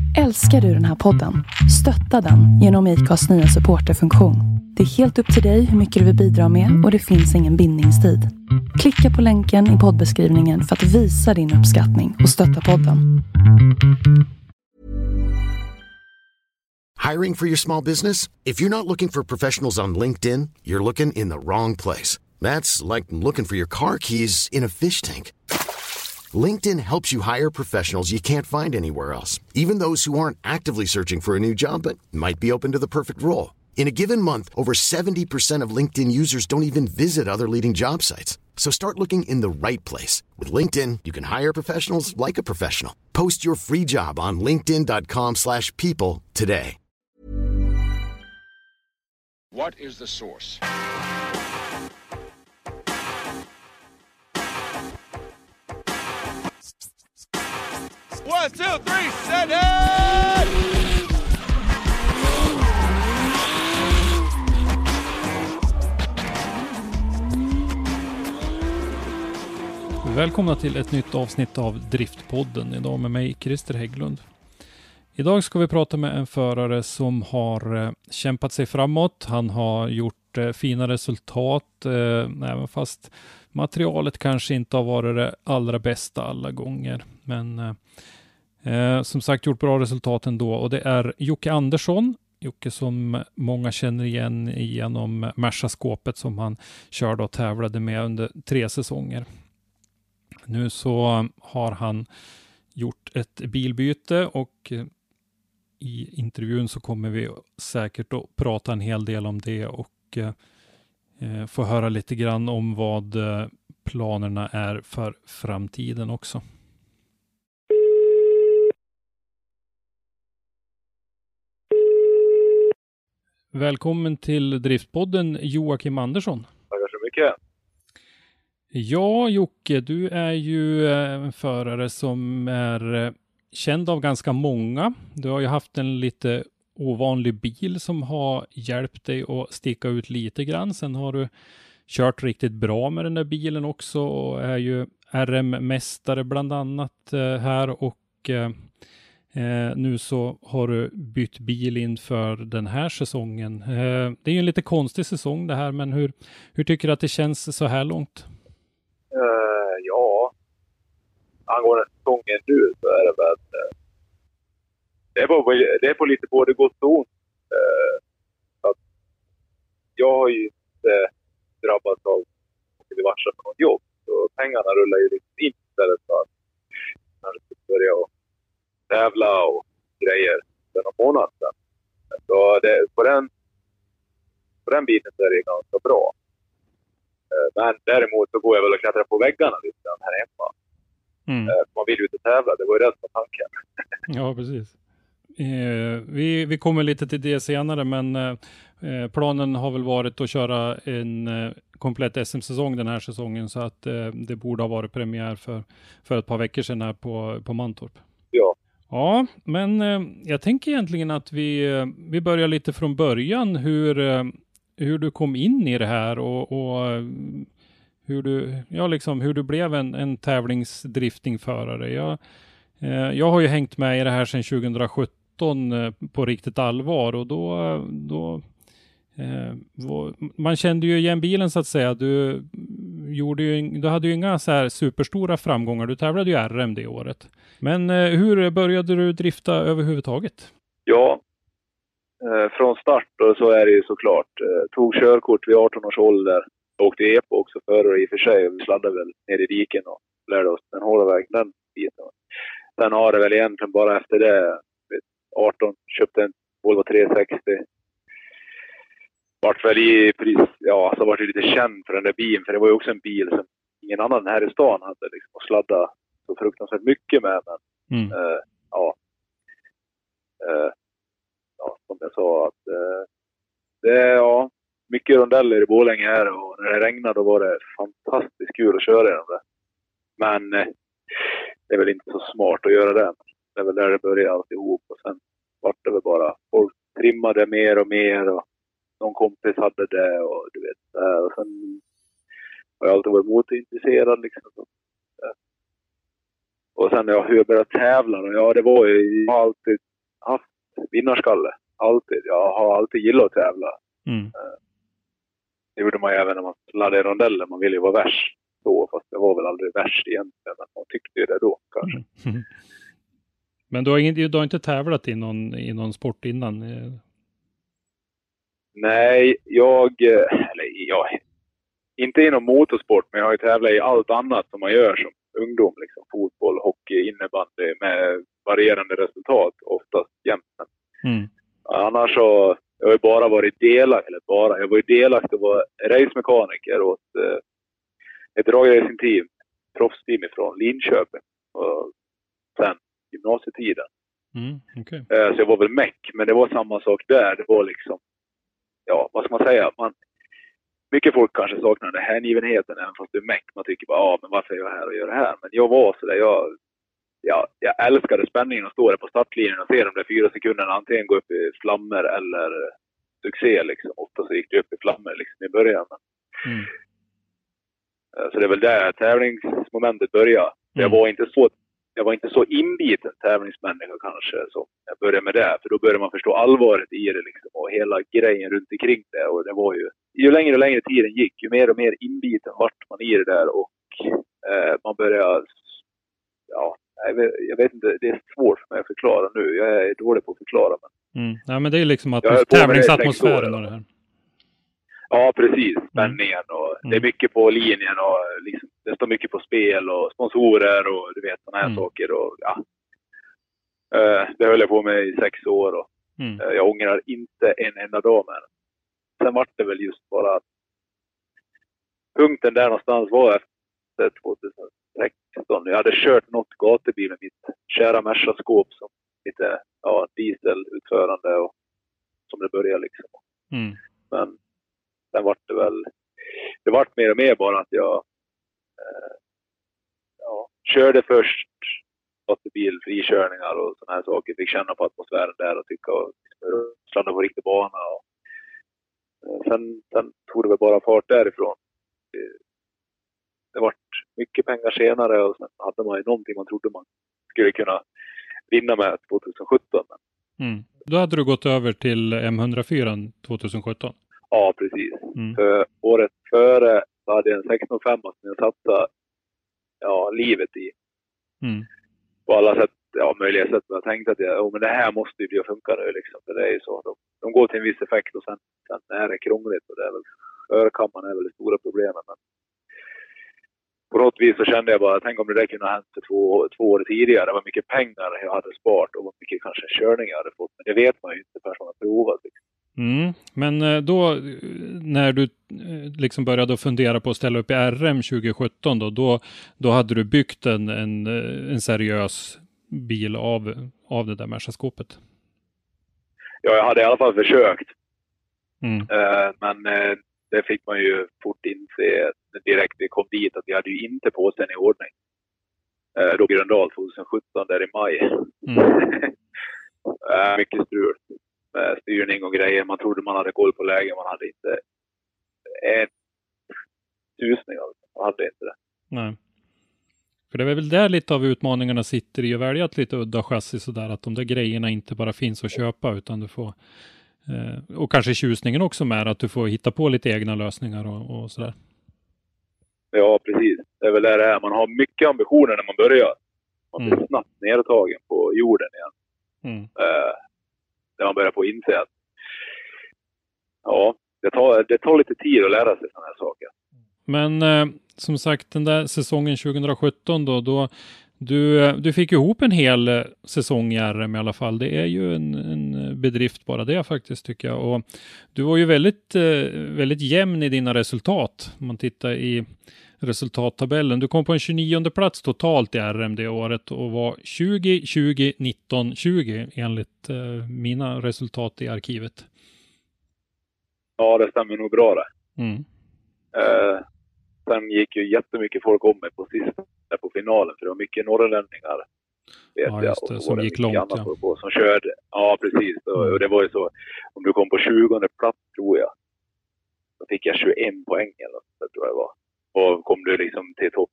Älskar du den här podden? Stötta den genom IKAs nya supporterfunktion. Det är helt upp till dig hur mycket du vill bidra med och det finns ingen bindningstid. Klicka på länken i poddbeskrivningen för att visa din uppskattning och stötta podden. Hiring for your small business? If you're not looking for professionals on LinkedIn, you're looking in the wrong place. That's like looking for your car keys in a fish tank. LinkedIn helps you hire professionals you can't find anywhere else, even those who aren't actively searching for a new job but might be open to the perfect role. In a given month, over 70% of LinkedIn users don't even visit other leading job sites. So start looking in the right place. With LinkedIn, you can hire professionals like a professional. Post your free job on linkedin.com/people today. What is the source? 1, 2, 3, set it! Välkomna till ett nytt avsnitt av Driftpodden. Idag med mig, Christer Hägglund. Idag ska vi prata med en förare som har kämpat sig framåt. Han har gjort fina resultat, även fast materialet kanske inte har varit det allra bästa alla gånger. Men som sagt gjort bra resultat ändå. Och det är Jocke Andersson. Jocke som många känner igen genom Merca-skåpet som han körde och tävlade med under 3 säsonger. Nu så har han gjort ett bilbyte och i intervjun så kommer vi säkert att prata en hel del om det och få höra lite grann om vad planerna är för framtiden också. Välkommen till Driftpodden, Joakim Andersson. Tackar så mycket. Ja, Jocke, du är ju en förare som är känd av ganska många. Du har ju haft en lite ovanlig bil som har hjälpt dig att sticka ut lite grann. Sen har du kört riktigt bra med den där bilen också och är ju RM-mästare bland annat här och nu så har du bytt bil inför den här säsongen. Det är ju en lite konstig säsong det här, men hur tycker du att det känns så här långt? Ja, angående säsongen nu så är det väl det är på lite både gott och ont. Att jag har ju inte drabbats av att varsla på något jobb, så pengarna rullar ju liksom in istället för att kanske börja och tävla och grejer för någon månad sedan. Så på den biten så är det ganska bra. Men däremot så går jag väl och klättrar på väggarna lite grann här hemma. Man vill ju inte tävla, det var ju det som var tanken. Ja, precis. Vi kommer lite till det senare, men planen har väl varit att köra en komplett SM-säsong den här säsongen, så att det borde ha varit premiär för ett par veckor sedan här på Mantorp. Ja. Ja, men jag tänker egentligen att vi börjar lite från början, hur du kom in i det här och hur du blev en tävlingsdriftingförare. Jag har ju hängt med i det här sedan 2017 på riktigt allvar, och då man kände ju igen bilen så att säga. Du hade ju inga så här superstora framgångar. Du tävlade ju RM det året. Men hur började du drifta överhuvudtaget? Ja, från start och så är det ju såklart. Tog körkort vid 18 års ålder. Åkte EPO också före i och för sig. Vi sladdade väl ner i diken och lärde oss den hårda vägen, den biten. Sen har det väl egentligen bara efter det, 18, köpte en Volvo 360. Vart väl så var det lite känd för den där bilen. För det var ju också en bil som ingen annan här i stan hade liksom att sladda så fruktansvärt mycket med. Men som jag sa, att det är mycket rondeller i Borlänge här, och när det regnade då var det fantastiskt kul att köra i den där. Men det är väl inte så smart att göra det. Det är väl där det började alltihop, och sen var det väl bara folk trimmade mer och mer, och någon kompis hade det och du vet så här. Och sen har jag alltid varit motorintresserad liksom. Och sen hur jag började tävla, och det var ju alltid haft vinnarskalle. Alltid. Jag har alltid gillat att tävla. Det gjorde man ju även när man laddade rondeller. Man ville ju vara värst då, fast det var väl aldrig värst egentligen. Men man tyckte ju det då kanske. Men du har inte tävlat i någon sport innan? Nej, jag inte inom motorsport, men jag har ju tävlat i allt annat som man gör som ungdom. Liksom fotboll, hockey, innebandy med varierande resultat, oftast jämt. Annars så jag har ju bara varit delaktig, jag var ju delaktig och var racemekaniker åt ett dragracing-team, proffsteam ifrån Linköping och sen gymnasietiden. Okay. Så jag var väl meck, men det var samma sak där. Det var liksom, ja, vad ska man säga? Mycket folk kanske saknar den hängivenheten även fast du är meck. Man tycker bara, men varför är jag här och gör det här? Men jag var sådär, jag älskade spänningen att stå där på startlinjen och se de där 4 sekunderna antingen gå upp i flammor eller succé liksom. Ofta så gick det upp i flammor liksom i början. Så det är väl där tävlingsmomentet började. Jag var inte så inbiten tävlingsmänniska kanske som jag började med det. För då började man förstå allvaret i det liksom. Och hela grejen runt omkring det. Och det var ju längre och längre tiden gick, ju mer och mer inbiten vart man i det där. Och man började, jag vet inte, det är svårt för mig att förklara nu. Jag är dålig på att förklara. Ja, men det är liksom tävlingsatmosfären och det här. Ja, precis. Spänningen och det är mycket på linjen och liksom, det står mycket på spel och sponsorer och du vet sådana här saker. Och, ja. Det höll jag på med i 6 år och jag ångrar inte en enda dag med det. Sen var det väl just bara att punkten där någonstans var efter 2016. Jag hade kört något gatubil med mitt kära Merca-skåp som lite dieselutförande och som det började liksom. Men sen var det vart mer och mer bara att jag körde först gatubil, frikörningar och sådana här saker. Fick känna på atmosfären där och tycka och stanna på riktig bana. Och, sen tog det väl bara fart därifrån. Det vart mycket pengar senare och sen hade man ju någonting man trodde man skulle kunna vinna med 2017. Då hade du gått över till M104 2017? Ja, precis. För året före så hade jag en 16,5 som jag satsade livet i. På alla sätt, möjliga sätt. Men jag tänkte att men det här måste ju bli att funka nu liksom. För det är ju så. De går till en viss effekt och sen är det krångligt. Och det är väl, förkammaren är väl det stora problemet. Men på något vis så kände jag bara, tänk om det där kunde ha hänt för två år tidigare. Det var mycket pengar jag hade sparat och mycket kanske körningar jag hade fått. Men det vet man ju inte förrän man har provat. Liksom. Men då, när du liksom började fundera på att ställa upp i RM 2017 då hade du byggt en seriös bil av det där Merca-skåpet? Ja, jag hade i alla fall försökt. Men det fick man ju fort inse direkt vi kom dit att vi hade ju inte på sig i ordning. Då Gröndal 2017 där i maj. Mycket strul med styrning och grejer. Man trodde man hade koll på lägen. Man hade inte en tusning av det. Man hade inte det. Nej. För det är väl där lite av utmaningarna sitter i att välja ett lite udda chassi sådär. Att de där grejerna inte bara finns att köpa utan du får och kanske tjusningen också med att du får hitta på lite egna lösningar och sådär. Ja, precis. Det är väl där det är. Man har mycket ambitioner när man börjar. Man blir snabbt nedtagen på jorden igen. När man börjar på att inse att det tar lite tid att lära sig sådana här saker. Men som sagt, den där säsongen 2017 då du fick ihop en hel säsong i RM i alla fall. Det är ju en bedrift bara det faktiskt tycker jag. Och du var ju väldigt, väldigt jämn i dina resultat. Om man tittar i resultattabellen. Du kom på en 29:e plats totalt i RM det året och var 20, 20, 19, 20 enligt mina resultat i arkivet. Ja, det stämmer nog bra det. Sen gick ju jättemycket folk om mig på sista på finalen för det var mycket norrlänningar vet just det, jag, som gick långt som körde. Ja, precis. Och det var ju så om du kom på 20:e plats tror jag. Då fick jag 21 poäng eller så tror jag det var. Och kom du liksom till topp.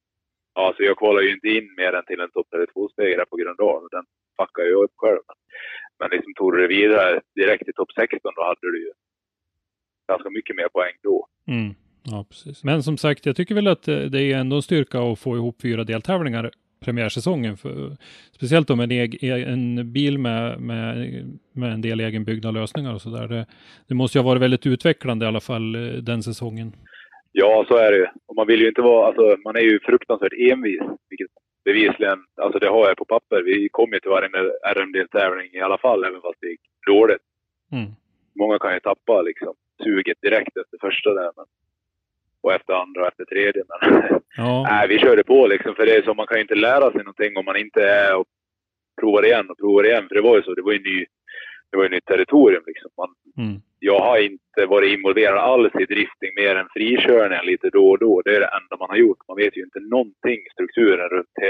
Ja, så jag kvalade ju inte in mer än till en topp 32-steg där på Gröndal. Den fuckade jag upp själv. Men liksom tog du det vidare direkt i topp 16, då hade du ju ganska mycket mer poäng då. Mm. Ja, precis. Men som sagt, jag tycker väl att det är ändå en styrka att få ihop 4 deltävlingar premiärsäsongen. Speciellt om en bil med en del egenbyggda lösningar och sådär. Det måste ju ha varit väldigt utvecklande i alla fall den säsongen. Ja, så är det ju. Och man vill ju inte vara, alltså man är ju fruktansvärt envis. Vilket bevisligen, alltså det har jag på papper. Vi kom ju till varje RM-deltävling i alla fall, även fast det gick dåligt. Mm. Många kan ju tappa liksom suget direkt efter första där, och efter andra och efter tredje. Men nej, vi körde på liksom, för det är så, man kan ju inte lära sig någonting om man inte är och provar igen. För det var ju så, det var ju nytt territorium liksom. Jag har inte varit involverad alls i drifting mer än frikörningen lite då och då. Det är det enda man har gjort. Man vet ju inte någonting strukturen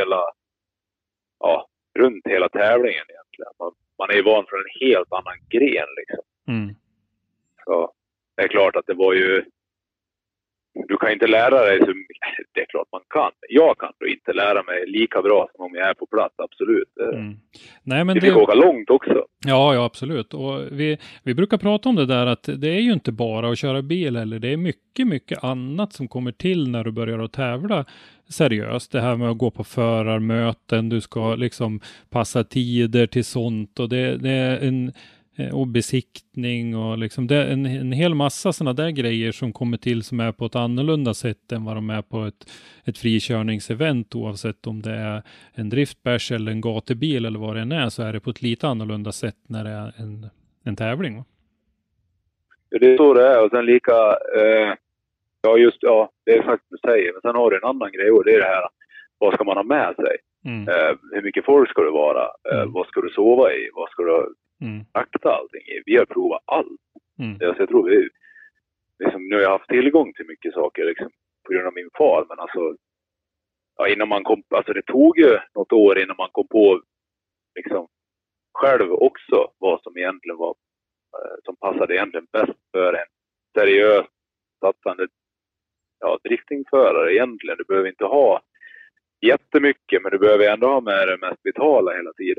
runt hela tävlingen egentligen. Man är ju van från en helt annan gren liksom. Så det är klart att det var ju, du kan inte lära dig så mycket. Det är klart man kan. Jag kan då inte lära mig lika bra som om jag är på plats, absolut. Nej, men vi fick åka långt också. Ja, absolut. Och vi brukar prata om det där att det är ju inte bara att köra bil eller det är mycket, mycket annat som kommer till när du börjar att tävla seriöst. Det här med att gå på förarmöten, du ska liksom passa tider till sånt och det är och besiktning och liksom det är en hel massa sådana där grejer som kommer till som är på ett annorlunda sätt än vad de är på ett frikörningsevent, oavsett om det är en driftbärs eller en gatubil eller vad det än är, så är det på ett lite annorlunda sätt när det är en tävling. Ja, det är så det är, och sen lika det är faktiskt du säger, men sen har du en annan grej och det är det här, vad ska man ha med sig? Hur mycket folk ska det vara? Vad ska du sova i? Vad ska du akta allting i? Vi har provat allt. Alltså, jag tror liksom, nu har jag haft tillgång till mycket saker liksom, på grund av min far, men alltså innan man kom, alltså det tog ju något år innan man kom på liksom själv också vad som egentligen var som passade egentligen bäst för en seriös satsande driftingförare egentligen. Du behöver inte ha jättemycket, men du behöver ändå ha med det mest vitala hela tiden.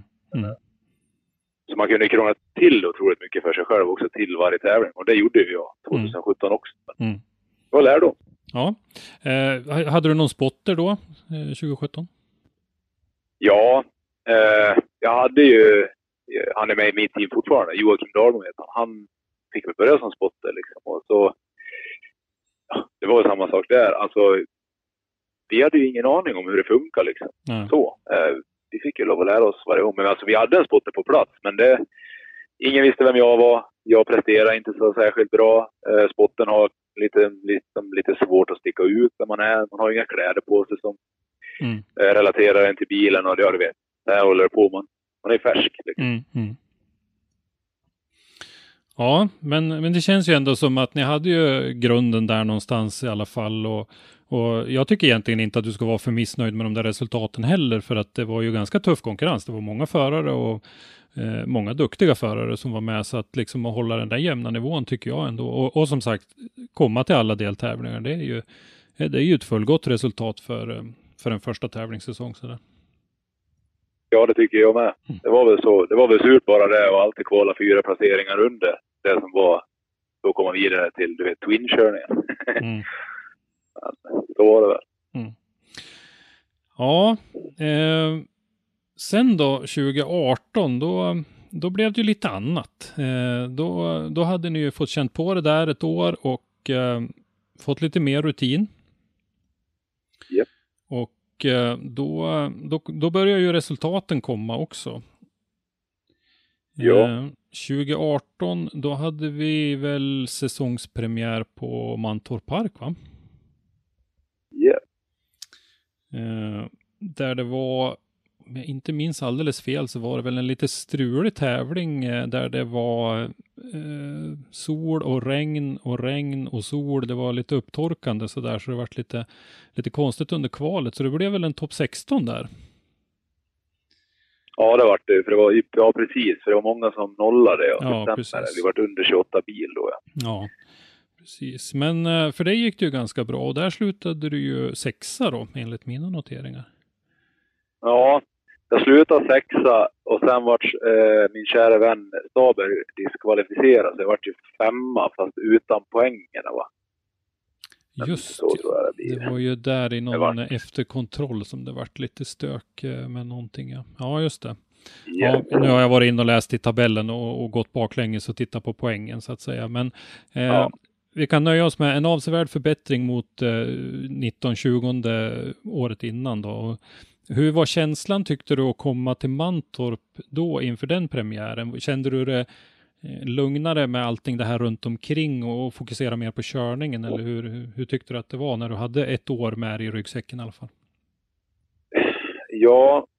Så man kunde krångla till otroligt mycket för sig själv också till varje tävling. Och det gjorde vi 2017 också. Det var lärdom. Ja. Hade du någon spotter då, 2017? Ja, jag hade ju, han är med i mitt team fortfarande, Joakim Dahlman heter han. Han fick väl börja som spotter liksom. Och så, det var samma sak där. Alltså, vi hade ju ingen aning om hur det funkar liksom. Så, vi fick ju lov att lära oss varje gång. Men alltså, vi hade en spotter på plats, men ingen visste vem jag var. Jag presterade inte så särskilt bra. Spotten har lite svårt att sticka ut när man är. Man har inga kläder på sig som relaterar en till bilen. Och du vet, där håller på man är färsk. Liksom. Ja, men det känns ju ändå som att ni hade ju grunden där någonstans i alla fall. Och jag tycker egentligen inte att du ska vara för missnöjd med de där resultaten heller, för att det var ju ganska tuff konkurrens. Det var många förare och många duktiga förare som var med, så att liksom att hålla den där jämna nivån tycker jag ändå. Och som sagt, komma till alla deltävlingar, det är ju ett fullgott resultat för en första tävlingssäsong. Sådär. Ja, det tycker jag med. Det var väl så. Det var väl surt bara det och alltid kvala 4 placeringar under det som var. Då kom man vidare till, du vet, twin-körningen. Då var det väl. Ja, sen då 2018 då blev det ju lite annat. Då hade ni ju fått känt på det där ett år och fått lite mer rutin. Yep. Och då börjar ju resultaten komma också. Ja. 2018 då hade vi väl säsongspremiär på Mantorp Park, va? Ja. Där det var, om jag inte minns alldeles fel, så var det väl en lite strulig tävling där det var sol och regn och sol. Det var lite upptorkande så där, så det var lite konstigt under kvalet. Så det blev väl en topp 16 där. Ja, det var det. För det var precis. För det var många som nollade. Ja, precis. Vi var under 28 bil då. Ja, precis. Men för det gick det ju ganska bra. Och där slutade du ju 6:a då, enligt mina noteringar. Ja, jag slutade 6:a och sen vart min kära vän Staber diskvalificerad. Så jag vart ju 5:a fast utan poängerna, va? Just så tror jag det var ju där i någon efterkontroll som det vart lite stök med någonting. Ja, just det. Yeah. Ja, nu har jag varit in och läst i tabellen och gått baklänges och tittat på poängen så att säga. Men vi kan nöja oss med en avsevärd förbättring mot 19-20 året innan då. Och hur var känslan tyckte du att komma till Mantorp då inför den premiären? Kände du det lugnare med allting det här runt omkring och fokusera mer på körningen? Eller hur tyckte du att det var när du hade ett år med i ryggsäcken i alla fall? Ja,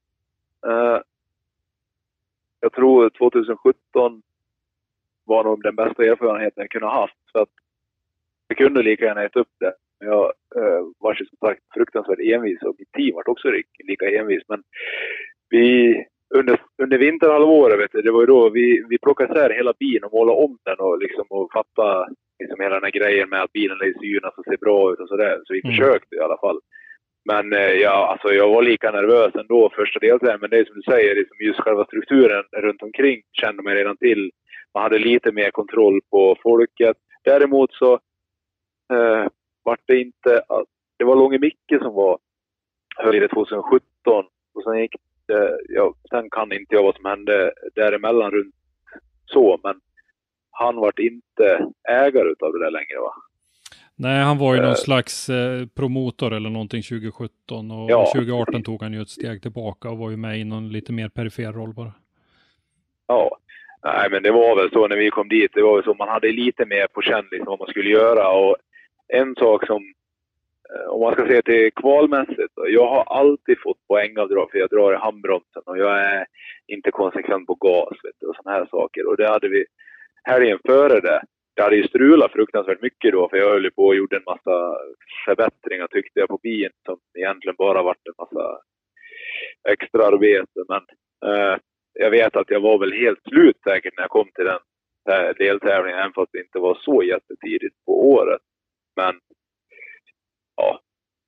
jag tror 2017 var nog den bästa erfarenheten jag kunde ha haft. Så att jag kunde lika gärna äta upp det. Jag var ju som sagt fruktansvärt envis och mitt team var också lika envis. Men vi under vinterhalvåret, vet du, det var ju då vi plockade isär hela bilen och målade om den och liksom och fatta liksom hela den här grejen med att bilen är synas och ser bra ut och sådär. Så vi försökte i alla fall. Men jag var lika nervös ändå första deltävlingen. Men det är som du säger, liksom just själva strukturen runt omkring kände mig redan till. Man hade lite mer kontroll på folket. Däremot så var det inte... Det var Långe Micke som var höll i det 2017. Och sen gick sen kan inte jag vad som hände däremellan runt så. Men han var inte ägare utav det där längre, va? Nej, han var ju någon slags promotor eller någonting 2017 och 2018 tog han ju ett steg tillbaka och var ju med i någon lite mer perifer roll bara. Ja, nej men det var väl så när vi kom dit, det var väl så man hade lite mer på känn liksom vad man skulle göra och en sak som, om man ska säga till kvalmässigt, jag har alltid fått poängavdrag för jag drar i handbromsen och jag är inte konsekvent på gas vet du, och sådana här saker och det hade vi helgen före det. Jag hade ju strulat fruktansvärt mycket då för jag höll på och gjorde en massa förbättringar tyckte jag på bilen som egentligen bara varit en massa extra arbete. Men jag vet att jag var väl helt slut säkert när jag kom till den deltävlingen även fast det inte var så jättetidigt på året. Men ja,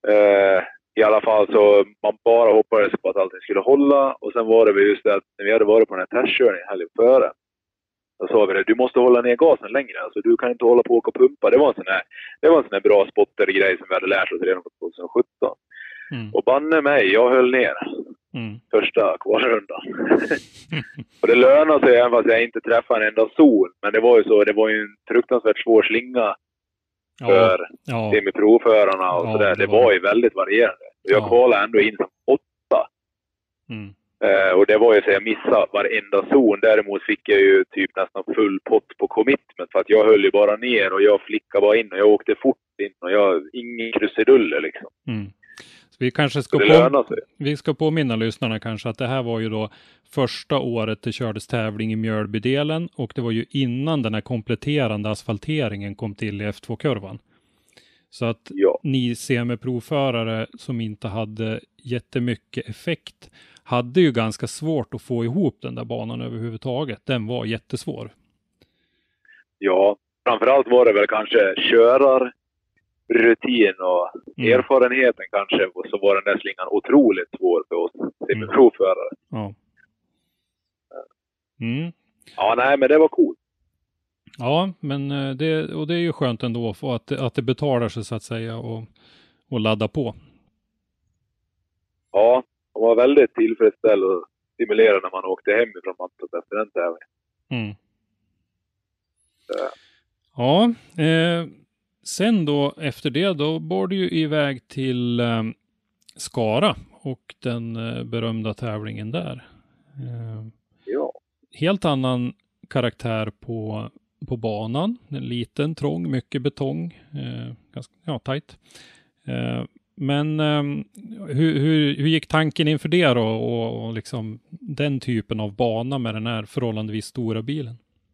i alla fall så man bara hoppades på att allting skulle hålla och sen var det väl just det att när vi hade varit på den här testkörningen helgen före då sa vi det, du måste hålla ner gasen längre. Alltså du kan inte hålla på och pumpa. Det var en sån här bra spottergrej som vi hade lärt oss redan på 2017. Och banne mig, jag höll ner första kvalrundan. Och det lönade sig även fast jag inte träffade en enda zon. Men det var ju så, det var ju en fruktansvärt svår slinga för semiprovförarna och sådär. Det var ju väldigt varierande. Och jag kvalade ändå in som 8. Och det var ju så jag missade varenda zon. Däremot fick jag ju typ nästan full pott på commitment. För att jag höll ju bara ner och jag flickade bara in. Och jag åkte fort in och jag ingen krusiduller liksom. Så vi kanske ska påminna lyssnarna kanske att det här var ju då första året det kördes tävling i Mjölbydelen. Och det var ju innan den här kompletterande asfalteringen kom till i F2-kurvan. Så att ni semiprovförare som inte hade jättemycket effekt hade ju ganska svårt att få ihop den där banan överhuvudtaget. Den var jättesvår. Ja, framförallt var det väl kanske körarrutin och erfarenheten kanske. Och så var den där slingan otroligt svår för oss semiprovförare. Ja, nej men det var coolt. Ja, men det är ju skönt ändå för att det betalar sig så att säga och ladda på. Ja, det var väldigt tillfredsställd och stimulerande när man åkte hem ifrån Mantorp efter den tävlingen. Ja, sen då efter det då bar du ju iväg till Skara och den berömda tävlingen där. Helt annan karaktär på banan. En liten, trång, mycket betong. Ganska tajt. Men hur gick tanken inför det då? Och liksom den typen av bana med den här förhållandevis stora bilen?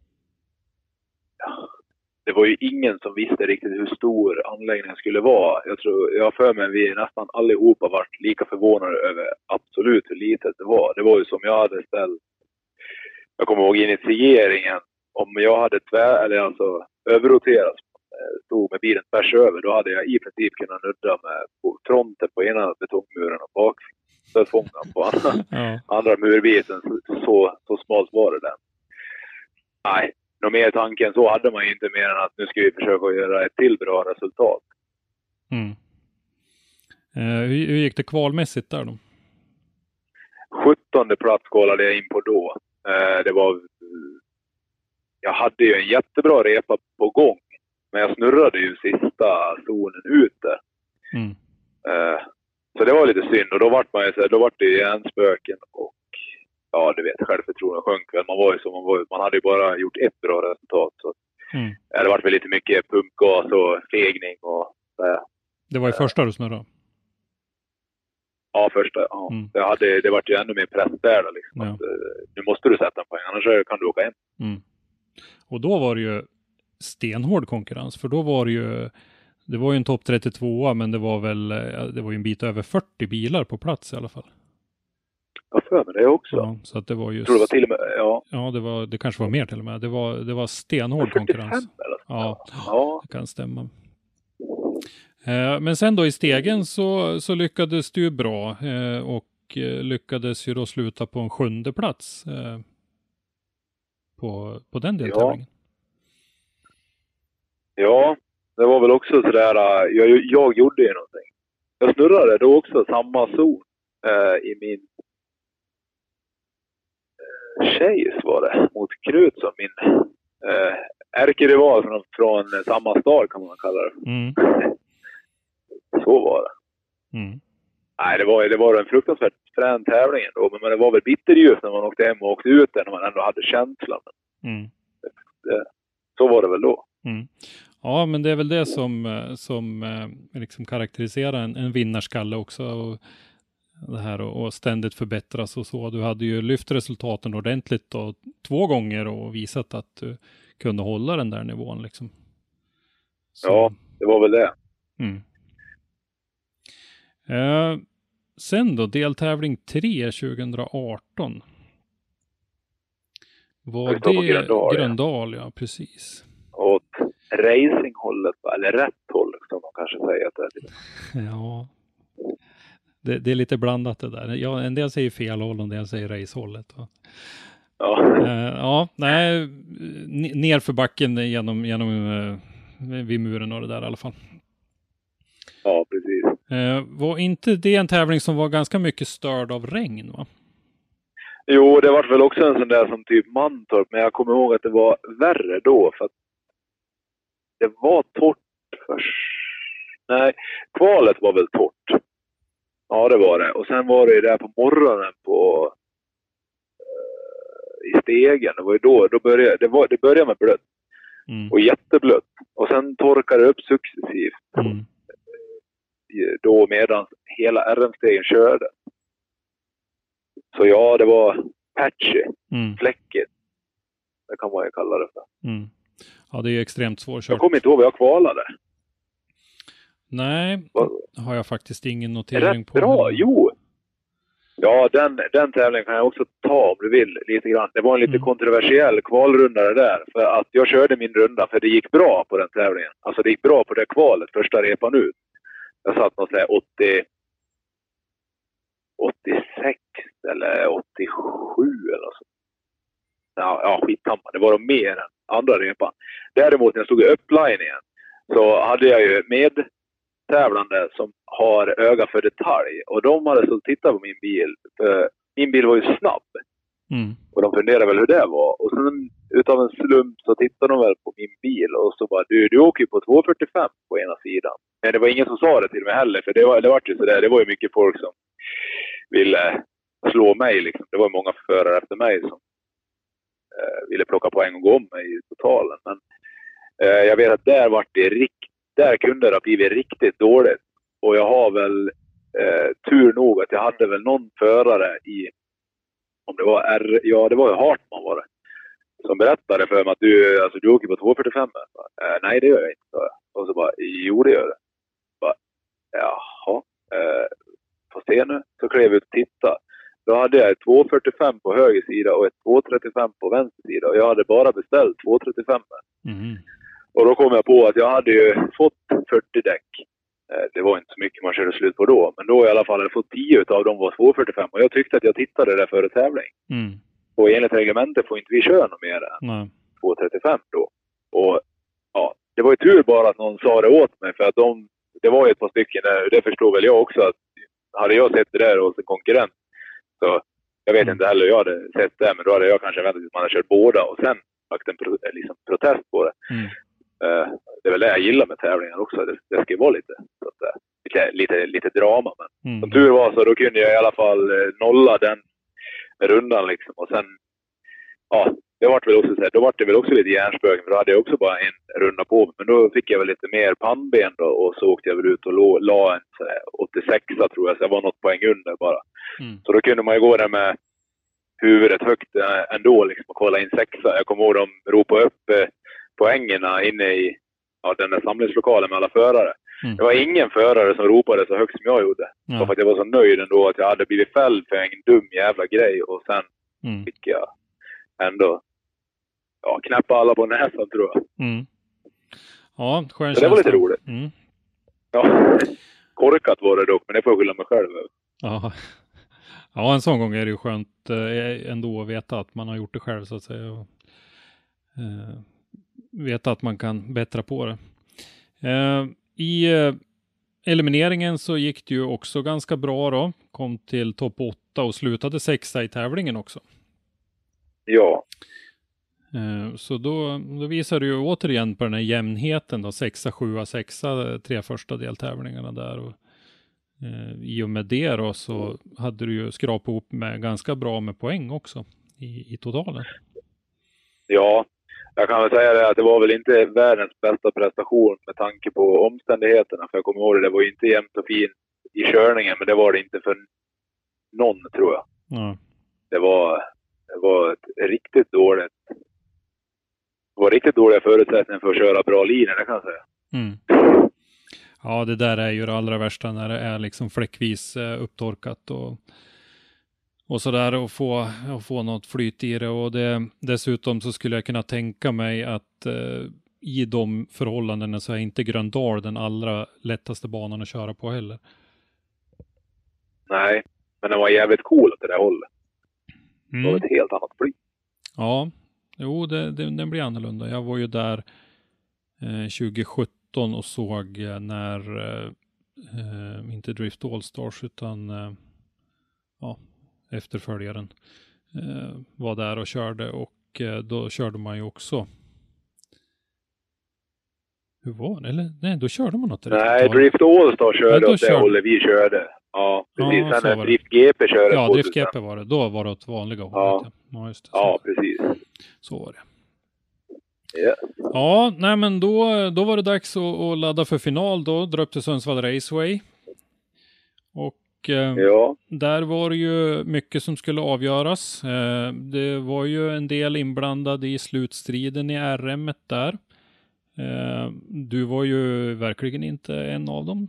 Det var ju ingen som visste riktigt hur stor anläggningen skulle vara. Jag har för mig att vi nästan allihopa varit lika förvånade över absolut hur litet det var. Det var ju som jag hade ställt. Jag kommer ihåg initieringen. Om jag hade överroterat stod med bilen tvärs över, då hade jag i princip kunnat nudda med fronten på ena betongmuren och bakstötfångaren på andra murbiten. Så smalt var det där. Nej, någon mer tanken så hade man ju inte mer än att nu ska vi försöka göra ett till bra resultat. Hur gick det kvalmässigt där då? 17:e plats kvalade jag in på då. Jag hade ju en jättebra repa på gång. Men jag snurrade ju sista zonen ut där. Så det var lite synd. Och då vart det ju hjärnspöken. Och ja, du vet, självförtroende sjönk väl. Man var ju som man var. Man hade ju bara gjort ett bra resultat. Så det vart väl lite mycket pumpgas och fegning och det var ju första du snurrade? Ja, första. Ja. Det vart ju ännu mer press där då, liksom. Ja. Att, nu måste du sätta en poäng, annars kan du åka hem. Och då var det ju stenhård konkurrens. För då var det var ju en topp 32, men det var ju en bit över 40 bilar på plats i alla fall. Ja, för mig det också. Ja, så att det var ju... Jag tror det var till och med, ja, det kanske var mer till och med. Det var stenhård konkurrens. Ja, det kan stämma. Men sen då i stegen så lyckades du bra och lyckades ju då sluta på en 7:e plats på den deltävlingen. Ja, det var väl också sådär, jag gjorde ju någonting. Jag snurrade då också samma zon i min tjejs var det, mot Knutsson, min ärkerival från samma stad kan man kalla det. Så var det. Nej, det var en fruktansvärt frän tävling då, men det var väl bitterljus när man åkte hem och åkte ut där när man ändå hade känslan. Så var det väl då. Ja, men det är väl det som liksom karaktäriserar en vinnarskalle också, och det här och ständigt förbättras och så. Du hade ju lyft resultaten ordentligt då, 2 gånger och visat att du kunde hålla den där nivån liksom. Så. Ja, det var väl det. Sen då, deltävling 3 2018. Var det Gröndal, ja, precis. Åt racinghållet, eller rätt håll som man kanske säger att det är. Ja, det är lite blandat det där. Ja, en del säger fel håll och en del säger racehållet. Ja, nej, ner för backen genom vid muren och det där i alla fall. Ja, precis. Var inte det en tävling som var ganska mycket störd av regn, va? Jo, det var väl också en sån där som typ Mantorp, men jag kommer ihåg att det var värre då för att det var torrt först. Nej, kvalet var väl torrt. Ja, det var det. Och sen var det ju där på morgonen i stegen. Det var ju då det började med blött. Och jätteblött. Och sen torkade det upp successivt. Då medan hela RM-stegen körde. Så ja, det var patchy. Fläckigt. Det kan man ju kalla det för. Ja, det är ju extremt svårt. Jag kommer inte ihåg vad jag kvalade. Nej, har jag faktiskt ingen notering på. Rätt bra, jo. Ja, den tävlingen kan jag också ta om du vill lite grann. Det var en lite kontroversiell kvalrunda där. För att jag körde min runda för det gick bra på den tävlingen. Alltså det gick bra på det kvalet, första repan ut. Jag satt något sådär 86 eller 87 eller så. Ja, skitsamma. Det var de mer än andra repan. Däremot när jag stod i uppline igen så hade jag ju medtävlande som har öga för detalj. Och de hade så tittat på min bil. För min bil var ju snabb. Och de funderade väl hur det var. Och sen utav en slump så tittade de väl på min bil. Och så bara, du åker ju på 245 på ena sidan. Men det var ingen som sa det till mig heller. För det var ju sådär. Det var ju mycket folk som ville slå mig liksom. Det var många förare efter mig som ville plocka poäng och gå om mig i totalen. Men jag vet att där kunde det ha blivit riktigt dåligt. Och jag har väl tur nog att jag hade väl någon förare i, om det var det var ju Hartman var det, som berättade för mig att du åker på 245. Nej, det gör jag inte. Och så bara, jo det gör det. Bara, jaha, får se nu. Så klev jag ut och tittade. Då hade jag ett 245 på höger sida och ett 235 på vänster sida. Och jag hade bara beställt 235. Och då kom jag på att jag hade ju fått 40 däck. Det var inte så mycket man körde slut på då. Men då i alla fall hade jag fått 10 utav dem var 245. Och jag tyckte att jag tittade där före tävling. Mm. Och enligt reglementet får inte vi köra något mer än 235 då. Och ja, det var ju tur bara att någon sa det åt mig. För att det var ju ett par stycken där. Det förstod väl jag också att hade jag sett det där hos en konkurrent. Så jag vet inte heller hur jag hade sett det. Men då hade jag kanske väntat tills man hade kört båda. Och sen lagt en protest på det. Mm. Det är väl det jag gillar med tävlingar också. Det ska ju vara lite drama. Men som tur var så då kunde jag i alla fall nolla den rundan liksom. Och sen, ja, det var väl också så här, då var det väl också lite hjärnspöken. För då hade jag också bara en runda på mig. Men då fick jag väl lite mer pannben då. Och så åkte jag väl ut och la en 86 tror jag. Så jag var något poäng under bara. Mm. Så då kunde man ju gå där med huvudet högt ändå liksom. Och kolla in sexa. Jag kommer ihåg de ropade upp poängerna inne i den där samlingslokalen med alla förare. Det var ingen förare som ropade så högt som jag gjorde. För att jag var så nöjd ändå att jag hade blivit fälld för en dum jävla grej. Och sen fick jag ändå knäppa alla på näsan tror jag. Mm. Ja, skön så det var lite roligt. Mm. Ja, korkat var det dock, men det får jag skylla mig själv. Ja, en sån gång är det ju skönt ändå att veta att man har gjort det själv så att säga. Och, veta att man kan bättra på det. I elimineringen så gick det ju också ganska bra då. Kom till topp 8 och slutade 6 i tävlingen också. Ja. Så då visar du ju återigen på den här jämnheten då. 6, 7, 6, 3 första deltävlingarna där. Och, i och med det då så hade du ju skrapat ihop med ganska bra med poäng också i totalen. Ja. Jag kan väl säga det att det var väl inte världens bästa prestation med tanke på omständigheterna. För jag kommer ihåg det var ju inte jämnt och fint i körningen. Men det var det inte för någon tror jag. Mm. Det var ett riktigt dåligt. Det var riktigt dåliga förutsättningar för att köra bra linjer, det kan jag säga. Mm. Ja, det där är ju det allra värsta när det är liksom fläckvis upptorkat och sådär och få något flyt i det. Och dessutom så skulle jag kunna tänka mig att i de förhållandena så är inte Gröndal den allra lättaste banan att köra på heller. Nej, men den var jävligt cool åt det där hållet. Det var ett helt annat flyt. Ja, jo den blir annorlunda. Jag var ju där 2017 och såg när inte Drift All Stars utan efterföljaren var där och körde och då körde man ju också. Hur var det? Eller nej, då körde man något. Nej, Drift All Stars körde åt det hållet vi körde. Ja, precis. Ja, sen Drift GP körde. Ja, Drift GP var det. Då var det åt vanliga hållet. Ja, just det. Ja, precis. Så var det. Yeah. Ja, nej men då var det dags att ladda för final då. Dra upp till Sundsvall Raceway. Och där var det ju mycket som skulle avgöras. Det var ju en del inblandade i slutstriden i RM där. Du var ju verkligen inte en av dem.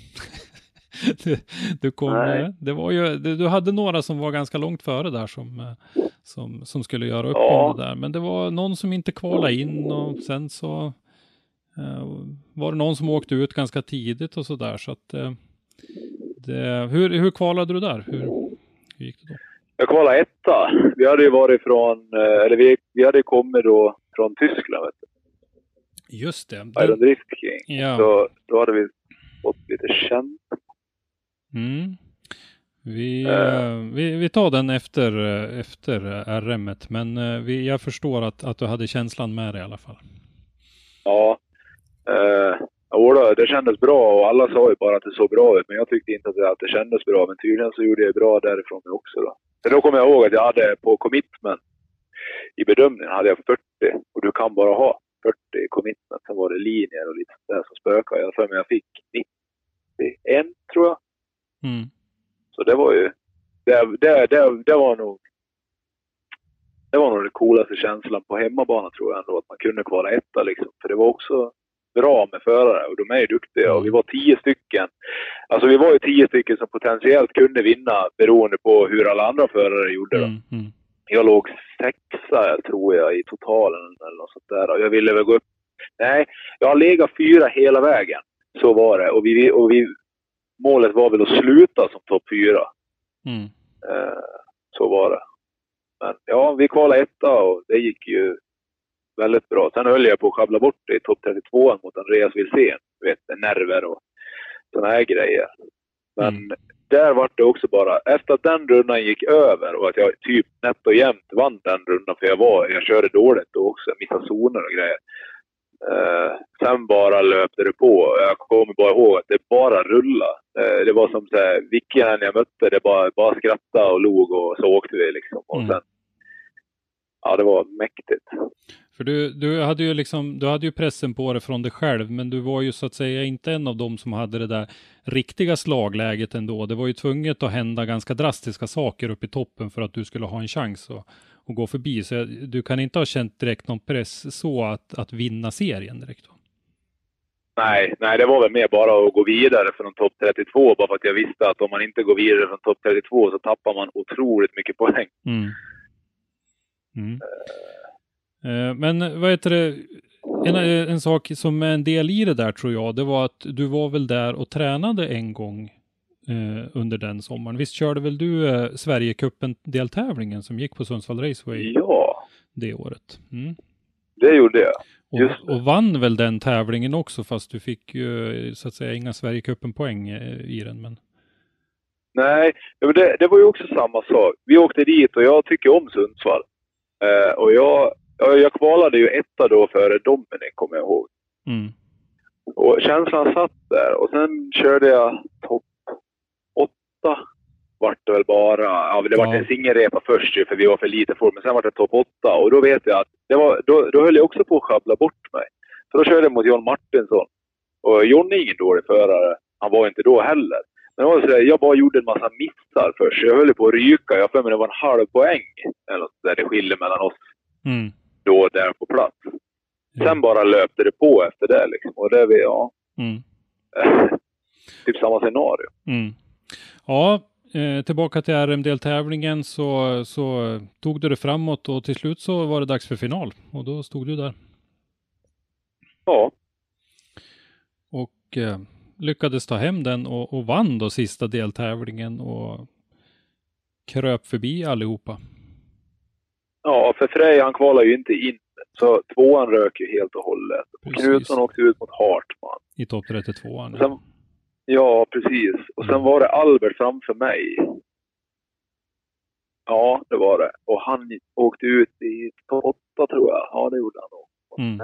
Du hade några som var ganska långt före där som skulle göra upp om det där. Men det var någon som inte kvalade in och sen så var det någon som åkte ut ganska tidigt och sådär. Så att hur kvalade du där? Hur gick det då? Jag kvalade etta. Vi hade ju varit vi hade kommit då från Tyskland, vet du. Just det. Iron Drift King. Ja. Så då hade vi fått lite känt. Mm. Vi tar den efter RM-et, men jag förstår att du hade känslan med dig i alla fall. Ja. Det kändes bra och alla sa ju bara att det såg bra ut, men jag tyckte inte att det kändes bra, men tydligen så gjorde jag bra därifrån också då. Så då kommer jag ihåg att jag hade på commitment i bedömningen hade jag 40 och du kan bara ha 40 i commitment, sen var det linjer och lite där som spökade. Jag för mig jag fick 91 tror jag. Mm. Så det var ju det var nog den coolaste känslan på hemmabana tror jag ändå, att man kunde kvala etta liksom, för det var också bra med förare och de är ju duktiga och vi var 10 stycken. Alltså vi var ju 10 stycken som potentiellt kunde vinna beroende på hur alla andra förare gjorde då. Jag låg 6 tror jag i totalen eller något sånt där och jag ville väl gå upp Nej, jag har legat 4 hela vägen. Så var det. Och målet var väl att sluta som topp 4. Mm. Så var det. Men ja, vi kvalade 1 och det gick ju väldigt bra. Sen höll jag på att schabbla bort det i topp 32 mot Andreas Wilsén. Vet, nerver och såna här grejer. Men där var det också bara, efter att den rundan gick över och att jag typ nätt och jämnt vann den rundan, för jag körde dåligt då också, missade zoner och grejer. Sen bara löpte det på. Jag kommer bara ihåg att det bara rullade. Det var som så här, vilken jag mötte, det bara skrattade och log och så åkte vi liksom. Och sen, ja, det var mäktigt. För du hade ju pressen på dig från dig själv, men du var ju så att säga inte en av dem som hade det där riktiga slagläget ändå. Det var ju tvunget att hända ganska drastiska saker upp i toppen för att du skulle ha en chans att gå förbi. Så du kan inte ha känt direkt någon press så att vinna serien direkt då? Nej, det var väl mer bara att gå vidare från topp 32, bara för att jag visste att om man inte går vidare från topp 32 så tappar man otroligt mycket poäng. Men vad heter det, en sak som är en del i det där tror jag, det var att du var väl där och tränade en gång under den sommaren. Visst körde väl du Sverigecupen-deltävlingen som gick på Sundsvall Raceway det året? Det gjorde jag. Och vann väl den tävlingen också, fast du fick ju så att säga inga Sverigecupen-poäng i den. Men... Nej, det var ju också samma sak. Vi åkte dit och jag tycker om Sundsvall. Och jag kvalade ju 1 då före Dominic, kommer jag ihåg. Och känslan satt där. Och sen körde jag topp 8. Vart det väl bara... Ja, det var en singelrepa först för vi var för lite för. Men sen var det topp 8. Och då vet jag att då höll jag också på att schabbla bort mig. Så då körde jag mot John Martinsson. Och John är ingen dålig förare. Han var inte då heller. Men det var så här, jag bara gjorde en massa missar först. Jag höll på att ryka. Jag för mig det var en halv poäng. Eller något där det skiljer mellan oss. Då där på plats. Sen bara löpte det på efter det liksom. Och det var typ samma scenario. Ja, tillbaka till RM-deltävlingen så tog du det framåt och till slut så var det dags för final. Och då stod du där. Ja. Och lyckades ta hem den och vann då sista deltävlingen och kröp förbi allihopa. Ja, för Frej han kvalar ju inte in. Så 2an rök ju helt och hållet. Knutsson åkte ut mot Hartman. I topp 32. Ja, precis. Och sen var det Albert framför mig. Ja, det var det. Och han åkte ut i topp 8 tror jag. Ja, det gjorde han nog.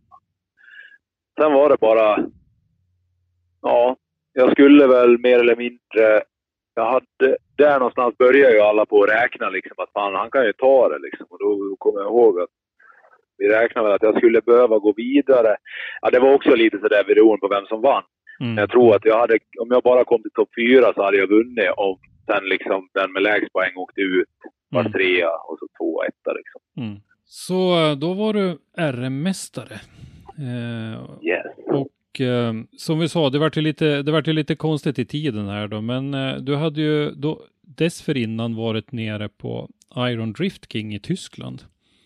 Sen var det bara... Ja, jag skulle väl mer eller mindre... Där någonstans började ju alla på att räkna liksom, att fan, han kan ju ta det liksom. Och då kommer jag ihåg att vi räknade väl att jag skulle behöva gå vidare. Ja, det var också lite sådär beroende på vem som vann. Jag tror att om jag bara kom till topp 4 så hade jag vunnit om sen liksom den med lägst poäng åkte ut, var 3 och så 2 1 liksom. Så då var du RM-mästare. Yes. Och som vi sa, det var ju lite konstigt i tiden här då, men du hade ju då dessförinnan varit nere på Iron Drift King i Tyskland.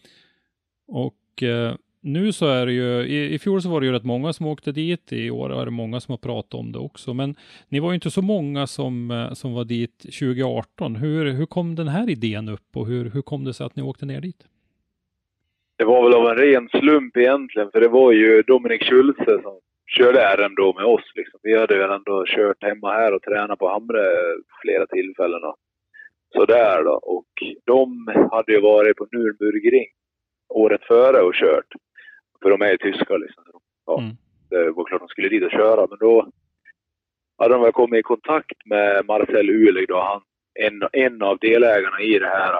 Och nu så är det ju, i fjol så var det ju rätt många som åkte dit, i år är det många som har pratat om det också, men ni var ju inte så många som var dit 2018. Hur kom den här idén upp och hur kom det sig att ni åkte ner dit? Det var väl av en ren slump egentligen, för det var ju Dominik Schulze som körde RM då med oss liksom. Vi hade väl ändå kört hemma här och tränat på Hamre flera tillfällen så där då. Och de hade ju varit på Nürburgring året före och kört. För de är ju tyskar liksom. Ja, det var klart de skulle dit och köra. Men då hade de väl kommit i kontakt med Marcel Ulig då. Han, en av delägarna i det här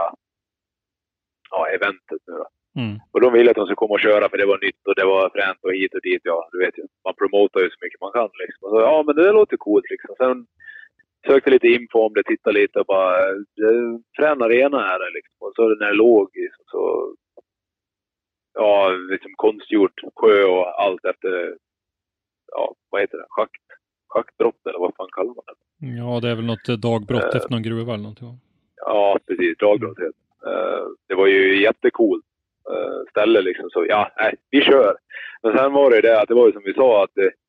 eventet nu då. Och de ville att de skulle komma och köra för det var nytt och det var fränt och hit och dit. Ja, du vet ju. Man promotar ju så mycket man kan liksom. Och så, ja, men det låter coolt liksom. Sen sökte lite info om det, tittade lite och bara frän arena här liksom. Och så när det låg så liksom konstgjort sjö och allt efter vad heter det? Schaktbrott eller vad fan kallar man det? Ja, det är väl något dagbrott efter någon gruva eller någonting. Ja, precis. Dagbrott. Det var ju jättecoolt ställe liksom. Så vi kör. Men sen var det att det var ju som vi sa att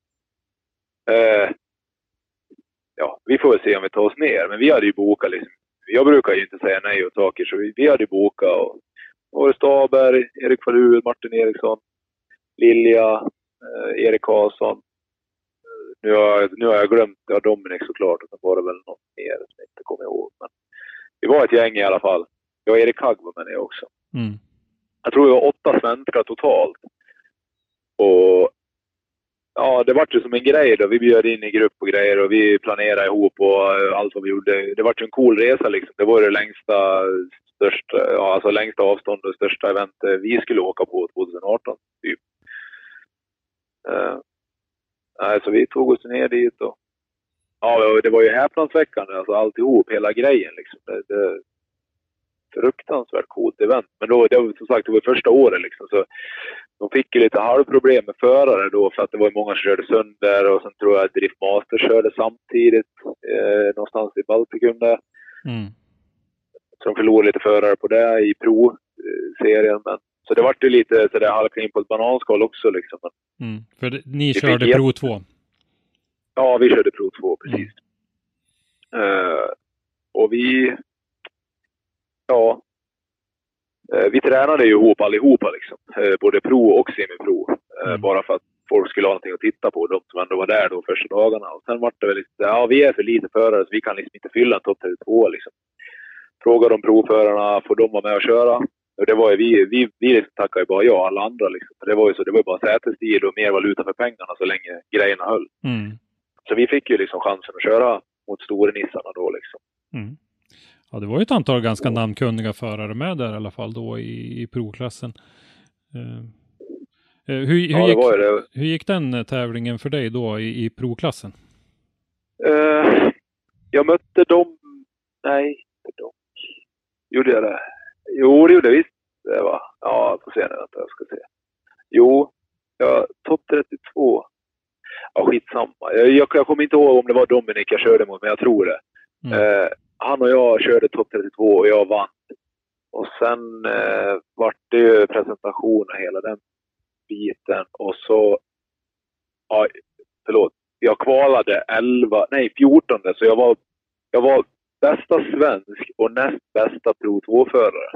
vi får se om vi tar oss ner. Men vi hade ju bokat liksom. Jag brukar ju inte säga nej och saker, så vi hade ju bokat. Och var det Staberg, Erik Falur, Martin Eriksson, Lilja, Erik Karlsson. Nu har jag glömt Dominik såklart, och sen var det väl något mer som jag inte kommer ihåg. Men det var ett gäng i alla fall. Jag och Erik Hagg var med det också. Mm. Jag tror det var 8 svenskar totalt. Och ja, det var ju som en grej då. Vi bjöd in i grupp och grejer och vi planerade ihop och allt vad vi gjorde. Det var ju en cool resa liksom. Det var det längsta avstånd och största event vi skulle åka på 2018 typ. Så vi tog oss ner dit och det var ju häpnadsväckande, alltså alltihop, hela grejen liksom. Det fruktansvärt coolt event. Men då, det var som sagt, det var första året liksom, så de fick ju lite halvproblem med förare då, för att det var många som körde sönder, och sen tror jag att Drift Master körde samtidigt någonstans i Baltikum där. Mm. Så de förlorade lite förare på det i Pro-serien, men så det var ju lite så där halkade in på ett bananskal också liksom. För ni körde Pro 2? Ja, vi körde Pro 2, precis. Och vi tränade ju ihop allihopa liksom. Både Pro och semi-Pro. Bara för att folk skulle ha någonting att titta på. De som ändå var där då första dagarna. Och sen var det väl lite, vi är för lite förare så vi kan liksom inte fylla en topp 32 liksom. Frågade de provförarna, får de vara med och köra? Och det var ju vi liksom tackade ju bara jag och alla andra liksom. För det var ju bara sätestid och mer valuta för pengarna så länge grejerna höll. Så vi fick ju liksom chansen att köra mot storenissarna då liksom. Ja, det var ju ett antal ganska namnkunniga förare med där i alla fall då i provklassen. Hur gick den tävlingen för dig då i provklassen? Jag mötte dem. Nej, inte dem. Gjorde jag det? Jo, det gjorde jag visst. Det var. Ja, får se nu vänta, jag ska se. Jo, topp 32. Ja, skitsamma. Jag kommer inte ihåg om det var Dominik jag körde mot, men jag tror det. Han och jag körde topp 32 och jag vann. Och sen vart det ju presentation och hela den biten. Och så, jag kvalade 14, så jag var bästa svensk och näst bästa Pro 2-förare.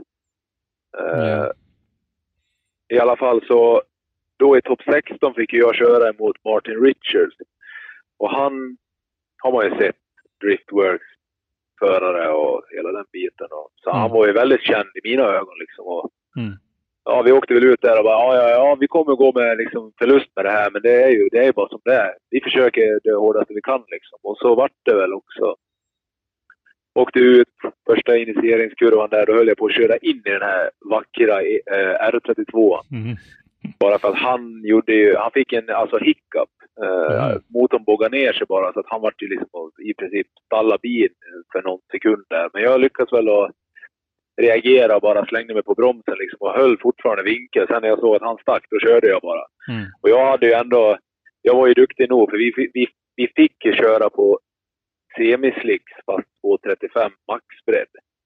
I alla fall så, då i topp 16 fick jag köra emot Martin Richards. Och han har man ju sett Driftworks förare och hela den biten. Så han var ju väldigt känd i mina ögon liksom. Och, vi åkte väl ut där och bara, vi kommer gå med liksom förlust med det här, men det är bara som det är. Vi försöker det hårdaste vi kan liksom. Och så vart det väl också. Åkte ut första initieringskurvan där, då höll jag på att köra in i den här vackra R32. Bara för att han fick en hiccup. Motorn bågade ner sig bara, så att han var ju liksom i princip stalla bil för någon sekund där. Men jag lyckades väl att reagera och bara slängde mig på bromsen liksom, och höll fortfarande vinkel. Sen när jag såg att han stack, då körde jag bara. Och jag var ju duktig nog, för vi fick ju köra på semislicks fast 235 maxbredd.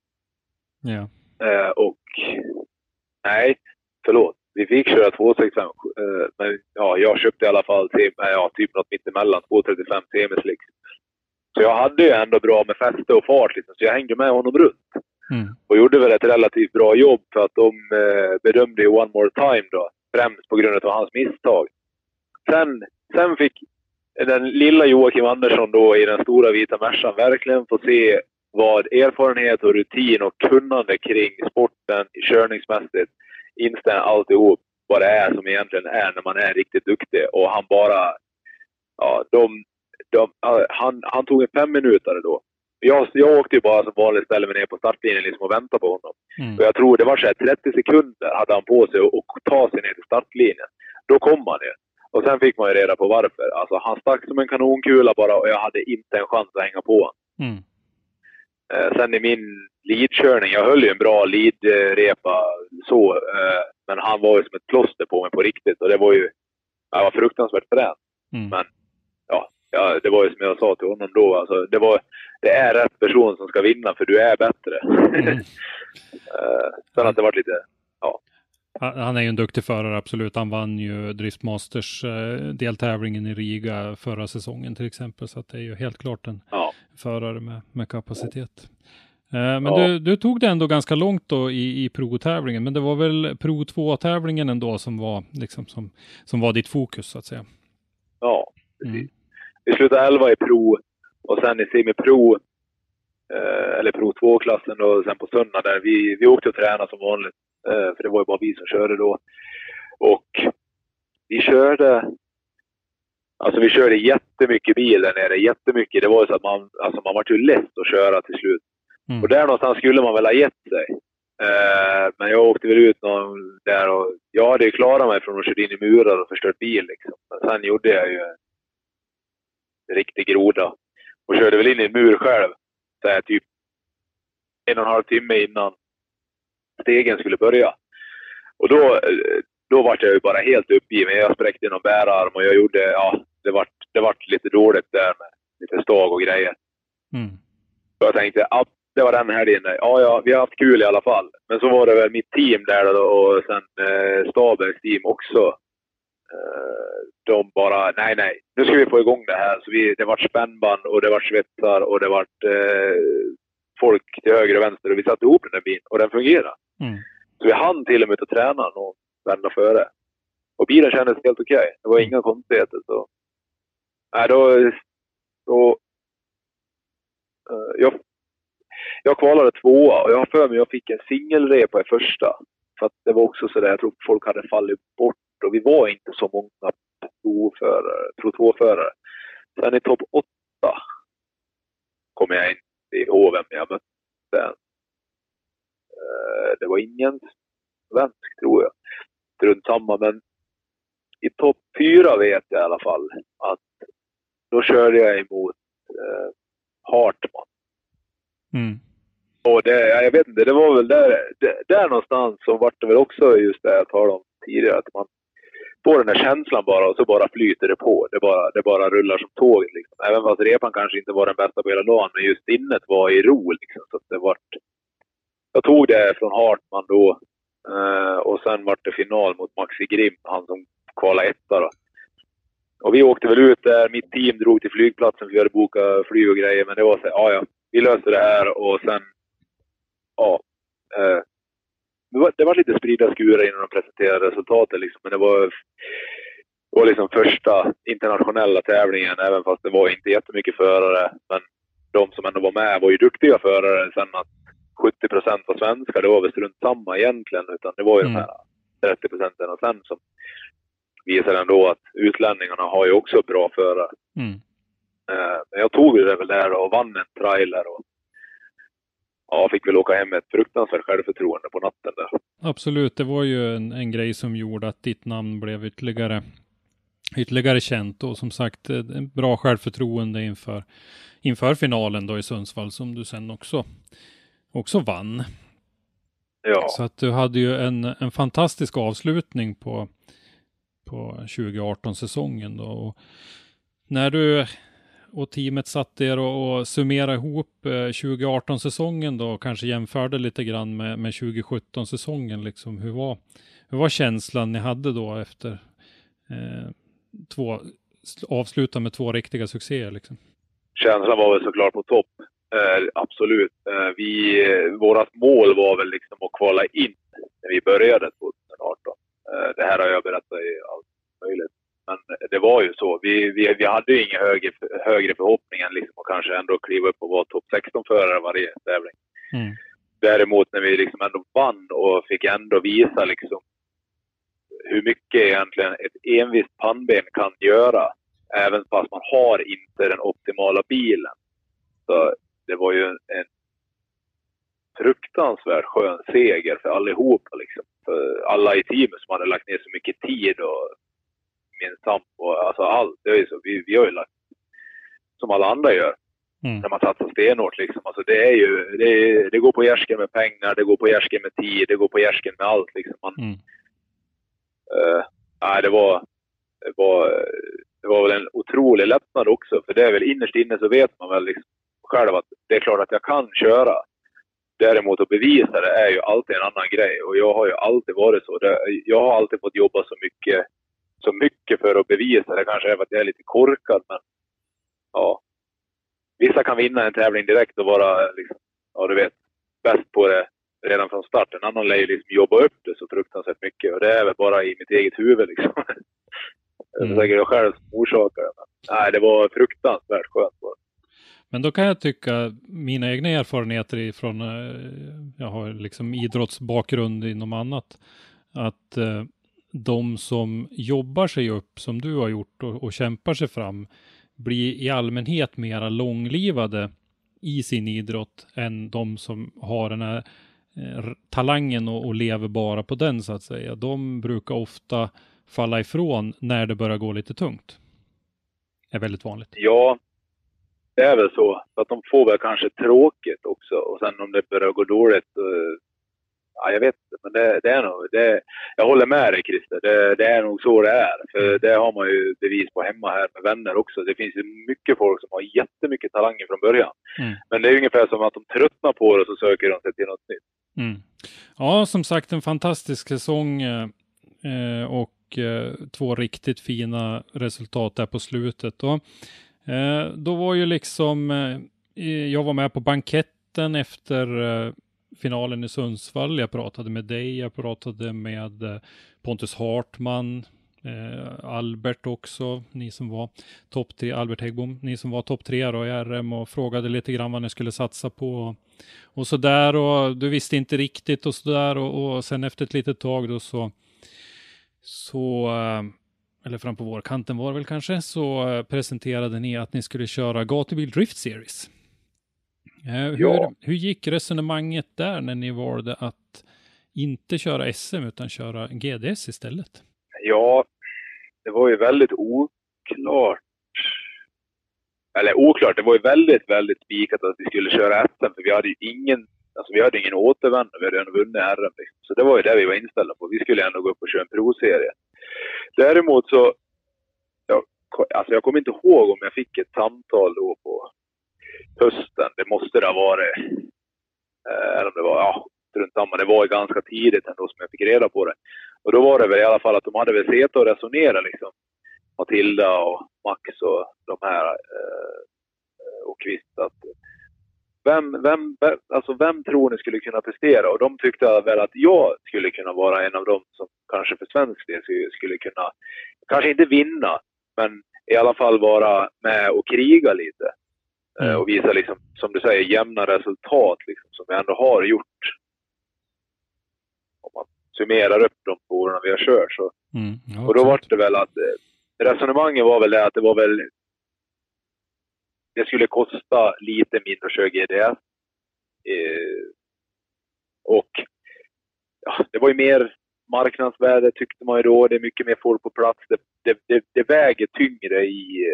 Vi fick köra 265, men jag köpte i alla fall typ något mittemellan 235 semislicks. Så jag hade ju ändå bra med fäste och fart liksom, så jag hängde med honom runt. Och gjorde väl ett relativt bra jobb, för att de bedömde ju one more time då, främst på grund av hans misstag. Sen fick den lilla Joakim Andersson då i den stora vita Mercan verkligen få se vad erfarenhet och rutin och kunnande kring sporten körningsmässigt, instämmer alltihop vad det är som egentligen är när man är riktigt duktig. Och han bara, han tog en 5 minuter då. Jag åkte ju bara som vanligt, ställde mig ner på startlinjen liksom och väntade på honom. Och jag tror det var så här 30 sekunder hade han på sig och ta sig ner till startlinjen. Då kom han ju. Och sen fick man ju reda på varför. Alltså han stack som en kanonkula bara, och jag hade inte en chans att hänga på honom. Sen i min leadkörning, jag höll ju en bra leadrepa så, men han var ju som ett plåster på mig på riktigt, och det var ju, jag var fruktansvärt fränt. Men det var ju som jag sa till honom då, alltså det är rätt person som ska vinna, för du är bättre. Sen att det var lite, Han är ju en duktig förare, absolut. Han vann ju Driftmasters deltävlingen i Riga förra säsongen till exempel. Så att det är ju helt klart en förare med kapacitet. Men du tog det ändå ganska långt då i Pro-tävlingen. Men det var väl Pro 2-tävlingen ändå som var, liksom, som var ditt fokus så att säga. Ja, precis. Vi slutade 11 i Pro och sen i semi-Pro, eller Pro 2-klassen och sen på söndag där vi åkte och tränade som vanligt. För det var ju bara vi som körde då. Och vi körde jättemycket bil där nere. Jättemycket. Det var ju så att man var ju lätt att köra till slut. Och där någonstans skulle man väl ha gett sig. Men jag åkte väl ut någon där och jag hade ju klarat mig från att köra in i murar och förstört bil liksom. Men sen gjorde jag ju en riktig groda. Och körde väl in i en mur själv. Så här, typ 1,5 timme innan stegen skulle börja. Och då var jag ju bara helt uppgiven. Jag spräckte någon bärarm och jag gjorde, det vart lite dåligt där med lite stag och grejer. Så jag tänkte, det var den här inne. Ja, vi har haft kul i alla fall. Men så var det väl mitt team där då, och sen Stabels team också. De bara, nej, nu ska vi få igång det här. Så det vart spännband och det vart svetsar och det vart folk till höger och vänster och vi satte ihop den där bilen och den fungerade. Så vi hann till och med att träna någon vända före. Och bilen kändes helt okej. Det var inga konstigheter. Så. Nej, jag kvalade 2:a och jag har för mig jag fick en singelrepa i första. För att det var också så där, jag tror folk hade fallit bort och vi var inte så många Pro 2-förare. Sen i topp 8 kom jag in i vem jag mötte. Det var ingen svensk tror jag. Runt samma, men i topp 4 vet jag i alla fall att då körde jag emot Hartman. Och jag vet inte, det var väl där någonstans så var det väl också just det jag talade om tidigare, att man får den här känslan bara och så bara flyter det på. Det bara rullar som tåget liksom. Även fast repan kanske inte var den bästa på hela dagen, men just innet var i ro liksom. Så att det vart... Jag tog det från Hartman då och sen vart det final mot Maxi Grimm, han som kvalade 1:a då. Och vi åkte väl ut där, mitt team drog till flygplatsen för vi hade bokat flyg och grejer, men det var så ja, vi löste det här och sen det var lite sprida skurar innan de presenterade resultatet liksom, men det var liksom första internationella tävlingen, även fast det var inte jättemycket förare, men de som ändå var med var ju duktiga förare. Sen att 70% var svenskar, det var väl strunt samma egentligen, utan det var ju de här 30% och sen som visar ändå att utlänningarna har ju också bra förare. Men jag tog det väl där och vann en trailer och fick väl åka hem med ett fruktansvärt självförtroende på natten där. Absolut, det var ju en grej som gjorde att ditt namn blev ytterligare känt och som sagt en bra självförtroende inför finalen då i Sundsvall som du sen också vann. Ja. Så att du hade ju en fantastisk avslutning på 2018-säsongen då. Och när du och teamet satt er och summerade ihop 2018-säsongen då och kanske jämförde lite grann med 2017-säsongen liksom, hur var känslan ni hade då efter avsluta med 2 riktiga succéer liksom? Känslan var väl såklart på topp. Absolut. Vårat mål var väl liksom att kvala in när vi började 2018. Det här har jag berättat i allt möjligt. Men det var ju så. Vi hade ju inga högre förhoppning än liksom att kanske ändå kliva upp och vara topp 16-förare varje tävling. Däremot när vi liksom ändå vann och fick ändå visa liksom hur mycket egentligen ett envist pannben kan göra. Även fast man har inte den optimala bilen. Så det var ju en fruktansvärt skön seger för allihopa liksom. För alla i teamet som hade lagt ner så mycket tid och min sambo och alltså allt. Det är ju så, vi har ju lagt som alla andra gör. När man satsar stenhårt liksom. Alltså det är ju, det går på gärsken med pengar, det går på gärsken med tid, det går på gärsken med allt liksom. Det var väl en otrolig lättnad också. För det är väl innerst inne så vet man väl liksom själv att det är klart att jag kan köra. Däremot att bevisa det är ju alltid en annan grej. Och jag har ju alltid varit så. Jag har alltid fått jobba så mycket för att bevisa det. Kanske är för att jag är lite korkad, men ja. Vissa kan vinna en tävling direkt och vara liksom, ja du vet, bäst på det redan från start. En annan lär ju liksom jobba upp det så fruktansvärt mycket. Och det är väl bara i mitt eget huvud liksom. Det är säkert jag själv som orsakar det. Nej, det var fruktansvärt skönt. Men då kan jag tycka, mina egna erfarenheter ifrån, jag har liksom idrottsbakgrund inom annat, att de som jobbar sig upp som du har gjort och kämpar sig fram blir i allmänhet mera långlivade i sin idrott än de som har den här talangen och lever bara på den så att säga. De brukar ofta falla ifrån när det börjar gå lite tungt. Det är väldigt vanligt. Ja, det är väl så. Att de får väl kanske tråkigt också. Och sen om det börjar gå dåligt, ja, jag vet inte. Men det är nog, jag håller med dig, Christer. Det är nog så det är. För det har man ju bevis på hemma här med vänner också. Det finns ju mycket folk som har jättemycket talanger från början. Men det är ju ungefär som att de tröttnar på det och så söker de sig till något nytt. Ja, som sagt en fantastisk säsong och 2 riktigt fina resultat där på slutet. Då var ju liksom, jag var med på banketten efter finalen i Sundsvall. Jag pratade med dig, jag pratade med Pontus Hartman, Albert också, ni som var topp 3, Albert Häggbom, ni som var topp 3 då i RM och frågade lite grann vad ni skulle satsa på och så där, och du visste inte riktigt och så där, och sen efter ett litet tag då så eller fram på vårkanten var det väl kanske, så presenterade ni att ni skulle köra Gatubil Drift Series. Hur gick resonemanget där när ni valde att inte köra SM utan köra GDS istället? Ja, det var ju väldigt oklart. Eller oklart, det var ju väldigt, väldigt spikat att vi skulle köra SM, för vi hade ju ingen återvänd, vi hade ändå vunnit RM. Liksom. Så det var ju det vi var inställda på. Vi skulle ändå gå upp och köra en pro-serie. Däremot så, jag kommer inte ihåg om jag fick ett samtal då på hösten. Det måste det ha varit, eller om det var, strunt samma. Det var ju ganska tidigt ändå som jag fick reda på det. Och då var det väl i alla fall att de hade väl sett och resonera liksom. Matilda och Max och de här och Kvist att vem tror ni skulle kunna prestera? Och de tyckte väl att jag skulle kunna vara en av dem som kanske för svensk del skulle kunna, kanske inte vinna, men i alla fall vara med och kriga lite. Och visa liksom, som du säger, jämna resultat liksom, som vi ändå har gjort. Om man summerar upp de åren vi har kört så. Och då var det väl att resonemanget var väl det att det var väl, det skulle kosta lite mindre att köra GDS. Och ja, det var ju mer marknadsvärde tyckte man ju då. Det är mycket mer folk på plats. Det väger tyngre i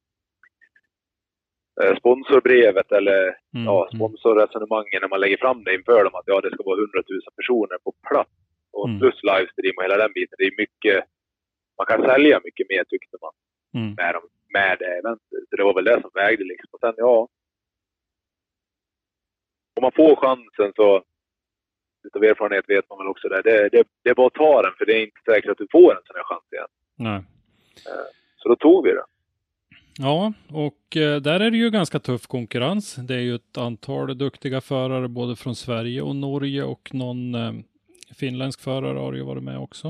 sponsorbrevet eller sponsorresonemangen när man lägger fram det inför dem att det ska vara 100 000 personer på plats. Och plus livestream och hela den biten. Det är mycket, man kan sälja mycket mer tyckte man med det eventet. Så det var väl det som vägde liksom. Och sen om man får chansen så utav erfarenhet vet man väl också det. Det är bara att ta den, för det är inte säkert att du får en sån här chans igen. Nej. Så då tog vi det. Ja, och där är det ju ganska tuff konkurrens. Det är ju ett antal duktiga förare både från Sverige och Norge, och någon finländsk förare har ju varit med också.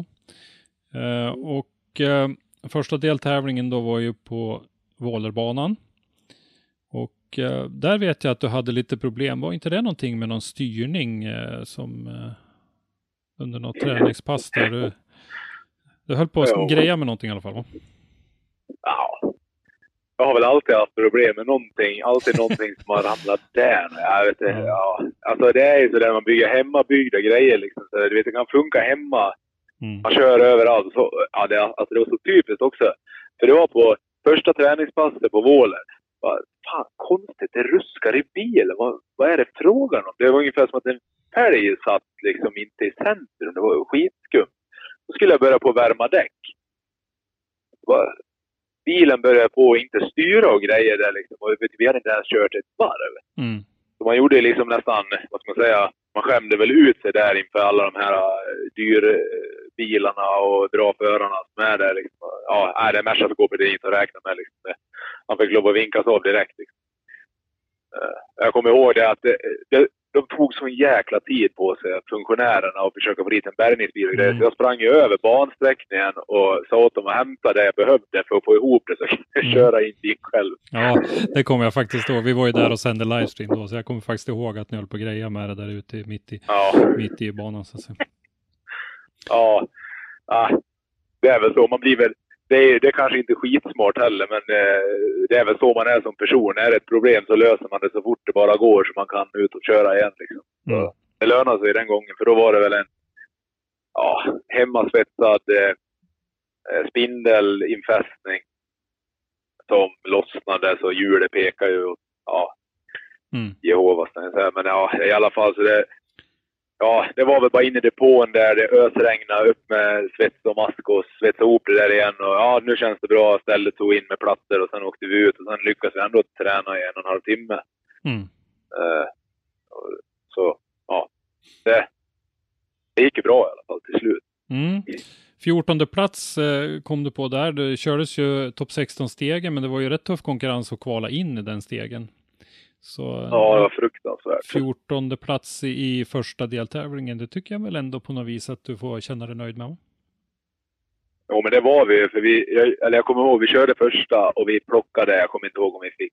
Första deltävlingen då var ju på Vålerbanan. Och där vet jag att du hade lite problem. Var inte det någonting med någon styrning som under något träningspass där du höll på att greja med någonting i alla fall, va? Ja. Jag har väl alltid haft problem med någonting. Alltid någonting som har ramlat där. Jag vet inte, Alltså det är ju så där man bygger hemmabyggda grejer liksom. Så, du vet, det kan funka hemma. Man kör överallt. Så, det var så typiskt också. För det var på första träningspasset på Våler. Fan, konstigt. Det ruskar i bilen. Vad är det frågan om? Det var ungefär som att en fälg satt liksom inte i centrum. Det var skitskumt. Då skulle jag börja på att värma däck. Bilen började på att inte styra och grejer där liksom. Och vi hade inte ens kört ett varv. Så man gjorde liksom nästan, vad ska man säga, man skämde väl ut sig där inför alla de här dyrbilarna och bra förarna som är där. Liksom. Ja, det är Merca-skåpet, det är inte att räkna med. Liksom. Han fick lov att vinkas av direkt. Liksom. Jag kommer ihåg det att de tog så en jäkla tid på sig, funktionärerna, och försöka få dit en bärgningsbil och grejer. Så jag sprang ju över bansträckningen och sa åt dem att hämta det jag behövde för att få ihop det så jag kunde köra in dit själv. Ja, det kommer jag faktiskt ihåg. Vi var ju där och sände livestream då, så jag kommer faktiskt ihåg att ni höll på att greja med det där ute mitt i banan. Så att säga. Ja, det är väl så. Man blir väl, det är kanske inte skitsmart heller, men det är väl så man är som person. Är det ett problem så löser man det så fort det bara går så man kan ut och köra igen. Liksom. Så det lönar sig den gången, för då var det väl en hemmasvetsad spindelinfästning som lossnade så hjulet pekar ju åt Jehovas. Men i alla fall så det var väl bara inne i depån där det ösregnade upp med svets och mask och svetsa ihop det där igen. Och nu känns det bra. Stället tog in med plattor och sen åkte vi ut och sen lyckades vi ändå träna i 1,5 timme. Så det gick ju bra i alla fall till slut. 14:e plats kom du på där. Det kördes ju topp 16-stegen, men det var ju rätt tuff konkurrens att kvala in i den stegen. Så, ja, det var fruktansvärt. 14:e plats i första deltävlingen, det tycker jag väl ändå på något vis att du får känna dig nöjd med. Jo, men det var vi. För jag kommer ihåg, vi körde första och vi plockade, jag kommer inte ihåg om vi fick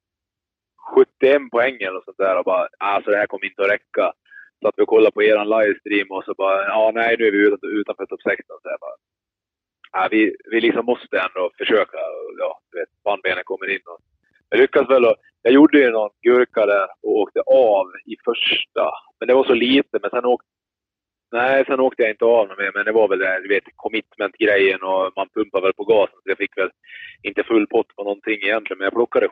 71 poäng eller sånt där och bara, alltså det här kommer inte att räcka. Så att vi kollade på eran livestream och så bara, nej nu är vi utanför topp 16. Så jag bara, vi liksom måste ändå försöka, du vet, bandbenen kommer in och jag lyckas väl och jag gjorde ju någon gurka där och åkte av i första. Men det var så lite, men sen åkte jag inte av något mer. Men det var väl det, du vet, commitment-grejen och man pumpar väl på gasen. Så jag fick väl inte full pott på någonting egentligen. Men jag plockade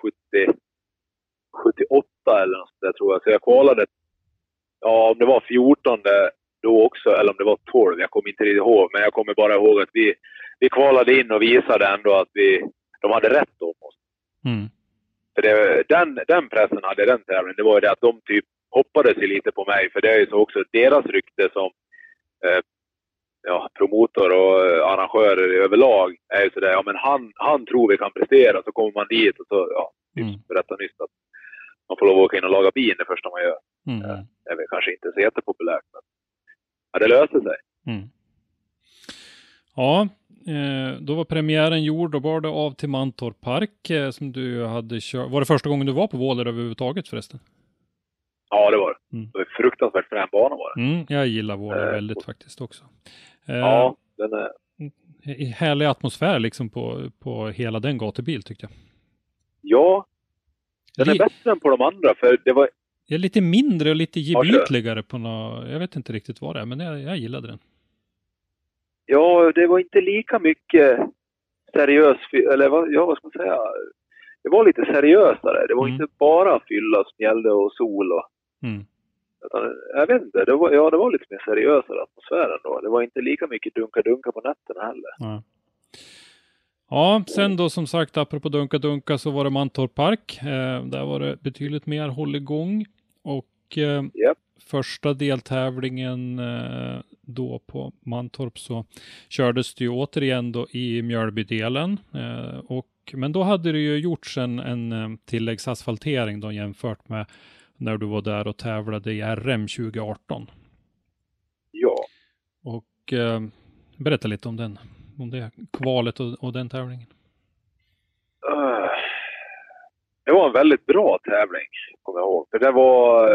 78 eller något där tror jag. Så jag kvalade, om det var 14 då också, eller om det var 12. Jag kommer inte riktigt ihåg, men jag kommer bara ihåg att vi kvalade in och visade ändå att de hade rätt om oss. För den pressen hade den tävlingen. Det var ju det att de typ hoppade sig lite på mig. För det är ju så också deras rykte som promotor och arrangörer överlag är ju sådär, men han tror vi kan prestera. Så kommer man dit och så, berätta nyss att man får lov att åka in och laga bil det första man gör. Det är väl kanske inte så jättepopulärt, men det löser sig. Ja, då var premiären gjord och var det av till Mantorp Park som du hade kört. Var det första gången du var på Våler överhuvudtaget förresten? Ja, det var det. Det var fruktansvärt frän bana var det. Jag gillar Våler väldigt faktiskt också. Ja, den är... Härlig atmosfär liksom på hela den gatubil tyckte jag. Ja, den är bättre än på de andra för det var... Jag är lite mindre och lite gemytligare på något... Jag vet inte riktigt vad det är, men jag gillade den. Ja, det var inte lika mycket seriös, eller vad ska man säga? Det var lite seriösare. Det var inte bara fylla, smjällde och sol och... Utan, jag vet inte, det var lite mer seriösare atmosfären då. Det var inte lika mycket dunka på nätterna heller. Ja, sen då som sagt, apropå dunka så var det Mantorp Park. Där var det betydligt mer hålligång. Och första deltävlingen då på Mantorp så kördes det ju återigen då i Mjölbydelen. Men då hade det ju gjorts en tilläggsasfaltering då jämfört med när du var där och tävlade i RM 2018. Ja. Och berätta lite om det kvalet och den tävlingen. Det var en väldigt bra tävling, kommer jag ihåg. För det var...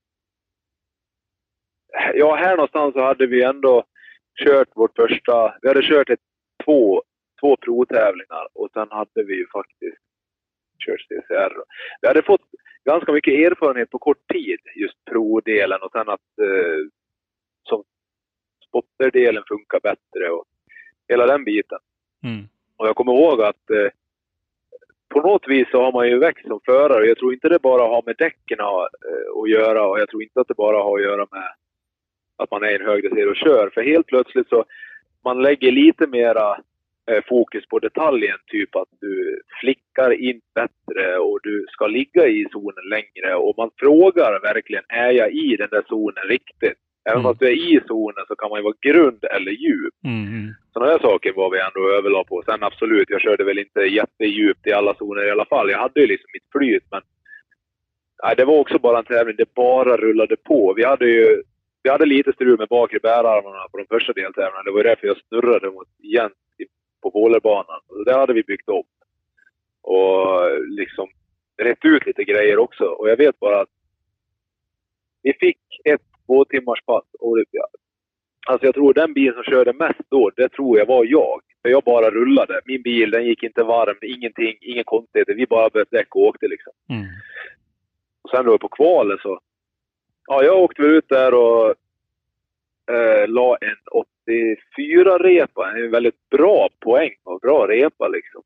Ja, här någonstans så hade vi ändå kört vårt första... Vi hade kört två provtävlingar och sen hade vi ju faktiskt kört CCR. Vi hade fått ganska mycket erfarenhet på kort tid, just provdelen och sen att som spotterdelen funkar bättre och hela den biten. Och jag kommer ihåg att på något vis så har man ju växt som förare. Jag tror inte det bara har med däcken att göra och jag tror inte att det bara har att göra med att man är i en högre serie och kör. För helt plötsligt så man lägger lite mera fokus på detaljen, typ att du flickar in bättre och du ska ligga i zonen längre, och man frågar verkligen, är jag i den där zonen riktigt? Även fast du är i zonen så kan man ju vara grund eller djup. Sådana här saker var vi ändå överlag på. Sen absolut, jag körde väl inte jättedjupt i alla zoner i alla fall. Jag hade ju liksom mitt flyt, men nej, det var också bara en tävling. Det bara rullade på. Vi hade lite strul med bakre bärarmarna på de första deltävlingarna. Det var därför jag snurrade mot Jens på Vålerbanan. Och det hade vi byggt upp. Och liksom rätt ut lite grejer också. Och jag vet bara att vi fick ett 2 timmars pass. Och alltså jag tror den bilen som körde mest då, det tror jag var jag. För jag bara rullade. Min bil, den gick inte varm. Ingenting, ingen konstigheter. Vi bara började däck och åkte liksom. Och sen då på kvalet så... Ja, jag åkte väl ut där och la en 84-repa. En väldigt bra poäng och bra repa liksom.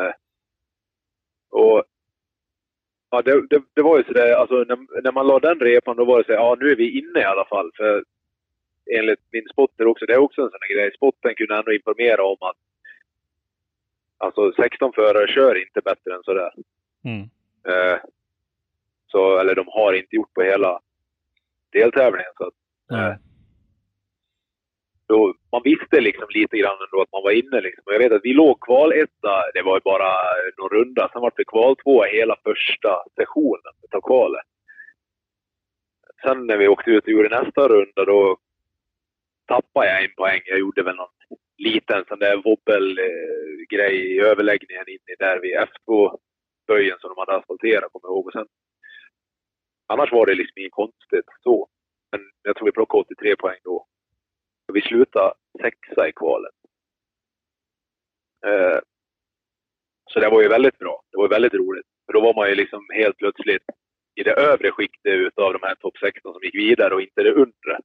Och ja, det var ju sådär, alltså när man la den repan, då var det så, ja, nu är vi inne i alla fall. För enligt min spotter också, det är också en sån här grej. Spotten kunde ändå informera om att alltså 16 förare kör inte bättre än sådär. Så, eller de har inte gjort på hela deltävlingen. Så att, då, man visste liksom lite grann ändå att man var inne liksom. Och jag vet att vi låg kval 1, det var ju bara någon runda. Sen var det kval 2 hela första sessionen av kvalet. Sen när vi åkte ut och gjorde nästa runda, då tappade jag en poäng. Jag gjorde väl någon liten sån där wobbel-grej i överläggningen inne där vid F2-böjen som de hade asfalterat, kommer jag ihåg. Och sen, annars var det liksom inget konstigt så. Men jag tror vi plockade 83 poäng då. Och vi slutade 6 i kvalet. Så det var ju väldigt bra. Det var väldigt roligt. För då var man ju liksom helt plötsligt i det övre skiktet utav de här topp 16 som gick vidare och inte det undre.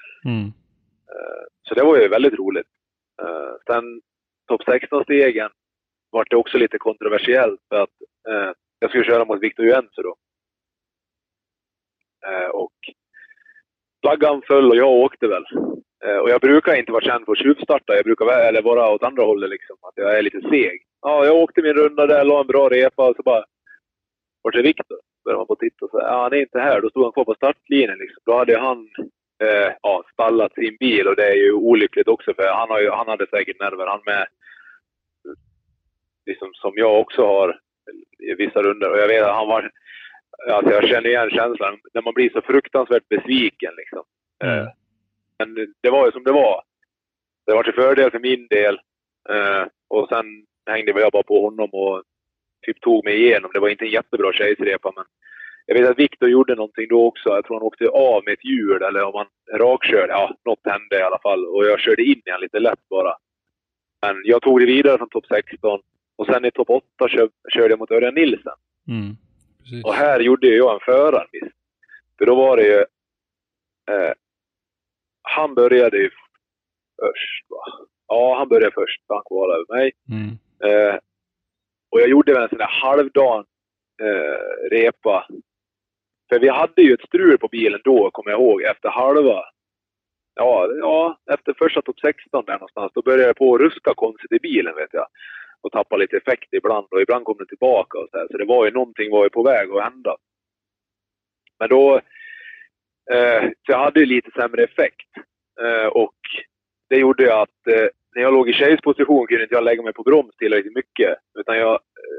Så det var ju väldigt roligt. Sen topp 16-stegen var det också lite kontroversiellt för att jag skulle köra mot Victor Juense då. Och flaggan föll och jag åkte väl. Och jag brukar inte vara känd för att tjuvstarta. Jag brukar vara åt andra hållet liksom. Att jag är lite seg. Ja, jag åkte min runda där, la en bra repa och så bara... Vart är Victor? Började man på titta och säga, ja, han är inte här. Då stod han kvar på startlinjen liksom. Då hade han stallat sin bil, och det är ju olyckligt också för han hade säkert nerver. Han med, liksom som jag också har i vissa runder. Och jag vet att han var... Alltså jag känner igen känslan när man blir så fruktansvärt besviken liksom. Men det var ju som det var. Det var till fördel för min del. Och sen hängde jag bara på honom och typ tog mig igenom. Det var inte en jättebra tjejsrepa, men jag vet att Victor gjorde någonting då också. Jag tror han åkte av med ett hjul, eller om han rakkörde. Ja, något hände i alla fall. Och jag körde in igen lite lätt bara. Men jag tog det vidare från topp 16. Och sen i topp 8 körde jag mot Örjan Nilsen. Precis. Och här gjorde jag en förarmiss. För då var det ju... han började ju först, va? Ja, han började först. Han kvalade över mig. Och jag gjorde väl en sån där halvdan repa. För vi hade ju ett strul på bilen då, kommer jag ihåg, efter halva. Ja, efter första topp 16 där någonstans. Då började jag på att ruska konstigt i bilen, vet jag. Och tappa lite effekt ibland. Och ibland kom den tillbaka och så här. Så det var ju någonting var ju på väg att hända. Men då... så jag hade ju lite sämre effekt. Och det gjorde ju att när jag låg i tjejsposition kunde inte jag lägga mig på broms tillräckligt mycket. Utan jag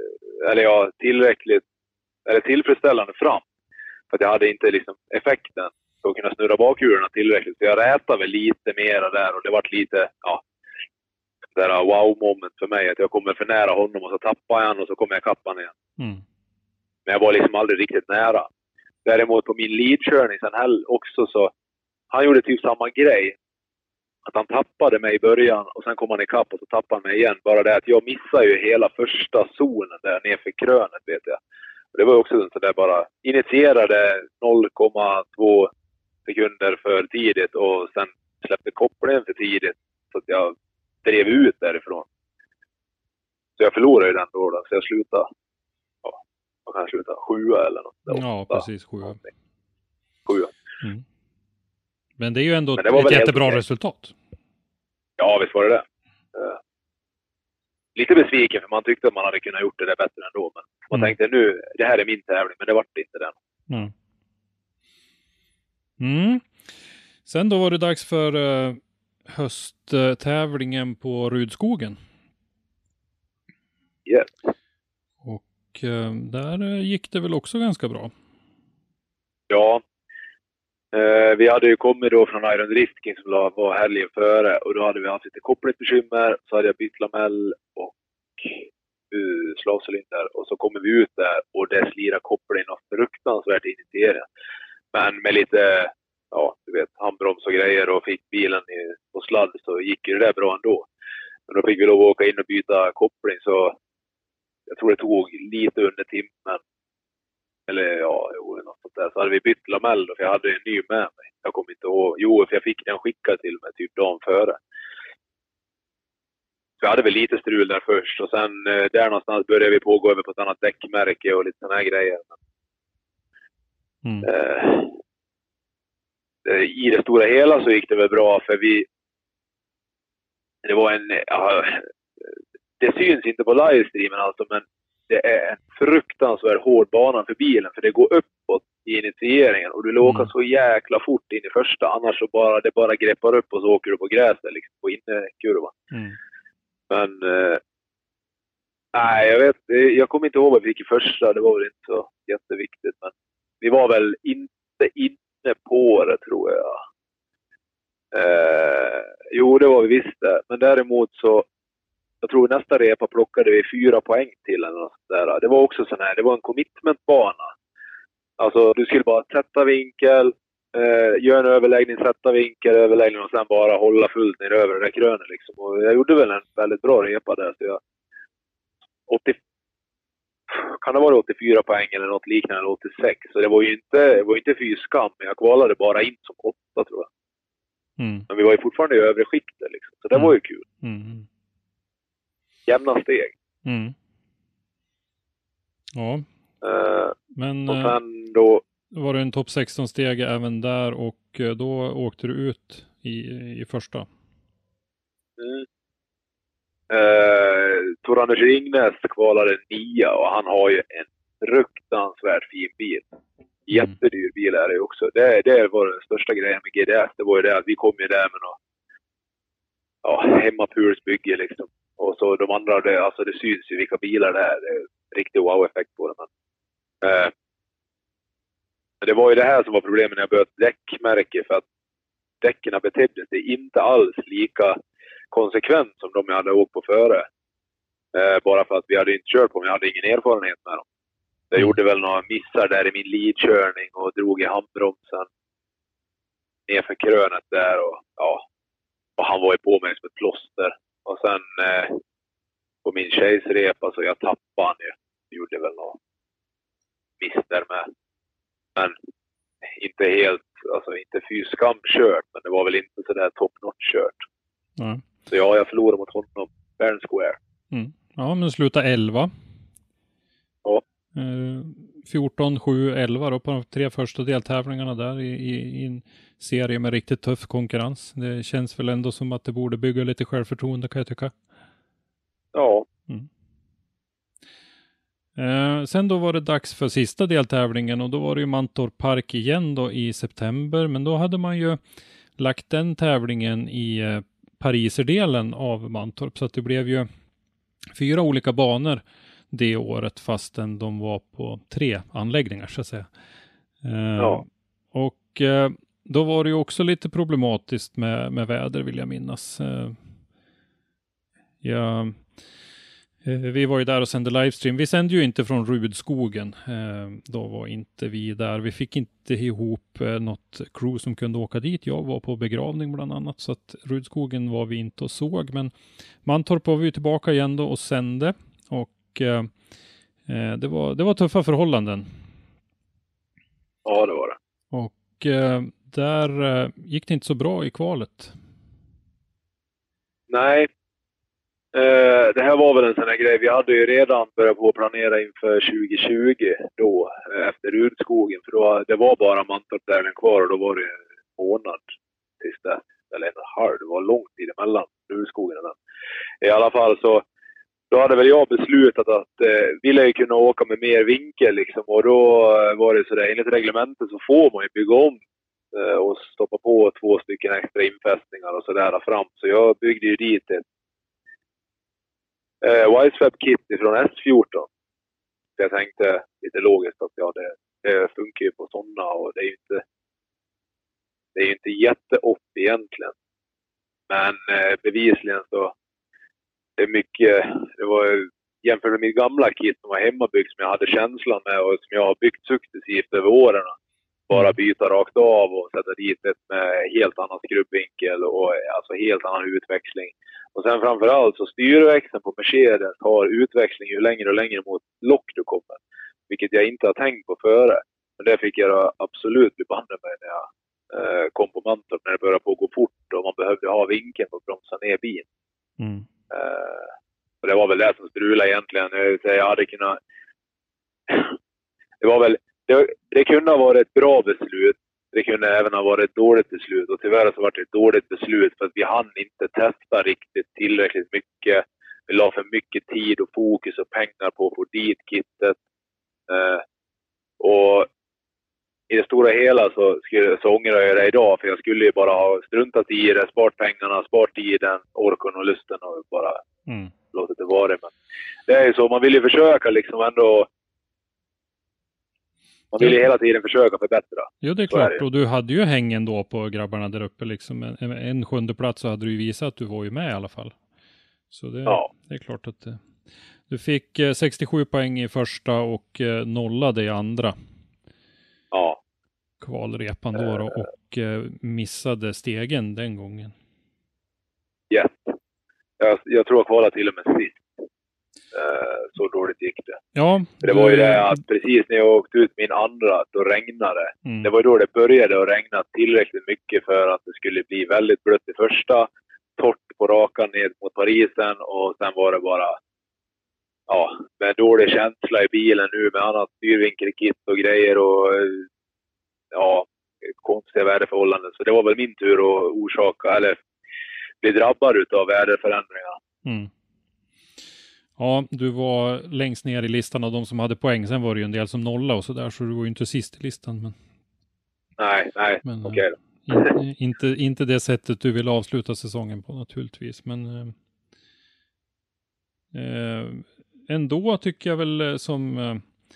tillfredsställande fram. För att jag hade inte liksom effekten för att kunna snurra bakhjularna tillräckligt. Så jag rätade väl lite mera där, och det var lite, det där wow-moment för mig. Att jag kommer för nära honom och så tappar jag han och så kommer jag kappan igen. Men jag var liksom aldrig riktigt nära. Däremot på min leadkörning sen också så... Han gjorde typ samma grej. Att han tappade mig i början och sen kom han ikapp och så tappade han mig igen. Bara det att jag missade ju hela första zonen där nerför krönet, vet jag. Och det var också så där bara initierade 0,2 sekunder för tidigt och sen släppte kopplingen för tidigt. Så att jag drev ut därifrån. Så jag förlorade ju den då. Så jag slutade... Man kan sluta 7 eller något. Ja, precis 7. 7. Men det är ju ändå ett jättebra resultat. Ja, visst var det. lite besviken för man tyckte att man hade kunnat gjort det där bättre ändå. Men man tänkte nu, det här är min tävling, men det var inte den. Sen då var det dags för hösttävlingen på Rudskogen. Yes. Och där gick det väl också ganska bra. Ja. Vi hade ju kommit då från Iron Drifting som var helgen före. Och då hade vi haft lite kopplingsbekymmer. Så hade jag bytt lamell och slavcylinder. Och så kommer vi ut där och det slirar kopplingen något fruktansvärt initierat. Men med lite, ja du vet, handbroms och grejer och fick bilen på sladd så gick ju det där bra ändå. Men då fick vi lov att åka in och byta koppling så jag tror det tog lite under timmen. Eller ja, något sånt där. Så hade vi bytt lamell då, för jag hade en ny med mig. Jag kommer inte ihåg. Jo, för jag fick den skickad till mig typ dagen före. Så jag hade väl lite strul där först. Och sen där någonstans började vi på att gå över på ett annat däckmärke och lite såna här grejer. I det stora hela så gick det väl bra för det var det syns inte på livestreamen alltså, men det är en fruktansvärt hård bana för bilen för det går uppåt i initieringen och du åker så jäkla fort in i första, annars så bara greppar upp och så åker du på gräset liksom på innerkurvan. Men nej, jag kommer inte ihåg vad vi fick i första, det var väl inte så jätteviktigt, men vi var väl inte inne på det tror jag. Jo, det var vi visste, men däremot så jag tror nästa repa plockade vi 4 poäng till eller något där. Det var också sån här, det var en commitmentbana. Alltså du skulle bara sätta vinkel, göra en överläggning, sätta vinkel, överläggning och sen bara hålla fullt ner över det där krönet liksom. Och jag gjorde väl en väldigt bra repa där så kan det vara 84 poäng eller något liknande eller 86. Så det var ju inte fy skam, men jag kvalade bara in som 8 tror jag. Men vi var ju fortfarande i övre skiktet liksom. Så det var ju kul. Jämna steg. Ja. Men och sen då var det en topp 16-steg även där och då åkte du ut i första. Tor-Anders Ringnes kvalade 9 och han har ju en fruktansvärt fin bil. Jättedyr bil är det också. Det var den största grejen med GDS. Det var ju det att vi kom ju där med något hemmapulsbygge liksom. Och så de andra, det syns ju vilka bilar det är. Det är en riktig wow-effekt på det. Men det var ju det här som var problemet när jag började däckmärke. För att däcken betedde sig inte alls lika konsekvent som de jag hade åkt på före. Bara för att vi hade inte kört på dem. Jag hade ingen erfarenhet med dem. Jag gjorde väl några missar där i min leadkörning och drog i handbromsen nerför krönet där. Och han var ju på mig som ett plåster. Och sen på min tjejsrepa så jag tappade han ju. Jag gjorde väl något miss där med. Men inte helt, alltså inte fyskam kört. Men det var väl inte sådär top notch kört. Så jag förlorade mot honom fair and square. Ja, men sluta 11. Ja. 14, 7, 11 då på de 3 första deltävlingarna där i en serie med riktigt tuff konkurrens. Det känns väl ändå som att det borde bygga lite självförtroende kan jag tycka. Ja. Sen då var det dags för sista deltävlingen och då var det ju Mantorp Park igen då i september. Men då hade man ju lagt den tävlingen i Pariserdelen av Mantorp så att det blev ju 4 olika banor det året fastän de var på 3 anläggningar så att säga. Och då var det ju också lite problematiskt med väder vill jag minnas. Vi var ju där och sände livestream. Vi sände ju inte från Rudskogen. Då var inte vi där. Vi fick inte ihop något crew som kunde åka dit. Jag var på begravning bland annat. Så att Rudskogen var vi inte och såg. Men Mantorp var vi tillbaka igen då och sände. Och det var tuffa förhållanden. Ja, det var det. Och där gick det inte så bra i kvalet. Nej. Det här var väl en sån här grej. Vi hade ju redan börjat på att planera inför 2020 då, efter Rudskogen. För då, det var bara Mantorp där kvar och då var det en månad tills det, eller en halv. Det var lång tid emellan Rudskogen och den. I alla fall så då hade väl jag beslutat att ville jag kunna åka med mer vinkel liksom. Och då var det sådär, enligt reglementet så får man ju bygga om och stoppa på 2 stycken extra infästningar och sådär fram. Så jag byggde ju dit ett Wisefab-kit från S14. Så jag tänkte lite logiskt att ja, det funkar ju på sådana och det är ju inte jätteopp egentligen. Men bevisligen så det är mycket, det var jämfört med mitt gamla kit som var hemmabyggt som jag hade känslan med och som jag har byggt successivt över åren. Bara byta rakt av och sätta dit ett med helt annan skrubbvinkel och alltså helt annan utväxling. Och sen framförallt så styrväxeln på Mercedes har utväxling ju längre och längre mot lock du kommer. Vilket jag inte har tänkt på före. Men det fick jag absolut bli banne mig när jag kom på Mantorp när det började på att gå fort och man behövde ha vinkeln för att bromsa ner bilen. Och det var väl det som strulade egentligen. Jag hade kunnat... Det var väl... Det kunde ha varit ett bra beslut. Det kunde även ha varit ett dåligt beslut. Och tyvärr så var det ett dåligt beslut för att vi hann inte testa riktigt tillräckligt mycket. Vi la för mycket tid och fokus och pengar på att få dit kittet. Och i det stora hela så ångrar jag det idag. För jag skulle ju bara ha struntat i det, sparat pengarna, sparat tiden, orken och lusten och bara låtit det vara. Men det är ju så, man vill ju försöka liksom ändå. Man vill ju hela tiden försöka förbättra. Jo, det är klart. Och du hade ju hängen då på grabbarna där uppe. Liksom. En 7:e plats så hade du ju visat att du var ju med i alla fall. Så det är klart att du fick 67 poäng i första och nollade i andra. Ja. Kvalrepan då och missade stegen den gången. Yes. Jag tror jag kvalade till och med sist. Så dåligt gick det. Ja, det var ju det att precis när jag åkte ut min andra, då regnade det. Det var då det började att regna tillräckligt mycket för att det skulle bli väldigt blött i första. Torrt på rakan ned mot Parisen och sen var det bara med dålig känsla i bilen nu med annat styrvinkelkit och grejer och konstiga väderförhållanden. Så det var väl min tur att orsaka eller bli drabbad utav väderförändringar. Ja, du var längst ner i listan av de som hade poäng. Sen var det ju en del som nolla och sådär, så du var ju inte sist i listan. Men... Nej, okej då. Inte det sättet du vill avsluta säsongen på naturligtvis. Men ändå tycker jag väl som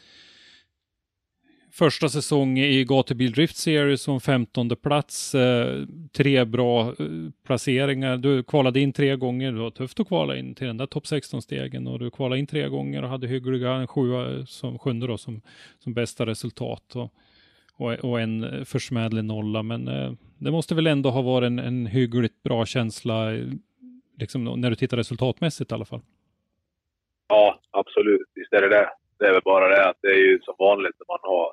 första säsong i Gatubil Drift Series som 15:e plats. 3 bra placeringar. Du kvalade in 3 gånger. Det var tufft att kvala in till den där topp 16-stegen. Och du kvalade in 3 gånger och hade hyggliga en 7:e som 7:e då som bästa resultat. Och en försmädlig nolla. Men det måste väl ändå ha varit en hyggligt bra känsla liksom, när du tittar resultatmässigt i alla fall. Ja, absolut. Visst är det. Det är väl bara det att det är ju som vanligt när man har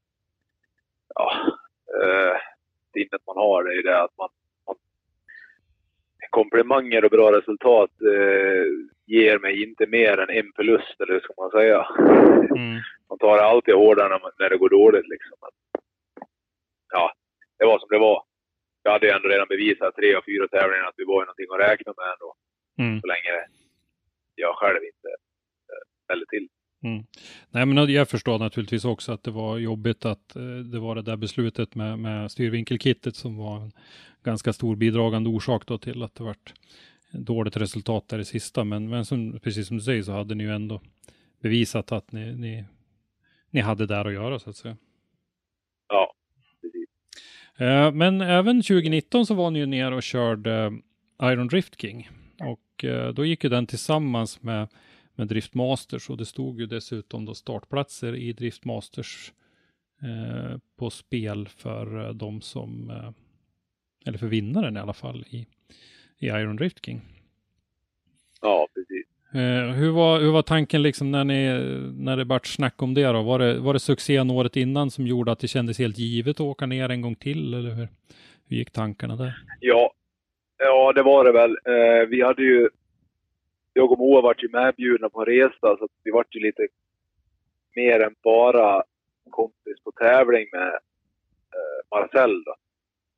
sinnet man har, det är det att man komplimanger och bra resultat ger mig inte mer än en förlust, eller hur ska man säga. Man tar det alltid hårdare när det går dåligt liksom. Ja, det var som det var. Jag hade ju ändå redan bevisat 3 av 4 tävlingar att vi var någonting att räkna med ändå. Så länge jag själv inte ställer till. Nej, men jag förstår naturligtvis också att det var jobbigt att det var det där beslutet med styrvinkelkittet som var en ganska stor bidragande orsak då till att det var dåligt resultat där i sista. Men som, precis som du säger så hade ni ju ändå bevisat att ni hade där att göra så att säga. Ja, precis. Men även 2019 så var ni ju ner och körde Iron Drift King. Och då gick ju den tillsammans med Drift Masters och det stod ju dessutom då startplatser i Drift Masters på spel för de som eller för vinnaren i alla fall i Iron Drift King. Ja, precis. Hur var tanken liksom när det vart snack om det då? Var det succén året innan som gjorde att det kändes helt givet att åka ner en gång till eller hur gick tankarna där? Ja, det var det väl. Vi hade ju jag och Moa vart ju medbjudna på en resa så att vi vart ju lite mer än bara kompis på tävling med Marcel då.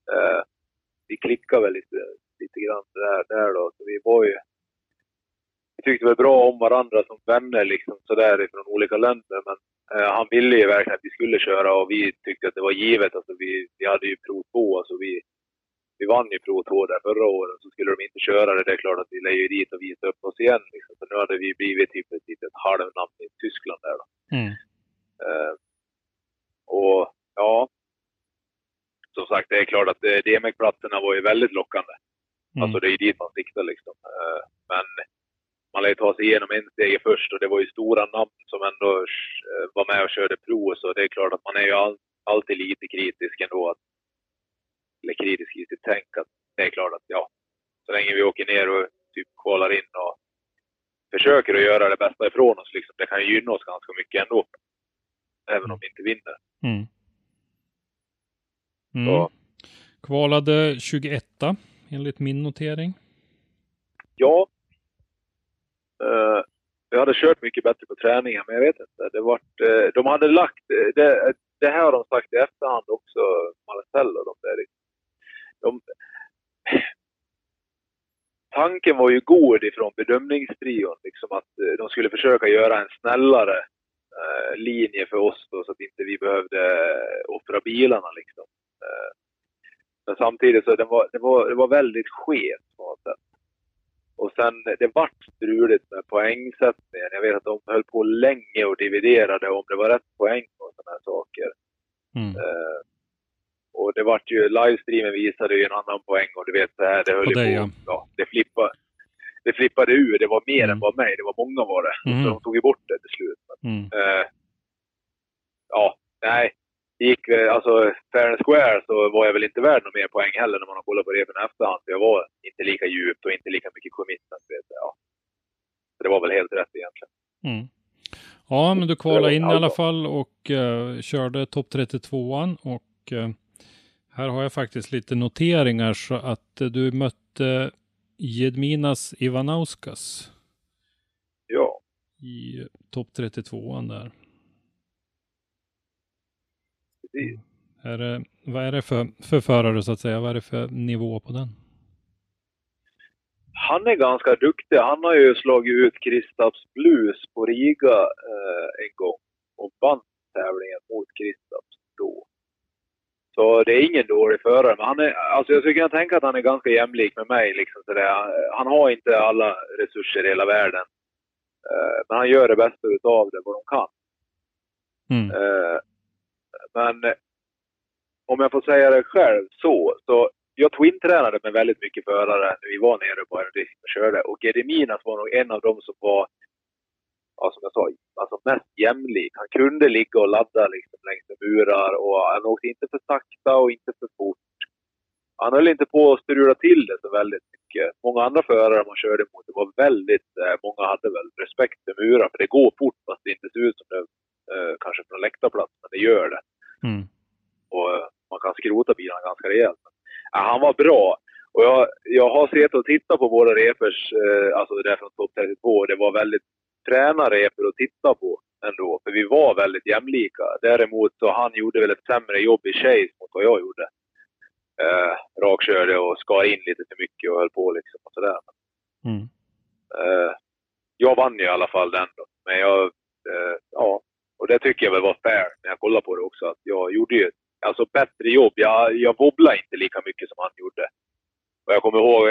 Vi klickade väl lite grann där då. Så vi tyckte väl bra om varandra som vänner liksom sådär från olika länder. Men han ville ju verkligen att vi skulle köra och vi tyckte att det var givet. Alltså vi hade ju Pro 2, alltså vi vann ju Pro 2 där förra året. Så skulle de inte köra det, det är klart att vi lär ju dit och visa upp oss igen. Liksom. Så nu hade vi blivit typ ett halvnamn i Tyskland där då. Och ja, som sagt, det är klart att DMX-platserna var ju väldigt lockande. Alltså det är ju dit man siktar liksom. Men man lär ta sig igenom en steg först och det var ju stora namn som ändå var med och körde Pro. Så det är klart att man är ju alltid lite kritisk ändå. Eller kritisk i sitt tänk att det är klart att ja, så länge vi åker ner och typ kvalar in och försöker att göra det bästa ifrån oss liksom, det kan ju gynna oss ganska mycket ändå. Även om vi inte vinner. Så. Kvalade 21 enligt min notering. Ja. Jag hade kört mycket bättre på träningen, men jag vet inte. De hade lagt, det här har de sagt i efterhand också, Marcel och de där. Tanken var ju god ifrån bedömningstrion, liksom att de skulle försöka göra en snällare linje för oss då, så att inte vi behövde offra bilarna liksom. Men samtidigt så det var väldigt skevt på något sätt. Och sen det vart struligt med poängsättningen. Jag vet att de höll på länge och dividerade om det var rätt poäng och sådana här saker. Och det vart ju, livestreamen visade ju en annan poäng och du vet så här, det höll på, ja, det flippade ur, det var mer än vad mig, det var många var det. Så de tog ju bort det till slut. Ja, nej. Det gick, alltså fair and square så var jag väl inte värd någon mer poäng heller när man har kollat på det från efterhand. För jag var inte lika djupt och inte lika mycket commitment. Ja. Så det var väl helt rätt egentligen. Ja, men du kvalade in i alla fall och körde topp 32an. Och här har jag faktiskt lite noteringar så att du mötte Gedminas Ivanauskas. Ja. I topp 32an där. Vad är det för förare så att säga? Vad är det för nivå på den? Han är ganska duktig. Han har ju slagit ut Kristaps Blues på Riga en gång och vann tävlingen mot Kristaps då. Så det är ingen dålig förare. Men han är, alltså jag skulle kunna tänka att han är ganska jämlik med mig. Liksom, så han har inte alla resurser i hela världen. Men han gör det bästa utav det vad de kan. Men om jag får säga det själv så jag twin-tränade med väldigt mycket förare när vi var nere på Aerodrift och körde. Och Gediminas var nog en av dem som var, ja, som jag sa, alltså mest jämlik. Han kunde ligga och ladda liksom längs med murar och han åkte inte för sakta och inte för fort. Han höll inte på att strula till det så väldigt mycket. Många andra förare man körde mot, det var väldigt, många hade väl respekt för murar. För det går fort fast det inte ser ut som det kanske från läktarplats, men det gör det. Och man kan skrota bilarna ganska rejält. Han var bra. Och jag har sett och tittat på våra repers, alltså det där från topp 32. Det var väldigt fräna repor att titta på ändå. För vi var väldigt jämlika. Däremot så han gjorde väl ett sämre jobb i chase mot vad jag gjorde. Rakkörde och skar in lite för mycket och höll på liksom och sådär. Jag vann ju i alla fall den då. Men ja. Och det tycker jag väl var fair när jag kollar på det också. Att jag gjorde ju alltså bättre jobb. Jag wobblade inte lika mycket som han gjorde. Och jag kommer ihåg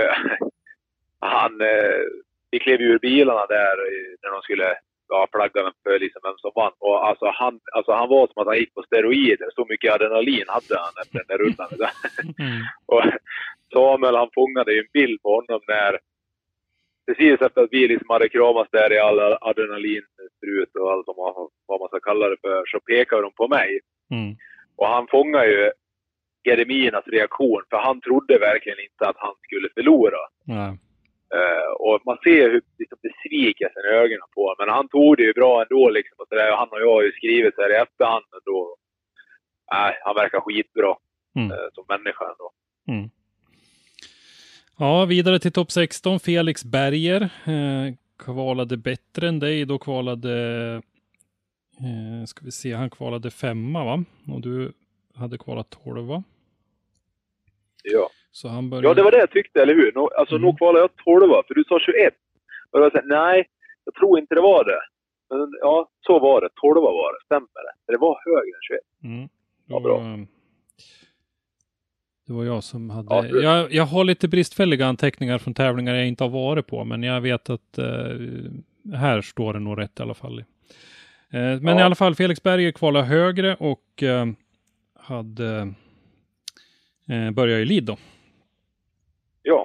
vi klev ur bilarna där när de skulle flagga för liksom vem som vann. Och alltså han var som att han gick på steroider. Så mycket adrenalin hade han efter den där rundan. Och Samuel, han fångade ju en bild på honom när precis efter att vi liksom hade kramats där i alla adrenalinstrut och allt vad man ska kalla det för, så pekade de på mig. Och han fångar ju Gediminas reaktion, för han trodde verkligen inte att han skulle förlora. Och man ser hur liksom, besviken i ögonen på honom. Men han tog det ju bra ändå. Liksom, och så där. Han och jag har ju skrivit så här i efterhand ändå. Han verkar skitbra som människa ändå. Ja, vidare till topp 16. Felix Berger kvalade bättre än dig. Då kvalade ska vi se, han kvalade 5 va? Och du hade kvalat 12 va? Ja. Så han började... Ja, det var det jag tyckte, eller hur? Nog kvalade jag 12 för du sa 21. Och då sa nej, jag tror inte det var det. Men ja, så var det. 12 var det. Stämmer det? Det var högre än 21. Ja, bra. Det var jag som hade... Jag har lite bristfälliga anteckningar från tävlingar jag inte har varit på. Men jag vet att här står det nog rätt i alla fall. Men i alla fall, Felix Berger kvalade högre och hade börjat i lead då. Ja.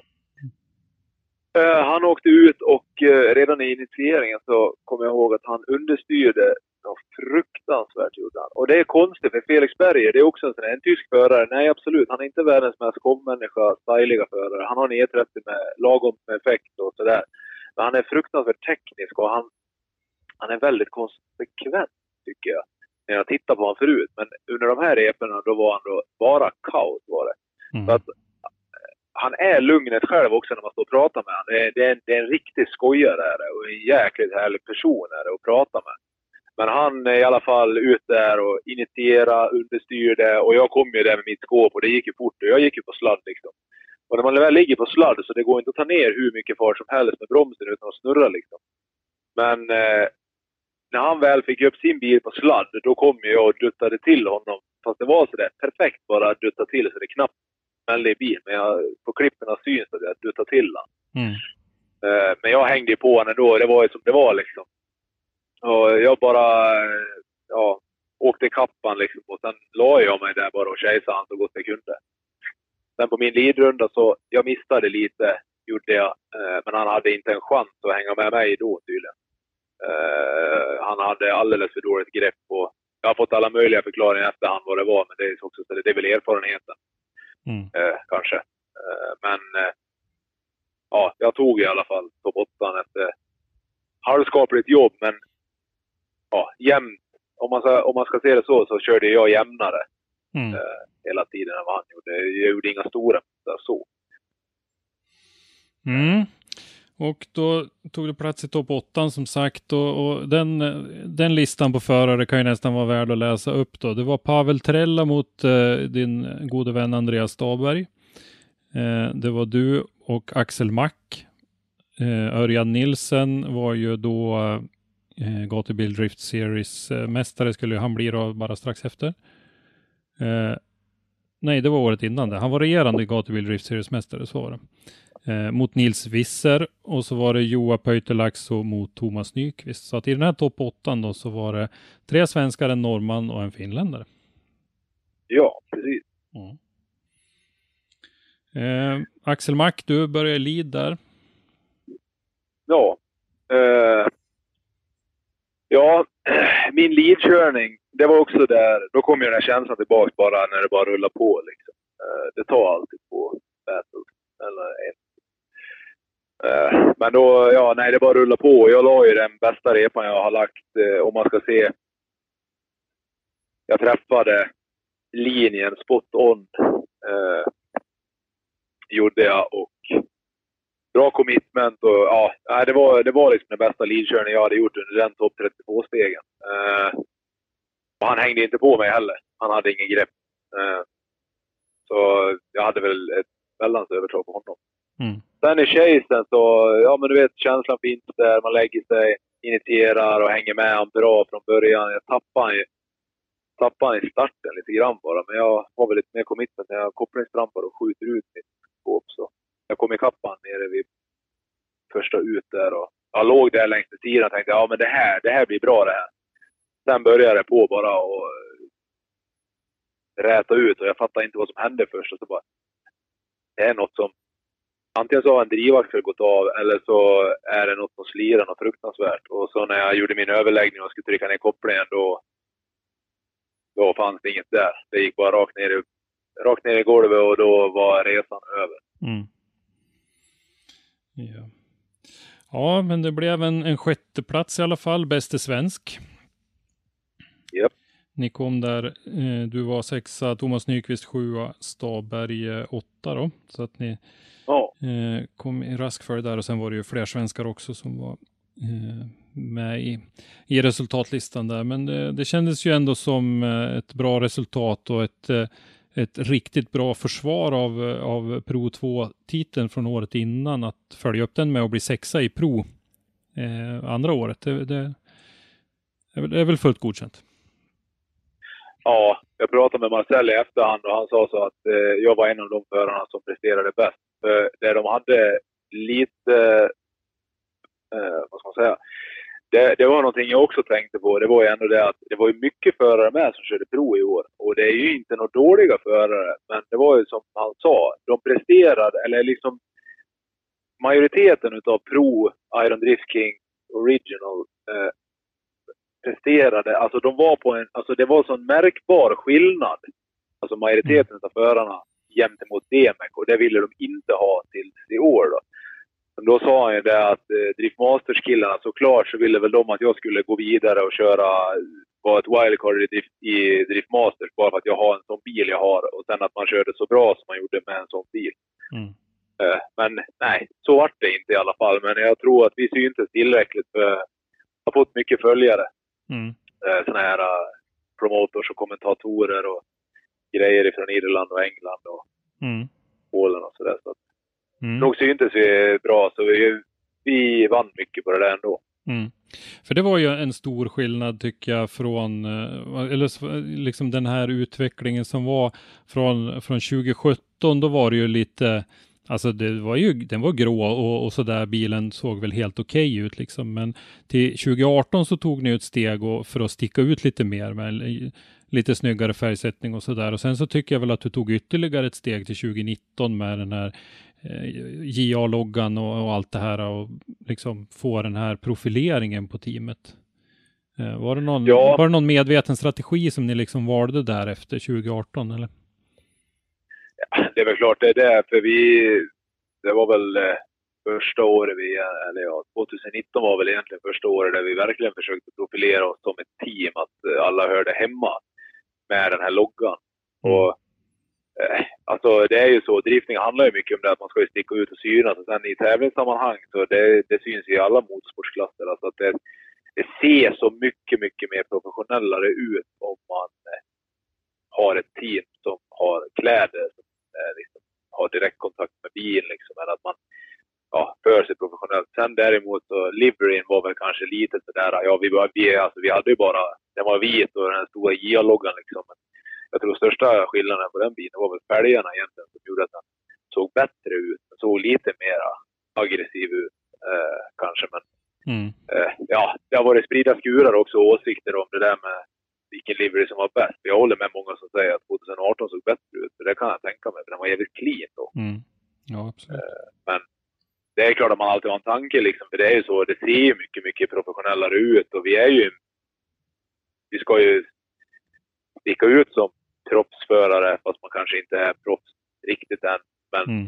Han åkte ut och redan i initieringen så kommer jag ihåg att han understyrde fruktansvärt gjorde han. Och det är konstigt för Felix Berger, det är också en tysk förare. Nej, absolut. Han är inte världens mest kommänniska, styliga förare. Han har en E30 med lagom med effekt och sådär. Men han är fruktansvärt teknisk och han är väldigt konsekvent tycker jag. När jag tittar på honom förut. Men under de här reporna då var han då bara kaos var det. Så att han är lugnet själv också när man står och pratar med honom. Det är en riktig skojare och en jäkligt härlig person att prata med. Men han är i alla fall ut där och initiera, understyrde och jag kom ju där med mitt skåp och det gick ju fort och jag gick ju på sladd liksom. Och när man väl ligger på sladd så det går inte att ta ner hur mycket fart som helst med bromsen utan att snurra liksom. Men när han väl fick upp sin bil på sladd då kom jag och duttade till honom. Fast det var sådär perfekt bara att dutta till så det knappt smällde i bil. Men på klipporna syns det att dutta till honom. Men jag hängde ju på honom då, det var ju som det var liksom. Och jag bara åkte kappan liksom och sen la jag mig där bara och kejsade han så gott jag kunde. Sen på min leadrunda så jag missade lite, gjorde jag. Men han hade inte en chans att hänga med mig då tydligen. Han hade alldeles för dåligt grepp och jag har fått alla möjliga förklaringar efterhand vad det var. Men det är också så det är väl erfarenheten. Kanske. Men jag tog i alla fall topp 8 efter halvskapligt jobb men jämnt. Om man ska se det så körde jag jämnare hela tiden än vad han gjorde. Jag gjorde inga stora så. Och då tog du plats i topp 8 som sagt och den listan på förare kan ju nästan vara värd att läsa upp då. Det var Pavel Trella mot din gode vän Andreas Staberg. Det var du och Axel Mack. Örjan Nilsen var ju då Gatubil Drift Series mästare skulle han bli då bara strax efter. Nej, det var året innan det. Han var regerande Gatubil Drift Series mästare, så var det. Mot Nils Visser och så var det Joa Pöytelaxo mot Thomas Nyqvist. Så att i den här topp 8 då så var det 3 svenskar, en norrman och en finländare. Ja, precis. Axel Mack, du börjar lead där. Ja. Min leadkörning, det var också där, då kom ju den här känslan tillbaka bara när det bara rullar på liksom. Det tar alltid på battle. Men då, det bara rullar på. Jag la ju den bästa repan jag har lagt, om man ska se. Jag träffade linjen spot on. Gjorde jag och bra commitment och det var liksom den bästa leadkörningen jag hade gjort under den topp 32-stegen. Och han hängde inte på mig heller. Han hade ingen grepp. Så jag hade väl ett väldans övertag på honom. Sen i chasen så, men du vet, känslan finns där. Man lägger sig, initierar och hänger med han bra från början. Jag tappade han i starten lite grann bara. Men jag har väl lite mer commitment när jag kopplingstrampar och skjuter ut mitt skåp. Så jag kom i kappan nere vid första ut där. Och jag låg där längs med sidan och tänkte, men det här blir bra det här. Sen började det på bara och räta ut. Och jag fattade inte vad som hände först. Och så bara, det är något som antingen så har en drivaxel gått av eller så är det något som slirar något fruktansvärt. Och så när jag gjorde min överläggning och skulle trycka ner kopplingen då fanns det inget där. Det gick bara rakt ner i golvet och då var resan över. Ja, men det blev en sjätte plats i alla fall. Bäste svensk. Yep. Ni kom där, du var 6, Thomas Nyqvist 7, Staberg 8 då. Så att ni kom i rask för det där och sen var det ju fler svenskar också som var med i resultatlistan där. Men det kändes ju ändå som ett bra resultat och ett riktigt bra försvar av Pro 2-titeln från året innan, att följa upp den med att bli 6 i Pro andra året. Det är väl fullt godkänt. Ja, jag pratade med Marcel i efterhand och han sa så att jag var en av de förarna som presterade bäst. För det de hade lite, vad ska man säga, det var någonting jag också tänkte på. Det var ju ändå det att det var ju mycket förare med som körde pro i år. Och det är ju inte några dåliga förare, men det var ju som han sa, de presterade, eller liksom majoriteten utav pro Iron Drift King Original presterade, alltså de var på en, alltså det var så en märkbar skillnad, alltså majoriteten av förarna jämte mot DMEC, och det ville de inte ha till i år då. Men då sa han ju det att Driftmasters-killarna, såklart så ville väl de att jag skulle gå vidare och vara ett wildcard i Driftmasters bara för att jag har en sån bil jag har, och sen att man körde så bra som man gjorde med en sån bil. Men nej, så var det inte i alla fall, men jag tror att vi syntes tillräckligt för att ha fått mycket följare. Såna här promotors och kommentatorer och grejer från Irland och England och Polen och sådär. Så nog syntes vi bra, så vi vann mycket på det där ändå. För det var ju en stor skillnad tycker jag från eller liksom den här utvecklingen som var från 2017. Då var det ju lite, alltså den var grå och så där, bilen såg väl helt okej ut liksom, men till 2018 så tog ni ett steg för att sticka ut lite mer med lite snyggare färgsättning och så där, och sen så tycker jag väl att du tog ytterligare ett steg till 2019 med den här JA-loggan och allt det här, och liksom få den här profileringen på teamet. Var det någon medveten strategi som ni liksom valde där efter 2018 eller? Ja, det är väl klart det är det, för det var väl första året 2019 var väl egentligen första året där vi verkligen försökte profilera oss som ett team, att alla hörde hemma med den här loggan. Och alltså det är ju så, drifting handlar ju mycket om det att man ska ju sticka ut och synas, och sen i tävlingssammanhang så det syns i alla motorsportsklasser, alltså att det ser så mycket mer professionellare ut om man har ett team som har kläder som liksom har direktkontakt med bilen liksom, eller att man för sig professionellt. Sen däremot så liveryn var väl kanske lite sådär, vi hade ju bara, den var vit och den stora JA-loggan liksom. Jag tror största skillnaden på den bilen var väl fälgarna egentligen som gjorde att den såg bättre ut, såg lite mer aggressiv ut kanske, men det har varit sprida skurar också, åsikter om det där med vilken livery som var bäst. Jag håller med många som säger att 2018 såg bättre ut, för det kan jag tänka mig, för den var jävligt clean då. Ja, absolut. Men det är klart att man alltid har en tanke liksom, för det är ju så, det ser ju mycket professionellare ut, och vi ska ju sticka ut som proffsförare, fast man kanske inte är proffs riktigt än, men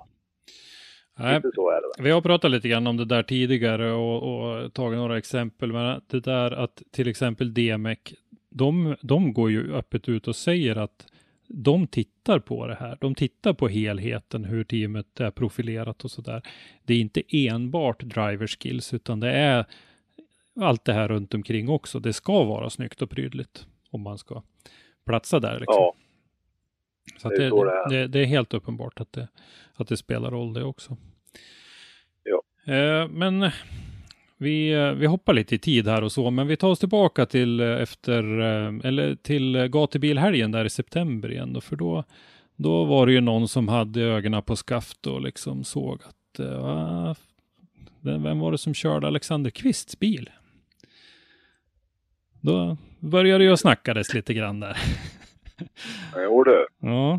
inte så är det. Vi har pratat lite grann om det där tidigare och tagit några exempel, men det där att till exempel DMEC, de går ju öppet ut och säger att de tittar på det här. De tittar på helheten, hur teamet är profilerat och sådär. Det är inte enbart driver skills, utan det är allt det här runt omkring också. Det ska vara snyggt och prydligt om man ska platsa där liksom. Ja. Så att det är helt uppenbart att det spelar roll det också. Ja. Men vi hoppar lite i tid här och så, men vi tar oss tillbaka till till gatubilhelgen där i september igen då, för då var det ju någon som hade ögonen på skaft och liksom såg att vem var det som körde Alexander Kvists bil? Då började jag snackades lite grann där. Jo du. Ja.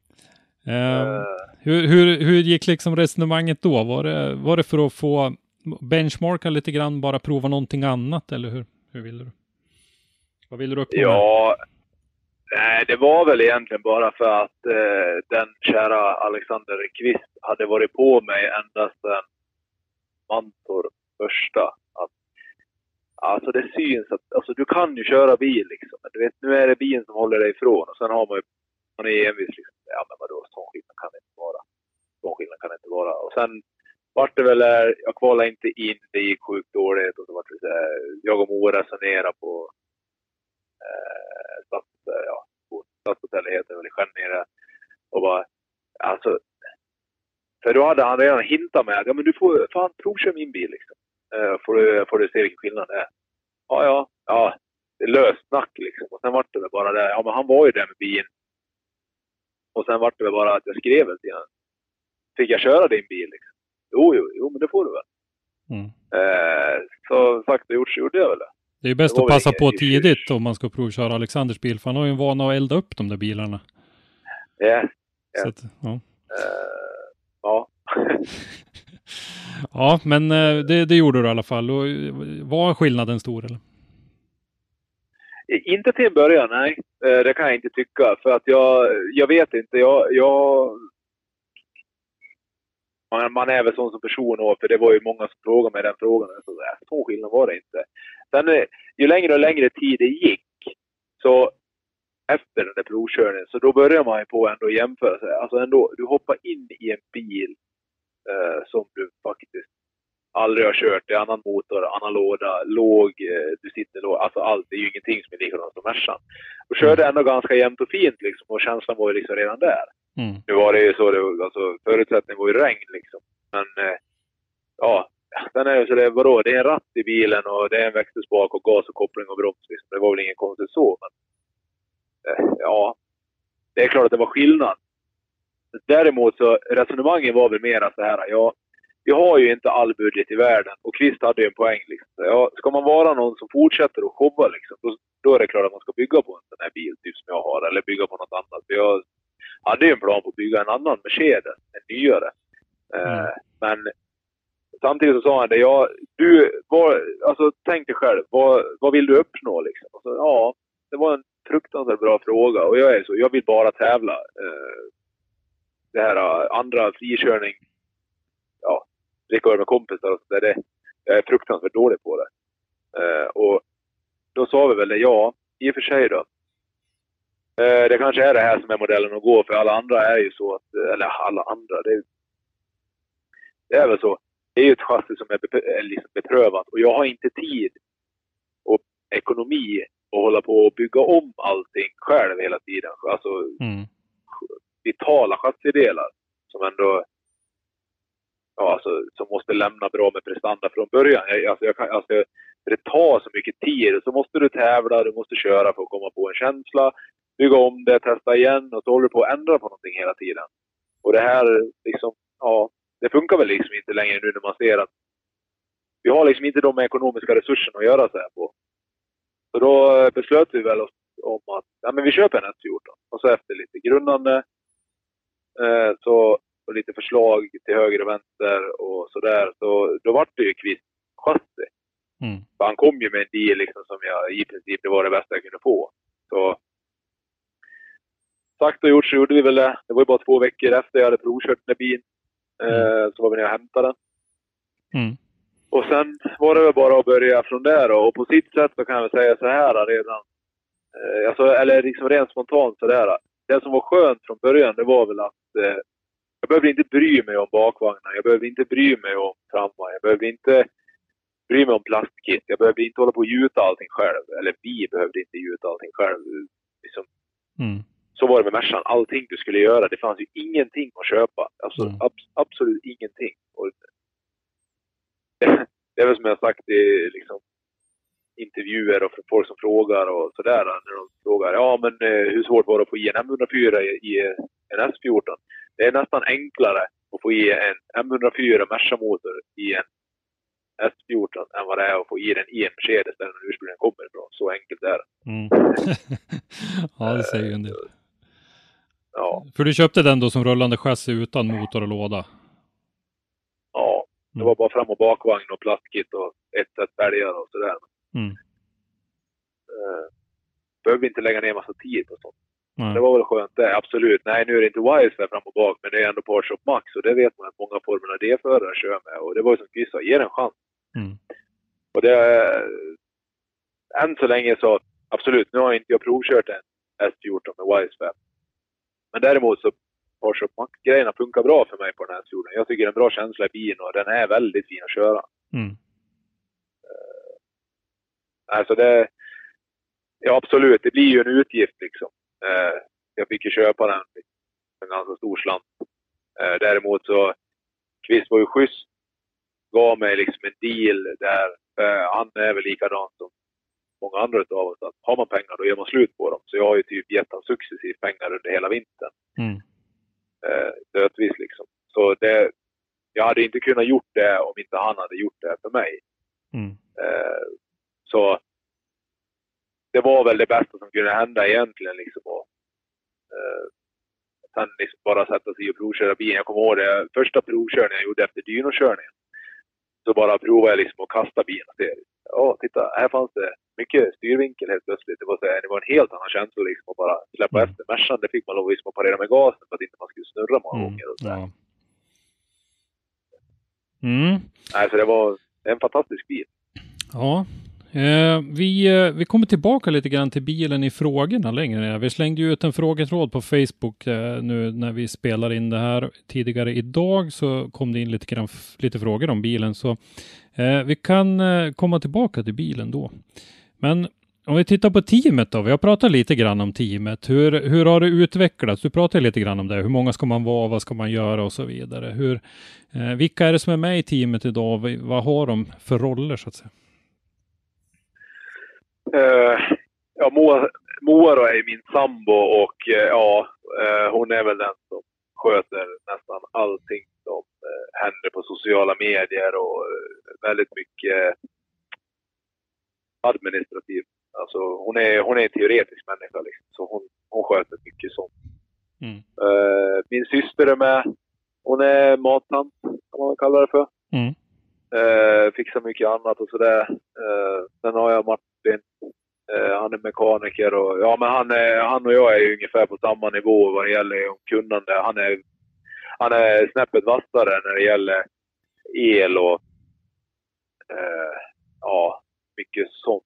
Hur gick liksom resonemanget då? Var det för att få benchmarka lite grann, bara prova någonting annat, eller hur ville du? Vad ville du uppnå? Ja, nej, det var väl egentligen bara för att den kära Alexander Kvist hade varit på mig ända sedan Mantorp första. Alltså det syns att alltså, du kan ju köra bil liksom. Du vet, nu är det bilen som håller dig ifrån, och sen har man är envis liksom. Ja, men vadå, sån skillnad kan det inte vara. Sån skillnad kan det inte vara. Och sen vart det väl jag kvalade inte in, det gick sjukt dåligt, och så vart det så här, jag och Moa resonerade på Stadshotellet heter det väl i Skänninge, och bara, alltså, för då hade han redan hintat med att ja, men du får fan provköra min bil liksom. Får du se vilken skillnad det är. Ja. Det är löst snack liksom. Och sen var det väl bara det. Ja, men han var ju där med bilen. Och sen var det väl bara att jag skrev det till honom. Fick jag köra din bil liksom? Jo, men det får du väl. Så sagt och gjort så gjorde jag väl det. Det är ju bäst att passa på tidigt om man ska provköra Alexanders bil. För han har ju en vana att elda upp de där bilarna. Ja. Så att, ja. Ja. Ja, men det gjorde du i alla fall. Och var skillnaden stor eller? Inte till en början, nej. Det kan jag inte tycka. För att jag vet inte. Man är väl sån som person då, för det var ju många som frågade mig den frågan. Så skillnad var det inte. Sen ju längre och längre tid det gick, så efter den där provkörningen, så då börjar man ju på ändå jämföra sig. Alltså ändå, du hoppar in i en bil som du faktiskt aldrig har kört. Det är annan motor, annan låda, låg, du sitter låg. Alltså allt, det är ju ingenting som är likadant som Mercan. Och körde ändå ganska jämnt och fint liksom, och känslan var ju liksom redan där. Nu var det ju så, alltså förutsättningen var ju regn liksom. Men ja, sen är det så det är en ratt i bilen och det är en växelspak och gas och koppling och broms liksom. Det var väl ingen konstigt så, men ja, det är klart att det var skillnad. Däremot så resonemanget var väl mer så här, ja, vi har ju inte all budget i världen och Kvist hade ju en poäng liksom. Ja, ska man vara någon som fortsätter att showa liksom, då är det klart att man ska bygga på en sån här bil typ som jag har, eller bygga på något annat. För jag hade ju en plan på att bygga en annan Mercedes, en nyare. Men samtidigt så sa han det, tänk dig själv, vad vill du uppnå liksom? Och så, ja, det var en fruktansvärt bra fråga och jag vill bara tävla. Det här andra frikörning, ja, dricka med kompisar och så där, jag är fruktansvärt dålig på det. Och då sa vi väl det, ja, i och för sig då. Det kanske är det här som är modellen att gå, för alla andra är ju så att, eller alla andra, det är väl så. Det är ju ett chassi som är liksom beprövat och jag har inte tid och ekonomi att hålla på och bygga om allting själv hela tiden. Alltså vitala chassidelar som ändå, ja, alltså, som måste lämna bra med prestanda från början. Det tar så mycket tid, så måste du tävla, du måste köra för att komma på en känsla, bygga om det, testa igen och så håller du på att ändra på någonting hela tiden. Och det här liksom, ja, det funkar väl liksom inte längre nu när man ser att vi har liksom inte de ekonomiska resurserna att göra så här på. Så då beslöt vi väl oss om att men vi köper en S14. Och så efter lite grundande och lite förslag till höger och vänster och sådär. Så då var det ju Kvist chassi. För han kom ju med en deal liksom som jag i princip, det var det bästa jag kunde få. Så sagt och gjort så gjorde vi väl det. Det var ju bara 2 veckor efter jag hade provkört den bilen. Så var vi ner och hämtade den. Och sen var det väl bara att börja från där. Och på sitt sätt så kan jag väl säga så här redan. Eller liksom rent spontant så där. Det som var skönt från början, det var väl att jag behövde inte bry mig om bakvagnar. Jag behövde inte bry mig om framvagnar. Jag behövde inte bry mig om plastkit. Jag behövde inte hålla på och gjuta allting själv. Eller vi behövde inte gjuta allting själv. Liksom. Så var det med Mercan. Allting du skulle göra, det fanns ju ingenting att köpa. Alltså absolut ingenting. Och det är väl som jag har sagt i liksom, intervjuer och folk som frågar och sådär. När de frågar, ja men hur svårt var det att få i en M104 i en S14? Det är nästan enklare att få i en M104 Merca-motor i en S14 än vad det är att få i den i en Mercedes där den ursprungligen kommer ifrån. Så enkelt är det. Ja, det säger ju en del. Ja. För du köpte den då som rullande chassi utan motor och låda? Ja, det var bara fram- och bakvagn och plastkit och ett sätt fälgar och sådär. Behöver inte lägga ner massa tid på sånt. Det var väl skönt det, absolut. Nej, nu är det inte Wise fram och bak, men det är ändå Porsche Max och det vet man att många Formula D-förare kör med. Och det var ju som Chris sa, ge en chans. Och det än så länge så, absolut, nu har inte jag provkört en S14 med Wise 5. Men däremot så Porsche Max-grejerna funkar bra för mig på den här S14. Jag tycker det är en bra känsla i bilen och den är väldigt fin att köra. Alltså det, ja absolut, det blir ju en utgift liksom. Jag fick ju köpa den en ganska stor slant. Däremot så Kvist var ju schysst gav mig liksom en deal där. Han är väl likadan som många andra av oss. Att har man pengar då gör man slut på dem. Så jag har ju typ gett han successivt pengar under hela vintern. Stötvis liksom. Så jag hade inte kunnat gjort det om inte han hade gjort det för mig. Så det var väl det bästa som kunde hända egentligen liksom. Och, sen liksom bara sätta sig och provköra bilen. Jag kommer ihåg det första provkörningen jag gjorde efter dynokörningen. Så bara provade jag liksom att kasta bilen och se. Ja, titta, här fanns det mycket styrvinkel helt plötsligt. Det var en helt annan känsla liksom att bara släppa efter Mercan. Det fick man lov liksom att parera med gasen för att inte man skulle snurra många gånger och så. Ja. Nej, så det var en fantastisk bil. Ja. Vi kommer tillbaka lite grann till bilen i frågorna längre ner. Vi slängde ju ut en frågetråd på Facebook nu när vi spelar in det här tidigare idag, så kom det in lite frågor om bilen, så vi kan komma tillbaka till bilen då. Men om vi tittar på teamet då, vi har pratat lite grann om teamet. Hur har det utvecklats? Du pratade lite grann om det. Hur många ska man vara? Vad ska man göra? Och så vidare. Vilka är det som är med i teamet idag? Vad har de för roller så att säga? Ja, Moa då är min sambo och hon är väl den som sköter nästan allting som händer på sociala medier och väldigt mycket administrativt. Alltså hon är en teoretisk människa liksom, så hon sköter mycket sånt. Min syster är med. Hon är mattant, kan man kalla det för. Fixar mycket annat och sådär. Sen har jag Martin. Han är mekaniker och men han och jag är ju ungefär på samma nivå vad det gäller kunnande. Han är snäppet vassare när det gäller el och mycket sånt.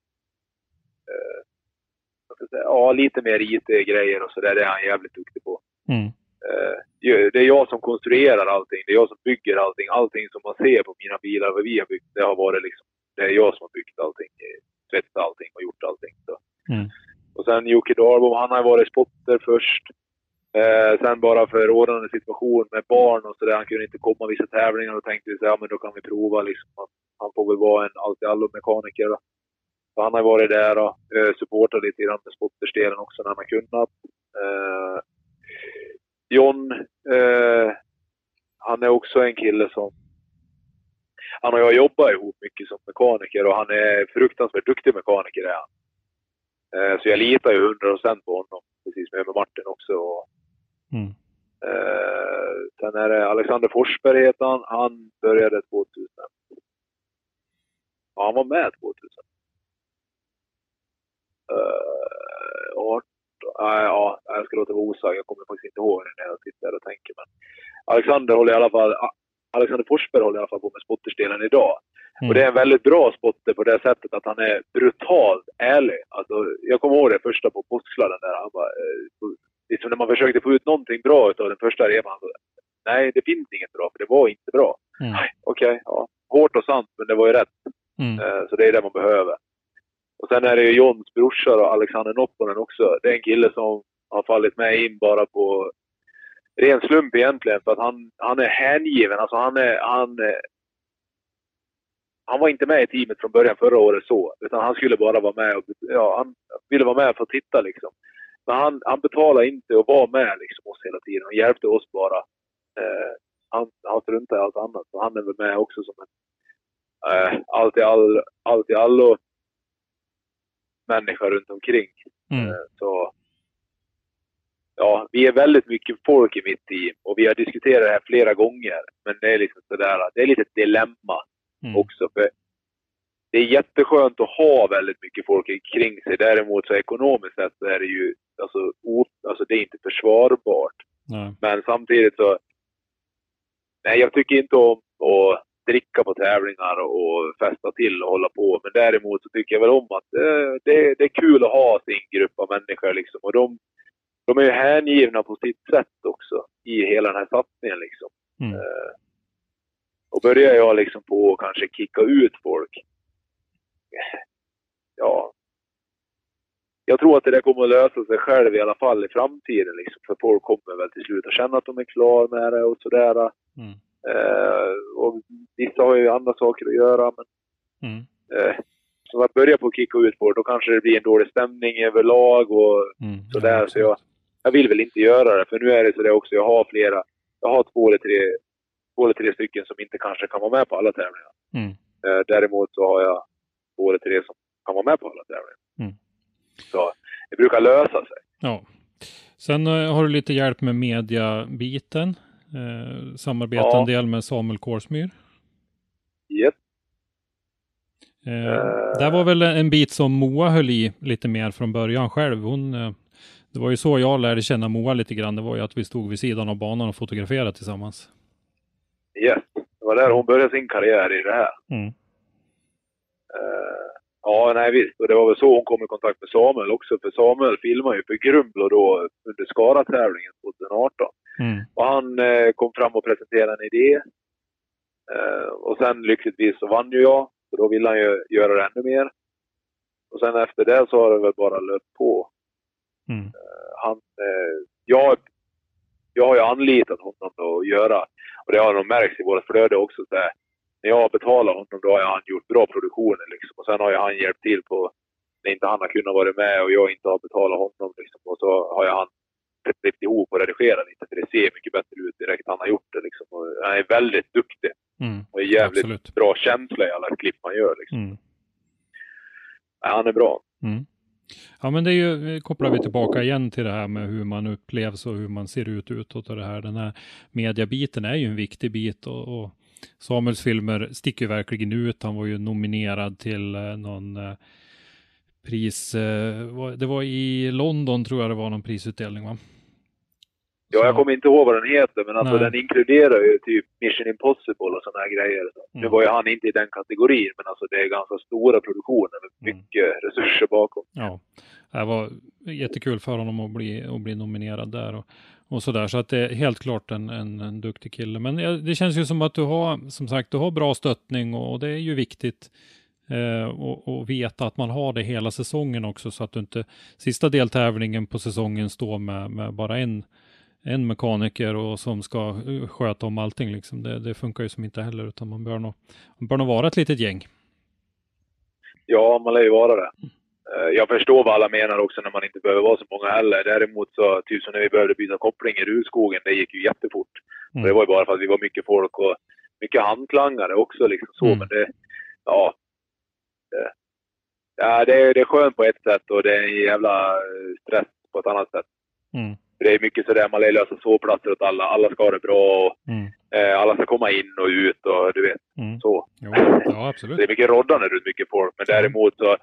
Lite mer IT-grejer och så där, det är han jävligt duktig på. Det är jag som konstruerar allting, det är jag som bygger allting som man ser på mina bilar, vad vi har byggt, det har varit liksom, det är jag som har byggt allting, tvättat allting och gjort allting. Så. Och sen Jocke Dahlbom, han har varit spotter först. Sen bara för rådande situation med barn och sådär, han kunde inte komma vissa tävlingar och tänkte vi så men då kan vi prova liksom att han får väl vara en allt-i-allo-mekaniker då. Så han har varit där och supportat lite grann med spotterstelen också när han har kunnat. John, han är också en kille som han och jag jobbar ihop mycket som mekaniker och han är fruktansvärt duktig mekaniker är han. Så jag litar ju 100% på honom, precis med Martin också. Sen är det Alexander Forsberg heter han började 2000. Ja, han var med 2000. Jag ska låta vara osagt. Jag kommer faktiskt inte ihåg det när jag sitter och tänker. Men Alexander Forsberg håller i alla fall på med spotterstenen idag. Och det är en väldigt bra spotter på det sättet att han är brutalt ärlig. Alltså, jag kommer ihåg det första på påsksladden där. Han bara, liksom när man försökte få ut någonting bra av den första revan. Nej, det finns inget bra, för det var inte bra. Okej, hårt och sant, men det var ju rätt. Så det är det man behöver. Och sen är det ju Johns brorsor och Alexander Nopponen också. Det är en kille som har fallit med in bara på ren slump egentligen. För att han är hängiven. Alltså han var inte med i teamet från början förra året så. Utan han skulle bara vara med. Han ville vara med för att titta liksom. Men han betalade inte och var med liksom oss hela tiden. Och hjälpte oss bara. Han struntade i allt annat. Så han är väl med också som en allt i allo människor runt omkring. Så vi är väldigt mycket folk i mitt team och vi har diskuterat det här flera gånger, men det är liksom sådär, det är lite ett dilemma också, för det är jätteskönt att ha väldigt mycket folk kring sig. Däremot så ekonomiskt sett så är det ju alltså det är inte försvarbart. Men samtidigt så jag tycker inte om att dricka på tävlingar och festa till och hålla på. Men däremot så tycker jag väl om att det är kul att ha sin grupp av människor liksom. Och de är ju hängivna på sitt sätt också i hela den här satsningen liksom. Och börjar jag liksom på att kanske kicka ut folk. Jag tror att det där kommer att lösa sig själv i alla fall i framtiden liksom. För folk kommer väl till slut att känna att de är klara med det och sådär. Och vissa har ju andra saker att göra, men så att börja på att kicka ut på, då kanske det blir en dålig stämning överlag och sådär. Ja, så jag vill väl inte göra det, för nu är det så det också. Jag har 2 eller 3 stycken som inte kanske kan vara med på alla tävlingar. Däremot så har jag 2 eller 3 som kan vara med på alla tävlingar. Så det brukar lösa sig. Ja. Sen har du lite hjälp med mediabiten. Samarbetar en del med Samuel Korsmyr. Yes. Där var väl en bit som Moa höll i lite mer från början själv. Det var ju så jag lärde känna Moa lite grann. Det var ju att vi stod vid sidan av banan och fotograferade tillsammans. Yes, det var där hon började sin karriär i det här. Ja, nej visst. Och det var väl så hon kom i kontakt med Samuel också. För Samuel filmade ju för Grumblo då under Skara-tävlingen 2018. Och han kom fram och presenterade en idé. Och sen lyckligtvis så vann ju jag. Så då ville han ju göra det ännu mer. Och sen efter det så har det väl bara löpt på. Jag har ju anlitat honom då att göra. Och det har nog märkts i vårt flöde också. Så här, när jag betalar honom då har han gjort bra produktioner liksom. Och sen har ju han hjälpt till på när inte han har kunnat vara med och jag inte har betalat honom liksom. Och så har ju han klippt ihop och redigerat lite. För det ser mycket bättre ut direkt han har gjort det liksom. Och han är väldigt duktig. Och är jävligt bra känsla i alla klipp man gör liksom. Ja, han är bra. Ja, men det är ju, kopplar vi tillbaka igen till det här med hur man upplevs och hur man ser ut utåt och det här. Den här mediabiten är ju en viktig bit och Samuels filmer sticker verkligen ut. Han var ju nominerad till någon pris. Det var i London tror jag det var någon prisutdelning, va? Ja, jag kommer inte ihåg vad den heter, men alltså den inkluderar ju typ Mission Impossible och sådana här grejer. Nu var ju han inte i den kategorin, men alltså det är ganska stora produktioner med mycket resurser bakom. Ja, det var jättekul för honom att bli nominerad där och sådär. Så att det är helt klart en duktig kille. Men det känns ju som att du har bra stöttning och det är ju viktigt och veta att man har det hela säsongen också, så att du inte sista deltävlingen på säsongen står med bara en mekaniker och som ska sköta om allting liksom. Det funkar ju som inte heller, utan man bör nog vara ett litet gäng. Ja, man lär ju vara det. Jag förstår vad alla menar också när man inte behöver vara så många heller. Däremot så typ som när vi behövde byta koppling i Rudskogen, det gick ju jättefort. Det var ju bara för att vi var mycket folk och mycket handklangare också liksom så. Men det är skönt på ett sätt och det är en jävla stress på ett annat sätt. Det är mycket sådär, man löser sovplatser åt alla. Alla ska ha det bra och alla ska komma in och ut och du vet, så. Jo, ja, absolut. Det är mycket roddande runt mycket folk, men däremot så,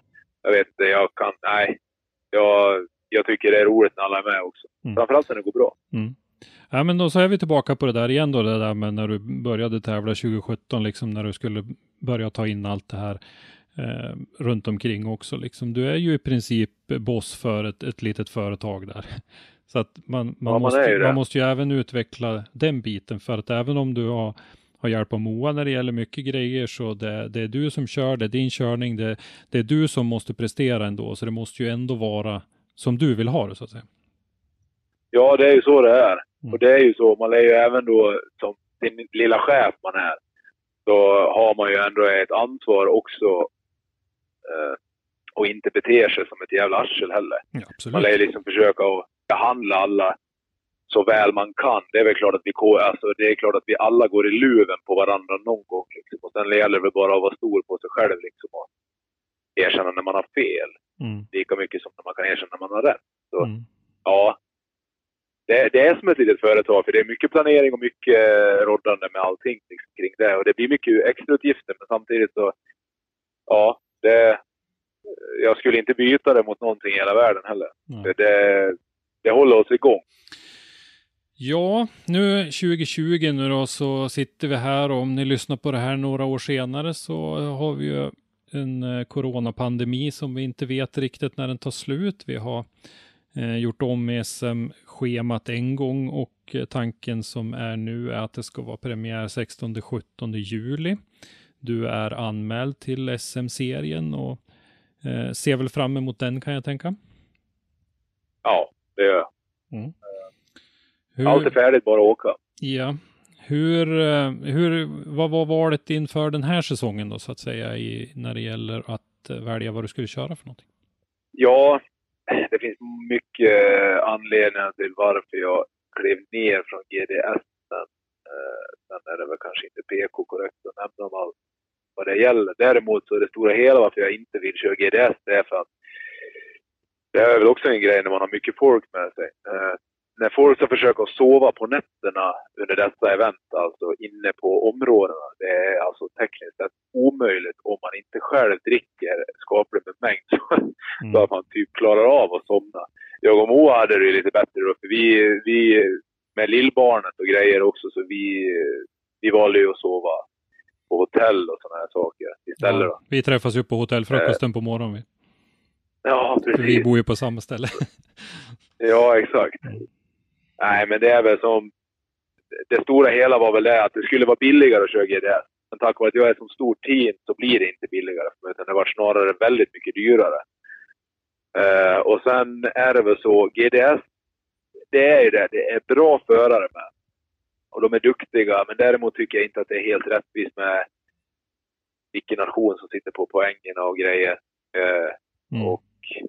jag tycker det är roligt när alla är med också. Framförallt när det går bra. Ja, men då så är vi tillbaka på det där igen då, det där med när du började tävla 2017 liksom, när du skulle börja ta in allt det här runt omkring också liksom. Du är ju i princip boss för ett litet företag där. Så att man måste ju även utveckla den biten, för att även om du har hjälp av Moa när det gäller mycket grejer, så det är du som kör, det är din körning, det är du som måste prestera ändå, så det måste ju ändå vara som du vill ha det, så att säga. Ja, det är ju så det är. Och det är ju så, man är ju även då som sin lilla chef man är, så har man ju ändå ett ansvar också och inte beter sig som ett jävla arsel heller. Ja, absolut. Man lär liksom försöka att behandla alla så väl man kan. Det är väl klart att vi alla går i luven på varandra någon gång liksom. Och sen gäller det bara att vara stor på sig själv liksom, och erkänna när man har fel. Lika mycket som när man kan erkänna när man har rätt. Så, ja, det är som ett litet företag, för det är mycket planering och mycket roddande med allting liksom, kring det. Och det blir mycket extra utgifter, men samtidigt så jag skulle inte byta det mot någonting i hela världen heller. Det håller oss igång. Ja, nu 2020 nu då, så sitter vi här, och om ni lyssnar på det här några år senare så har vi ju en coronapandemi som vi inte vet riktigt när den tar slut. Vi har gjort om SM-schemat en gång, och tanken som är nu är att det ska vara premiär 16-17 juli. Du är anmäld till SM-serien och ser väl fram emot den, kan jag tänka. Ja, det gör jag. Allt är färdigt, bara åka. Ja. Vad var valet inför den här säsongen då, så att säga, när det gäller att välja vad du skulle köra för någonting? Ja, det finns mycket anledningar till varför jag klev ner från GDS. Sen är det väl kanske inte PK korrekt att nämna om allt vad det gäller. Däremot så är det stora hela varför jag inte vill köra GDS, det är för att det är väl också en grej när man har mycket folk med sig. När folk ska försöka sova på nätterna under dessa event, alltså inne på områdena, det är alltså tekniskt sett omöjligt om man inte själv dricker skapligt med mängd så att man typ klarar av att somna. Jag och Moa hade det lite bättre då, för vi med lillbarnet och grejer också, så vi valde ju att sova på hotell och sådana här saker istället. Ja, vi träffas ju på hotellfrukosten på morgonen. Ja, precis. För vi bor ju på samma ställe. Ja, exakt. Nej, men det är väl som... Det stora hela var väl det att det skulle vara billigare att köra GDS. Men tack vare att jag är som stort team så blir det inte billigare. Utan det var snarare väldigt mycket dyrare. Och sen är det väl så, GDS, det är ju det. Det är bra förare med. Och de är duktiga. Men däremot tycker jag inte att det är helt rättvist med vilken nation som sitter på poängerna och grejer. Och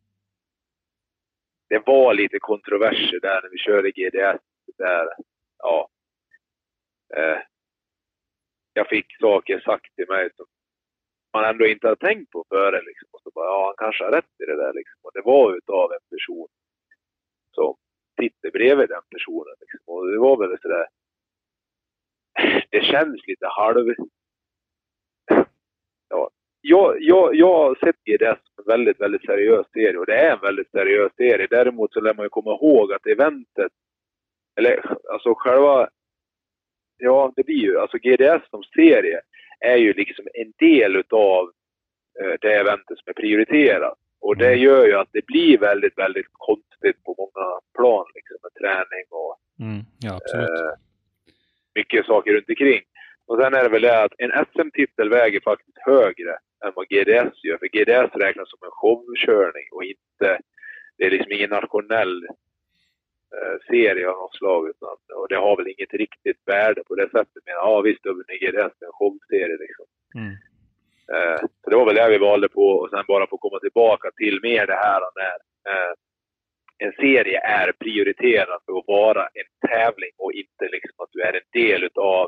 det var lite kontroverser där när vi körde GDS. Där, ja. Jag fick saker sagt till mig som man ändå inte har tänkt på före. Liksom. Och så bara, ja, han kanske har rätt i det där. Liksom. Och det var utav en person som sitter bredvid den personen. Liksom. Och det var väl sådär. Det känns lite halv... Ja. Jag har sett GDS som en väldigt, väldigt seriös serie. Och det är en väldigt seriös serie. Däremot så lär man ju komma ihåg att eventet, eller alltså själva, ja det blir ju, alltså GDS som serie är ju liksom en del utav det eventet som är prioriterat. Och det gör ju att det blir väldigt, väldigt konstigt på många plan liksom, med träning och ja, absolut. Mycket saker runt omkring. Och sen är det väl det att en SM-titel väger faktiskt högre än vad GDS gör. För GDS räknas som en showkörning och inte, det är liksom ingen nationell serie av något slag. Utan, och det har väl inget riktigt värde på det sättet. Men ja visst, över GDS är en showserie liksom. Så det var väl det vi valde på. Och sen bara få komma tillbaka till mer det här när en serie är prioriterad för att vara en tävling och inte liksom att du är en del utav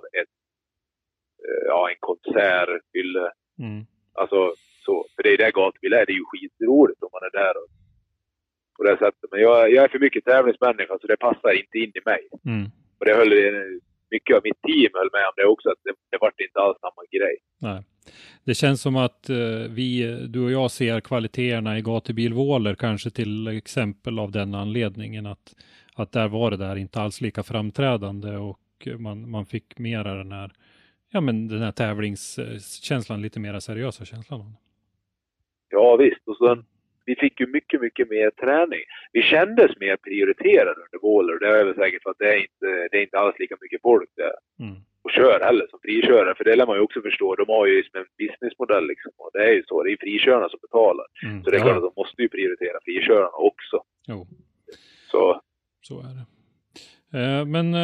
en konsert, fylle. Alltså, så, för det är det gatbil är, det är ju skitroligt om man är där och på det sättet. Men jag är för mycket tävlingsmänniska så det passar inte in i mig. Och det höll mycket av mitt team höll med om det också, att det var inte alls samma grej. Nej. Det känns som att du och jag ser kvaliteterna i gatubilvåler kanske till exempel av den anledningen att där var det där inte alls lika framträdande och man fick mera den här tävlingskänslan, lite mer seriösa känslan. Ja visst, och sen vi fick ju mycket, mycket mer träning. Vi kändes mer prioriterade under våler. Det är väl säkert för att det är inte alls lika mycket folk där. Och kör heller som frikörare. För det lär man ju också förstå. De har ju som en businessmodell liksom. Och det är ju så. Det är frikörarna som betalar. Så det är klart att de måste ju prioritera frikörarna också. Jo. Så är det.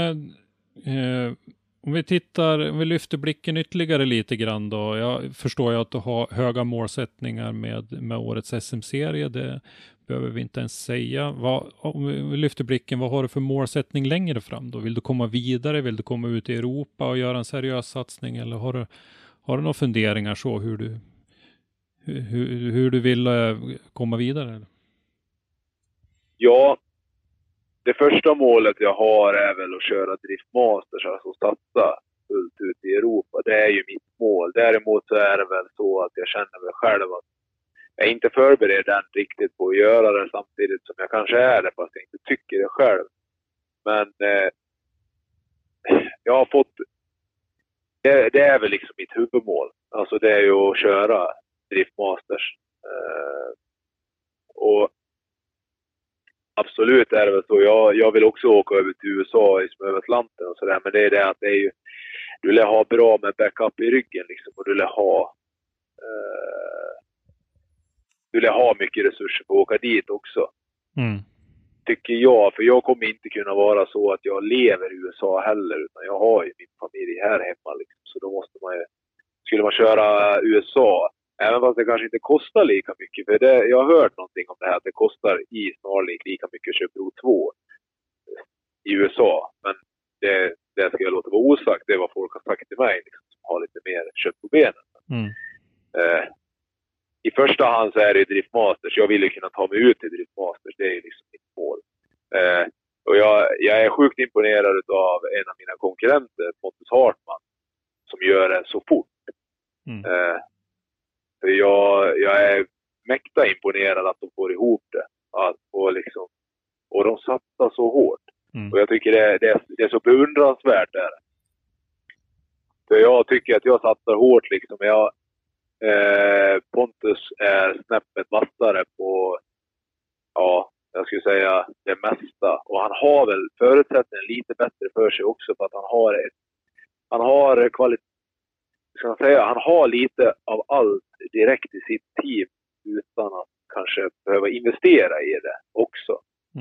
Om vi lyfter blicken ytterligare lite grann då. Jag förstår ju att du har höga målsättningar med årets SM-serie. Det behöver vi inte ens säga. Om vi lyfter blicken, vad har du för målsättning längre fram då? Vill du komma vidare? Vill du komma ut i Europa och göra en seriös satsning? Eller har du några funderingar så hur du vill komma vidare? Eller? Ja. Det första målet jag har är väl att köra Drift Masters, alltså satsa fullt ut i Europa. Det är ju mitt mål. Däremot så är det väl så att jag känner mig själv att jag inte förbereder den riktigt på att göra det samtidigt som jag kanske är det, fast jag inte tycker det själv. Men jag har fått... Det är väl liksom mitt huvudmål. Alltså det är ju att köra Drift Masters. Och absolut är det väl så. Jag vill också åka över till USA över Atlanten och sådär. Men det är det att det är ju... Du vill ha bra med backup i ryggen liksom. Och du vill ha mycket resurser för att åka dit också. tycker jag. För jag kommer inte kunna vara så att jag lever i USA heller. Utan jag har ju min familj här hemma. Liksom. Så då måste man ju... Skulle man köra USA, även fast det kanske inte kostar lika mycket. För jag har hört någonting om det här. Att det kostar i snarlik lika mycket att köpa Pro 2 i USA. Men det ska jag låta vara osagt. Det är vad folk har sagt till mig. Liksom, som har lite mer kött på benen. I första hand så är det Driftmasters. Jag vill ju kunna ta mig ut till Driftmasters. Det är liksom mitt mål. Och jag är sjukt imponerad av en av mina konkurrenter, Pontus Hartman, som gör det så fort. För jag är mäkta imponerad att de får ihop det. Och de satsar så hårt. Och jag tycker det är så beundransvärt där. För jag tycker att jag satsar hårt liksom. Pontus är snäppet vassare på, jag skulle säga det mesta. Och han har väl förutsättningen lite bättre för sig också, för att han har kvalitet. Han har lite av allt direkt i sitt team utan att kanske behöva investera i det också.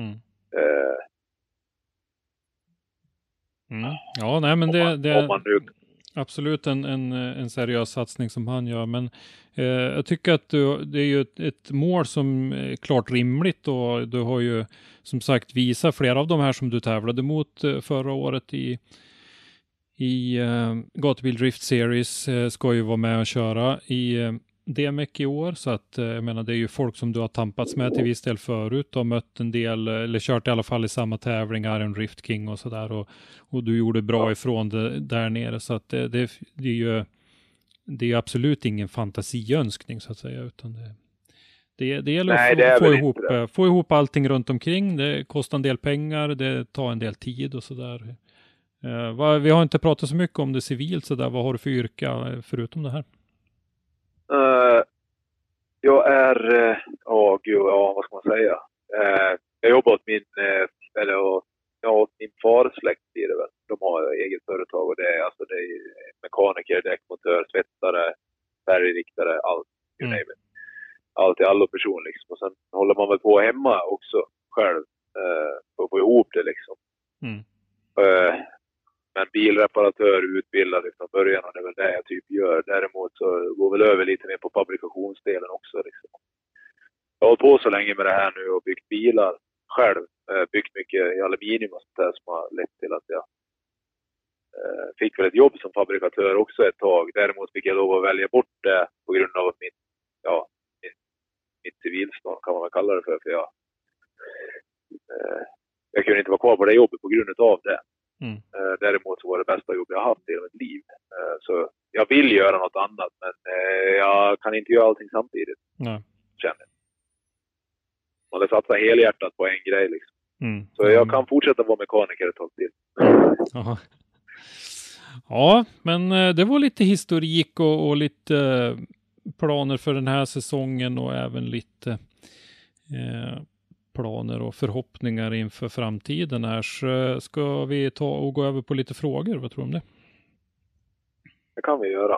Ja, nej, men om man nu... absolut en seriös satsning som han gör. Men jag tycker att det är ju ett mål som är klart rimligt, och du har ju som sagt visat flera av de här som du tävlade mot förra året i Gatubil Drift Series ska ju vara med och köra i DMEC i år, så att jag menar, det är ju folk som du har tampats med till viss del förut och mött en del, eller kört i alla fall i samma tävlingar, en Drift King och sådär, och du gjorde bra ifrån det där nere, så att det är ju absolut ingen fantasiönskning så att säga, utan det gäller att få ihop allting runt omkring. Det kostar en del pengar, det tar en del tid och sådär. Vi har inte pratat så mycket om det civilt så där. Vad har du för yrke förutom det här? Jag är, vad ska man säga? Jag jobbar åt åt min farsläkt blir det väl. De har eget företag, och det är mekaniker, däckmontör, svetsare, färgriktare, allt. You name it. Allt i allo person liksom. Och sen håller man väl på hemma också själv för att få ihop det liksom. Men bilreparatör utbildad från början, och det är väl det jag typ gör. Däremot så går väl över lite mer på fabrikationsdelen också liksom. Jag har hållit på så länge med det här nu och byggt bilar själv. Byggt mycket i aluminium och sånt där, som har lett till att jag fick väl ett jobb som fabrikatör också ett tag. Däremot fick jag lov att välja bort det på grund av mitt civilstånd, kan man väl kalla det för jag kunde inte vara kvar på det jobbet på grund av det. Däremot så var det bästa jobb jag har haft i mitt liv. Så jag vill göra något annat, men jag kan inte göra allting samtidigt. Nej. Känner jag. Man har satsat helhjärtat på en grej liksom. Så jag kan fortsätta vara mekaniker ett tag till. Ja, men det var lite historik och lite planer för den här säsongen, och även lite planer och förhoppningar inför framtiden här. Så ska vi ta och gå över på lite frågor. Vad tror du om det? Det kan vi göra.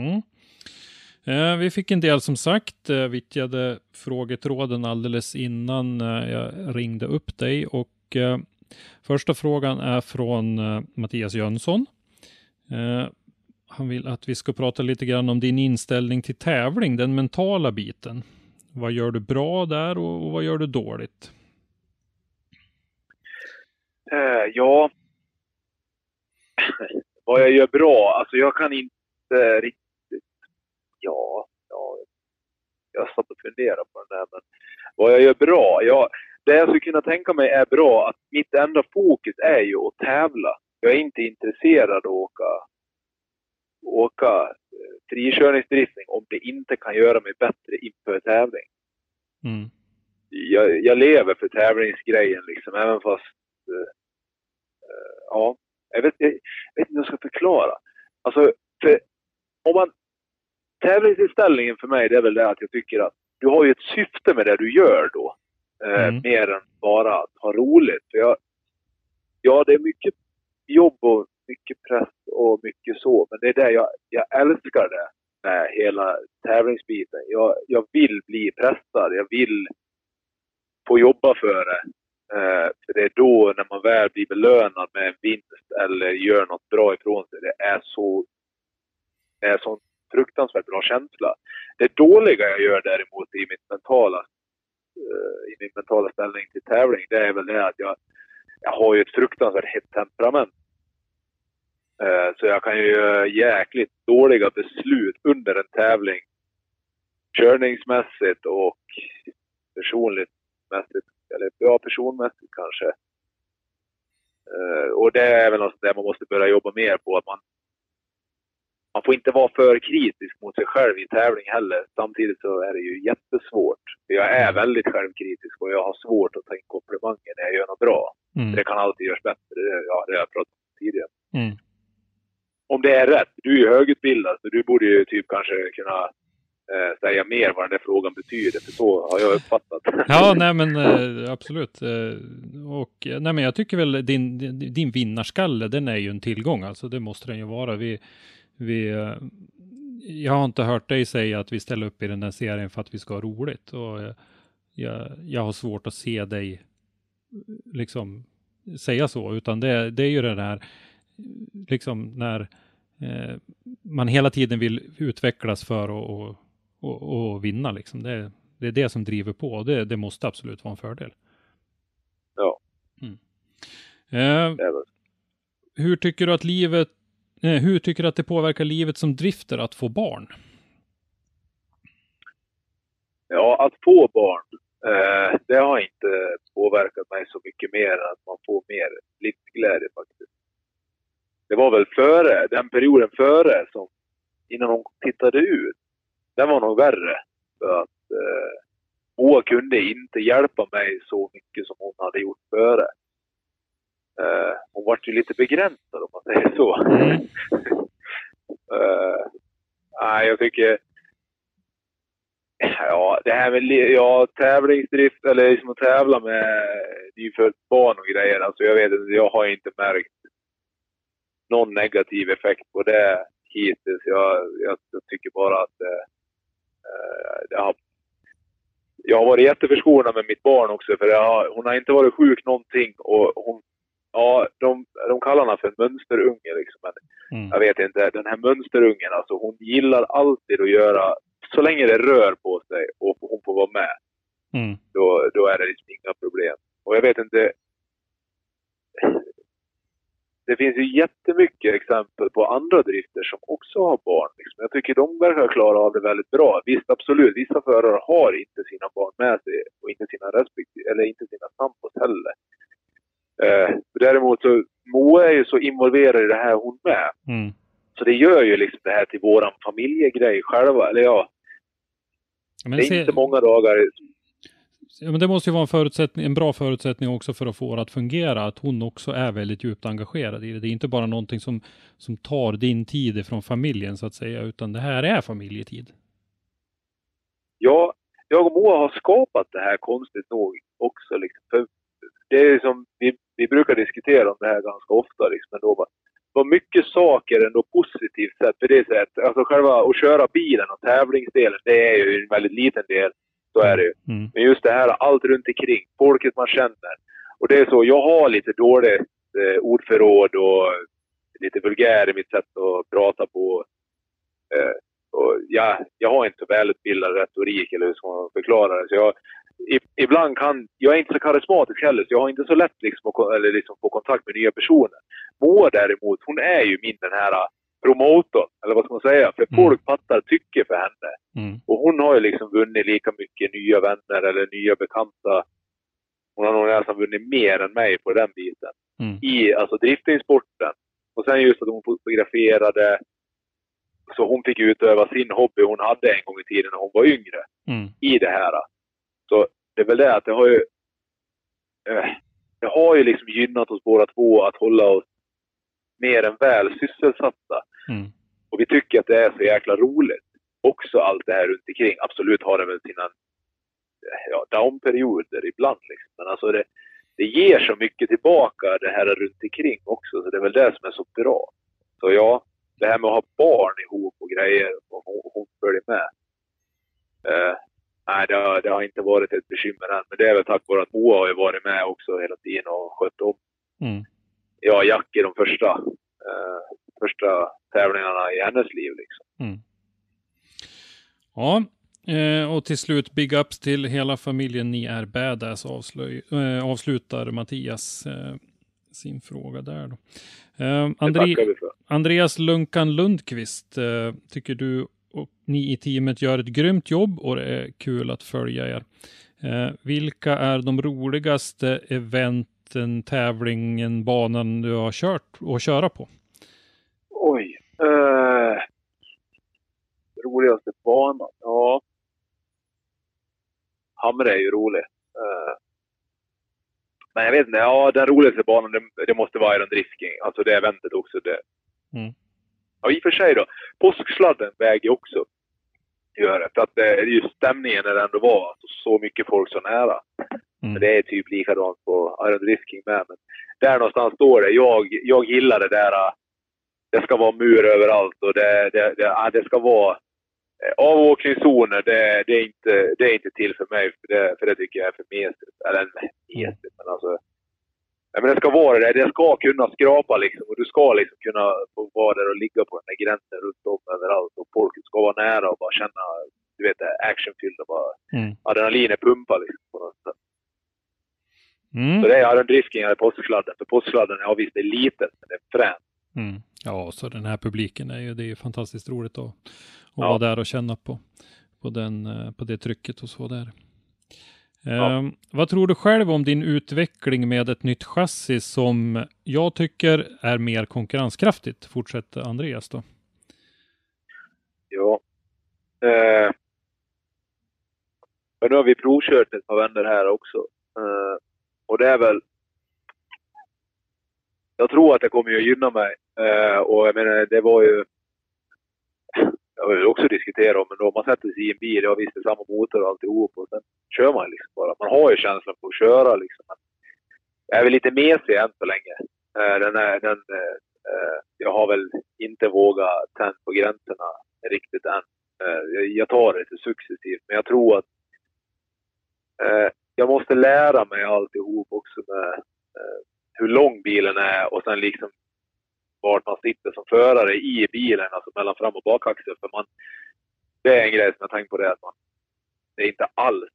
Vi fick en del som sagt. Vittjade frågetråden alldeles innan jag ringde upp dig, och första frågan är från Mattias Jönsson. Han vill att vi ska prata lite grann om din inställning till tävling, den mentala biten. Vad gör du bra där och vad gör du dåligt? Vad jag gör bra, alltså jag kan inte riktigt, jag satt och funderade på den där, men vad jag gör bra, det jag skulle kunna tänka mig är bra, att mitt enda fokus är ju att tävla. Jag är inte intresserad av att åka frikörningsdriftning om det inte kan göra mig bättre inför tävling. Jag lever för tävlingsgrejen liksom, även fast jag vet inte hur jag ska förklara. Alltså, för om man tävlingsinställningen för mig, det är väl det att jag tycker att du har ju ett syfte med det du gör då. Mer än bara att ha roligt. För det är mycket jobb och mycket press och mycket så. Men det är det jag älskar det med hela tävlingsbiten. Jag vill bli pressad. Jag vill få jobba för det. För det är då när man väl blir belönad med en vinst eller gör något bra ifrån sig. Det är så fruktansvärt bra känsla. Det dåliga jag gör däremot i min mentala ställning till tävling, det är väl det att jag har ju ett fruktansvärt hett temperament. Så jag kan ju göra jäkligt dåliga beslut under en tävling. Körningsmässigt och personligt mässigt. Eller personmässigt kanske. Och det är väl något där man måste börja jobba mer på. Att man får inte vara för kritisk mot sig själv i tävling heller. Samtidigt så är det ju jättesvårt. För jag är väldigt självkritisk och jag har svårt att ta in komplimanger när jag gör något bra. Det kan alltid göras bättre. Det har jag pratat om tidigare. Om det är rätt. Du är ju högutbildad så du borde ju typ kanske kunna säga mer vad den där frågan betyder. För så har jag uppfattat. Ja, nej men absolut. Och nej men jag tycker väl din vinnarskalle, den är ju en tillgång. Alltså det måste den ju vara. Jag har inte hört dig säga att vi ställer upp i den här serien för att vi ska ha roligt. Och jag har svårt att se dig liksom säga så. Utan det är ju det där liksom när man hela tiden vill utvecklas för att vinna liksom. Det är det som driver på. Det måste absolut vara en fördel. Ja. Hur tycker du att det påverkar livet som drifter att få barn? Ja, att få barn, det har inte påverkat mig så mycket mer än att man får mer livsglädje faktiskt. Det var väl den perioden före som innan hon tittade ut, den var nog värre. För att Moa kunde inte hjälpa mig så mycket som hon hade gjort före. Hon var ju lite begränsad om man säger så. Nej, jag tycker det här med tävlingsdrift eller liksom att tävla med nyfött barn och grejer. Alltså jag vet inte, jag har inte märkt någon negativ effekt på det hittills. Jag tycker bara att jag har varit jätteförskonad med mitt barn också för hon har inte varit sjuk någonting och hon de kallar henne för en mönsterunge liksom. Men jag vet inte, den här mönsterungen alltså, hon gillar alltid att göra så länge det rör på sig och hon får vara med. Då är det liksom inga problem. Och jag vet inte, det finns ju jättemycket exempel på andra drifter som också har barn. Liksom. Jag tycker de verkar klara av det väldigt bra. Visst, absolut. Vissa förare har inte sina barn med sig och inte sina eller inte sina sambos heller. Däremot så Moa är ju så involverad i det här hon med. Så det gör ju liksom det här till våran familjegrej själva. Eller ja. Men det är inte många dagar. Ja, men det måste ju vara en bra förutsättning också för att få det att fungera. Att hon också är väldigt djupt engagerad i det. Det är inte bara någonting som tar din tid från familjen så att säga. Utan det här är familjetid. Ja, jag och Moa har skapat det här konstigt nog också. Liksom. För det är som vi brukar diskutera om det här ganska ofta. Liksom, ändå. Vad mycket saker ändå positivt sett. För det sätt. Alltså själva att köra bilen och tävlingsdelen. Det är ju en väldigt liten del. Så är det ju. Men just det här, allt runt omkring. Folket man känner. Och det är så, jag har lite dåligt ordförråd och lite vulgär i mitt sätt att prata på. Och jag har inte så välutbildad retorik eller hur ska man förklara det. Så ibland jag är inte så karismatisk heller. Så jag har inte så lätt liksom få kontakt med nya personer. Moa däremot, hon är ju den här promotorn, eller vad ska man säga? För folk fattar tycker för henne. Och hon har ju liksom vunnit lika mycket nya vänner eller nya bekanta. Hon har nog nästan vunnit mer än mig på den biten. I alltså driftingsporten. Och sen just att hon fotograferade. Så hon fick utöva sin hobby hon hade en gång i tiden när hon var yngre. I det här. Så det är väl det att det har ju liksom gynnat oss båda två att hålla oss mer än väl sysselsatta. Och vi tycker att det är så jäkla roligt. Också allt det här runt omkring. Absolut har det väl sina downperioder ibland. Liksom. Men alltså det ger så mycket tillbaka det här runt omkring också. Så det är väl det som är så bra. Så ja, det här med att ha barn ihop och grejer. Och hon följer med. nej, det har inte varit ett bekymmer än. Men det är väl tack vare att Moa har ju varit med också hela tiden och skött om. Ja, Jack i de första tävlingarna i hennes liv liksom. Ja, och till slut big ups till hela familjen. Ni är badass, avslutar Mattias sin fråga där då. Andreas Lunkan Lundqvist, tycker du och ni i teamet gör ett grymt jobb och det är kul att följa er. Vilka är de roligaste eventen, tävlingen, banan du har kört och köra på? Oj. Roligaste banan? Ja. Hamre är ju rolig. Men jag vet inte, ja, den roligaste banan det måste vara Iron Drift King. Alltså det eventet också. Det. Ja, i och för sig då. Påsksladden väger också. Gör det. För att det är ju stämningen när det ändå var så mycket folk så nära. Men det är typ likadant på Iron Drift King med. Men där någonstans står det. Jag gillar det där. Det ska vara mur överallt. Och det ska vara avåkningszoner. Det är inte till för mig. För det tycker jag är för mesigt. Eller mesigt. Men alltså. Ja, men det ska vara det. Det ska kunna skrapa liksom. Och du ska liksom kunna få vara där och ligga på den där gränsen runt om överallt. Och folket ska vara nära och bara känna, du vet, actionfylld och bara adrenalin pumpar liksom på något sätt. Så det är en driftking här i påsksladden. För påsksladden är visst det är litet, men det är fränt. Ja, så den här publiken det är fantastiskt roligt att vara där och känna på det trycket och så där. Vad tror du själv om din utveckling med ett nytt chassi som jag tycker är mer konkurrenskraftigt? Fortsätter Andreas då. Ja. Men nu har vi provkört ett par vändor här också. Och det är väl... Jag tror att det kommer att gynna mig. Och jag menar, det var ju... Jag vill också diskutera om, men då man sätter sig i en bil, jag visste samma motor och alltihop, och sen kör man liksom bara. Man har ju känslan på att köra liksom. Jag är väl lite mesig än så länge. Jag har väl inte vågat tända på gränserna riktigt än. Jag tar det lite successivt, men jag tror att jag måste lära mig alltihop också med hur lång bilen är och sen liksom vart man sitter som förare i bilen, alltså mellan fram- och bakaxel. För det är en grej som jag tänkt på det, att det är inte alls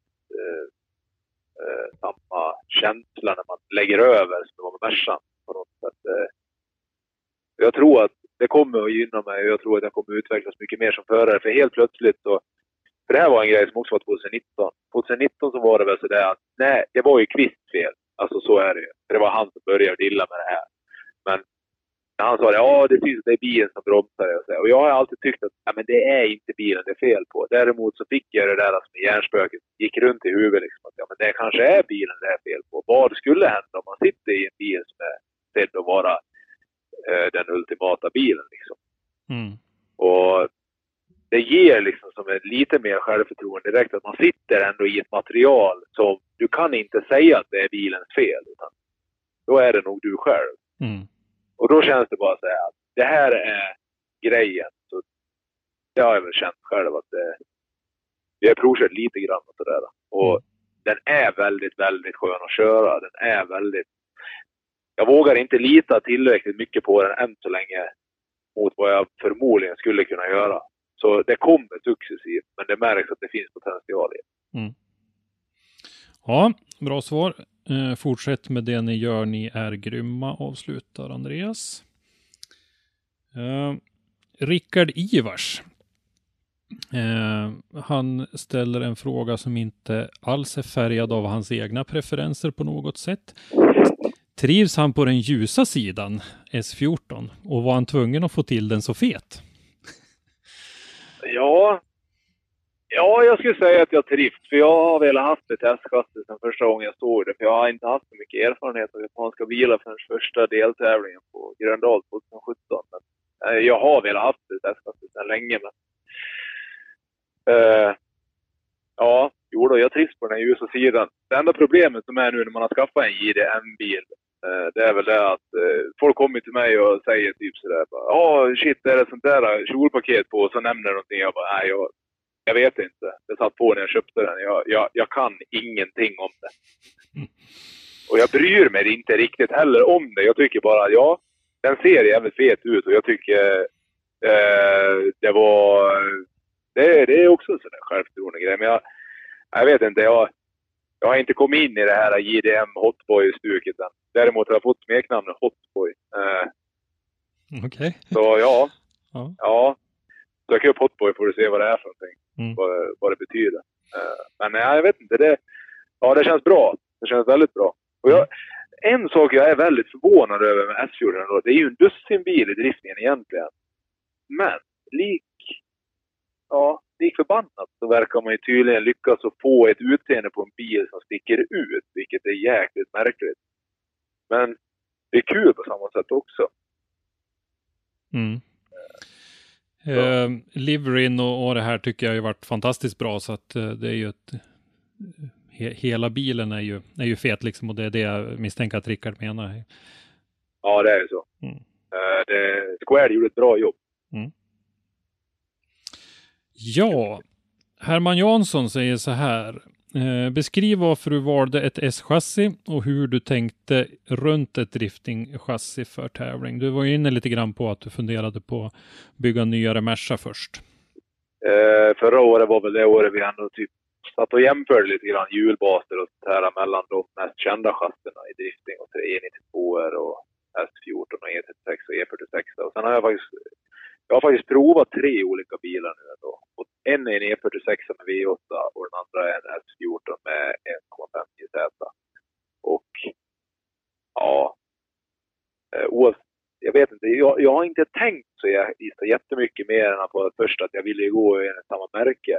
samma känsla när man lägger över som det var med Mercan på något sätt. Jag tror att det kommer att gynna mig och jag tror att jag kommer att utvecklas mycket mer som förare. För helt plötsligt så, för det här var en grej som också var 2019. 2019 så var det väl sådär att nej, det var ju Kvist fel. Alltså så är det ju. För det var han som började dilla med det här. Men när han sa det, ja det finns, det är bilen som bromsar. Och jag har alltid tyckt att ja, men det är inte bilen det är fel på. Däremot så fick jag det där som hjärnspöket gick runt i huvudet. Liksom, att, ja, men det kanske är bilen det är fel på. Vad skulle hända om man sitter i en bil som är sedd att vara den ultimata bilen? Liksom. Och det ger liksom som ett lite mer självförtroende direkt. Att man sitter ändå i ett material som du kan inte säga att det är bilens fel. Utan då är det nog du själv. Och då känns det bara så här att det här är grejen. Så det har jag väl känt själv att vi har provkört lite grann och sådär. Och den är väldigt, väldigt skön att köra. Den är väldigt... Jag vågar inte lita tillräckligt mycket på den än så länge mot vad jag förmodligen skulle kunna göra. Så det kommer successivt, men det märks att det finns potential i det. Ja, bra svar. Fortsätt med det ni gör, ni är grymma, avslutar Andreas. Rickard Ivars. Han ställer en fråga som inte alls är färgad av hans egna preferenser på något sätt. Trivs han på den ljusa sidan, S14? Och var han tvungen att få till den så fet? Ja, jag skulle säga att jag trivs. För jag har velat haft ett S-chassi sedan första gången jag såg det. För jag har inte haft så mycket erfarenhet av japanska bilar förrän första deltävlingen på Gröndal 2017. Men jag har velat haft ett S-chassi sedan länge. Men jag trivs på den här ljusa sidan. Det enda problemet som är nu när man har skaffat en JDM-bil, det är väl det att folk kommer till mig och säger typ sådär. Ja, shit, det är det sånt där kjolpaket på. Och så nämner de någonting. Jag bara, nej, Jag vet inte. Det satt på när jag köpte den. Jag kan ingenting om det. Och jag bryr mig inte riktigt heller om det. Jag tycker bara, ja, den ser jävligt fet ut. Och jag tycker det är också en sån där självförtroende grej. Men jag vet inte, jag har inte kommit in i det här JDM Hotboy-stuket än. Däremot har jag fått smeknamnet Hotboy. Okej. Så ja. Sök upp Hotboy får du se vad det är för någonting. Vad det betyder. Men jag vet inte, det känns bra. Det känns väldigt bra. Och en sak jag är väldigt förvånad över med S14 då, det är ju en dussinbil i driftningen egentligen. Men lik förbannat så verkar man ju tydligen lyckas att få ett utseende på en bil som sticker ut, vilket är jäkligt märkligt. Men det är kul på samma sätt också. Liveryn och det här tycker jag har varit fantastiskt bra, så att det är ju hela bilen är ju fet liksom, och det är det jag misstänker att Rickard menar. Ja, det är ju så. Square gjorde ett bra jobb. Ja, Herman Jansson säger så här. Beskriv varför du valde ett S-chassi och hur du tänkte runt ett drifting-chassi för tävling. Du var ju inne lite grann på att du funderade på att bygga en nyare Merca först. Förra året var väl det året vi ändå typ satt och jämförde lite grann hjulbaser och sånt här mellan de mest kända chassierna i drifting, och E92 och S14 och E36 och E46. Och sen har jag har faktiskt provat 3 olika bilar nu ändå. Och en är en E46 med V8 och den andra är en S14 med 1,5 JZ. Och ja, jag vet inte, jag har inte tänkt så jättemycket mer än på först att jag ville gå i samma märke.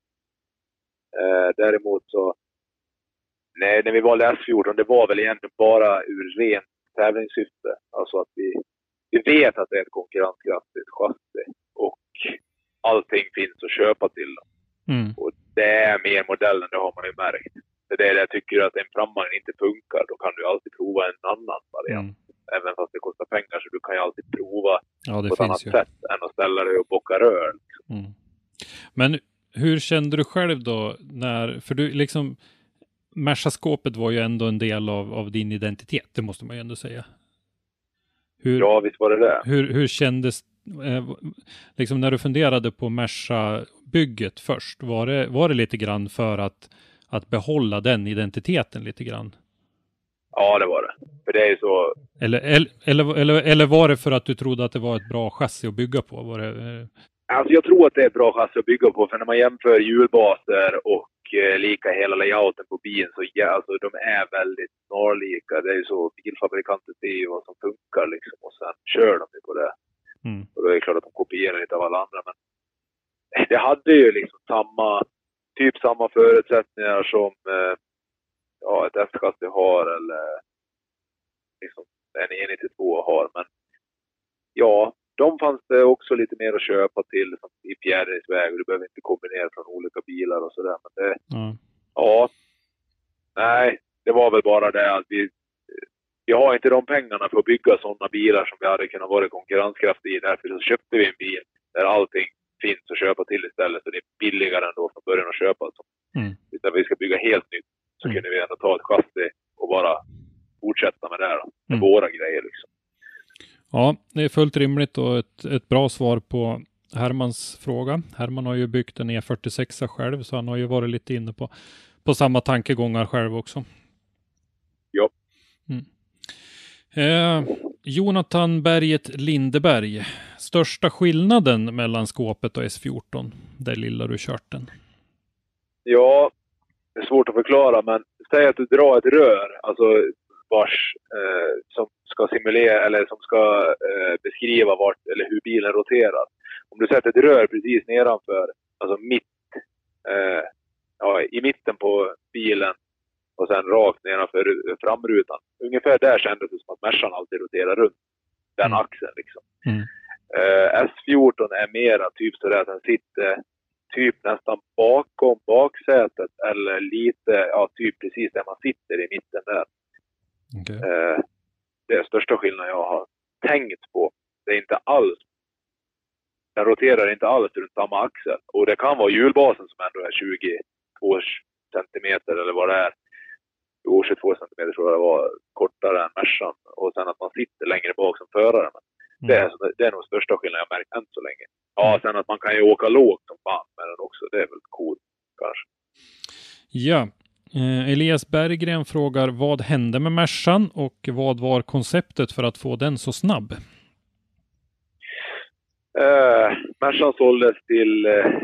Däremot så, nej, när vi valde S14, det var väl egentligen bara ur ren tävlingssyfte. Alltså att vi vet att det är ett konkurrenskraftigt chassi och allting finns att köpa till dem. Och det är mer modellen, det har man ju märkt. Det är det jag tycker, att en framvagn inte funkar, då kan du alltid prova en annan variant. Även fast det kostar pengar, så du kan ju alltid prova på ett annat sätt än att ställa dig och bocka rör. Liksom. Men hur kände du själv då för du liksom, Merca-skåpet var ju ändå en del av din identitet, det måste man ju ändå säga. Ja, visst var det. Hur kändes liksom när du funderade på Merca-bygget först? Var det lite grann för att behålla den identiteten lite grann? Ja, det var det. För det är ju så... Eller var det för att du trodde att det var ett bra chassi att bygga på? Alltså jag tror att det är ett bra chassi att bygga på, för när man jämför hjulbaser och lika hela layouten på bilen, så alltså, de är väldigt snarlika. Det är ju så, bilfabrikanter ser ju vad som funkar liksom, och sen kör de ju på det. Och då är det klart att de kopierar lite av alla andra, men det hade ju liksom samma förutsättningar som ett S-chassi har, eller liksom en E92 har, men ja, de fanns det också lite mer att köpa till som i fjärdeväg, och du behöver inte kombinera från olika bilar och sådär. Men det var väl bara det att vi har inte de pengarna för att bygga sådana bilar som vi hade kunnat vara konkurrenskraftiga i. Därför så köpte vi en bil där allting finns att köpa till istället, och det är billigare ändå från början att köpa. Utan vi ska bygga helt nytt, så kunde vi ändå ta ett chassi och bara fortsätta med det då, med våra grejer liksom. Ja, det är fullt rimligt och ett bra svar på Hermans fråga. Herman har ju byggt en E46 själv, så han har ju varit lite inne på samma tankegångar själv också. Ja. Jonathan Berget Lindeberg. Största skillnaden mellan skåpet och S14, där lilla du kört den? Ja, det är svårt att förklara, men säg att du drar ett rör, alltså som ska simulera eller som ska beskriva hur bilen roterar. Om du sätter ett rör precis nedanför, alltså i mitten på bilen och sen rakt nedanför framrutan. Ungefär där kändes det som att Mercan alltid roterar runt den axeln liksom. S14 är mera typ så där att den sitter typ nästan bakom baksätet, eller lite, typ precis där man sitter i mitten där. Okay. Det är största skillnaden jag har tänkt på. Det är inte alls den roterar inte alls runt samma axel. Och det kan vara hjulbasen som ändå är 22 centimeter eller vad det är. 22 centimeter tror jag det var, kortare än Mercan. Och sen att man sitter längre bak som förare. Det är nog största skillnaden jag märkt än så länge. Ja, sen att man kan ju åka lågt som fan med den också. Det är väl coolt kanske. Ja. Elias Berggren frågar, vad hände med Mercan och vad var konceptet för att få den så snabb? Mercan såldes till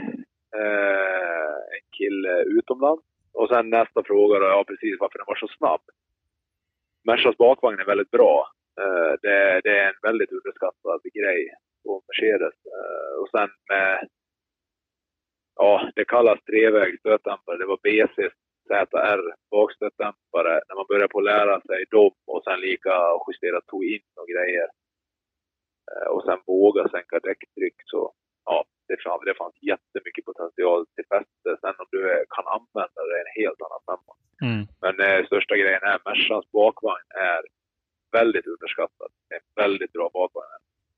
en kille utomlands. Och sen nästa fråga då, ja precis varför den var så snabb. Mercans bakvagn är väldigt bra. Det är en väldigt underskattad grej på Mercedes. Och sen med, ja det kallas treväg stötdämpare. Det var BC ZR bakstötdämpare. När man börjar på att lära sig dem och sen lika justera in och grejer. Och sen våga sänka däcktryck så ja, det fanns jättemycket potential till fäste. Sen om du kan använda det är en helt annan femma. Men största grejen är Mercans bakvagn är väldigt underskattad. Det är en väldigt bra bakvagn.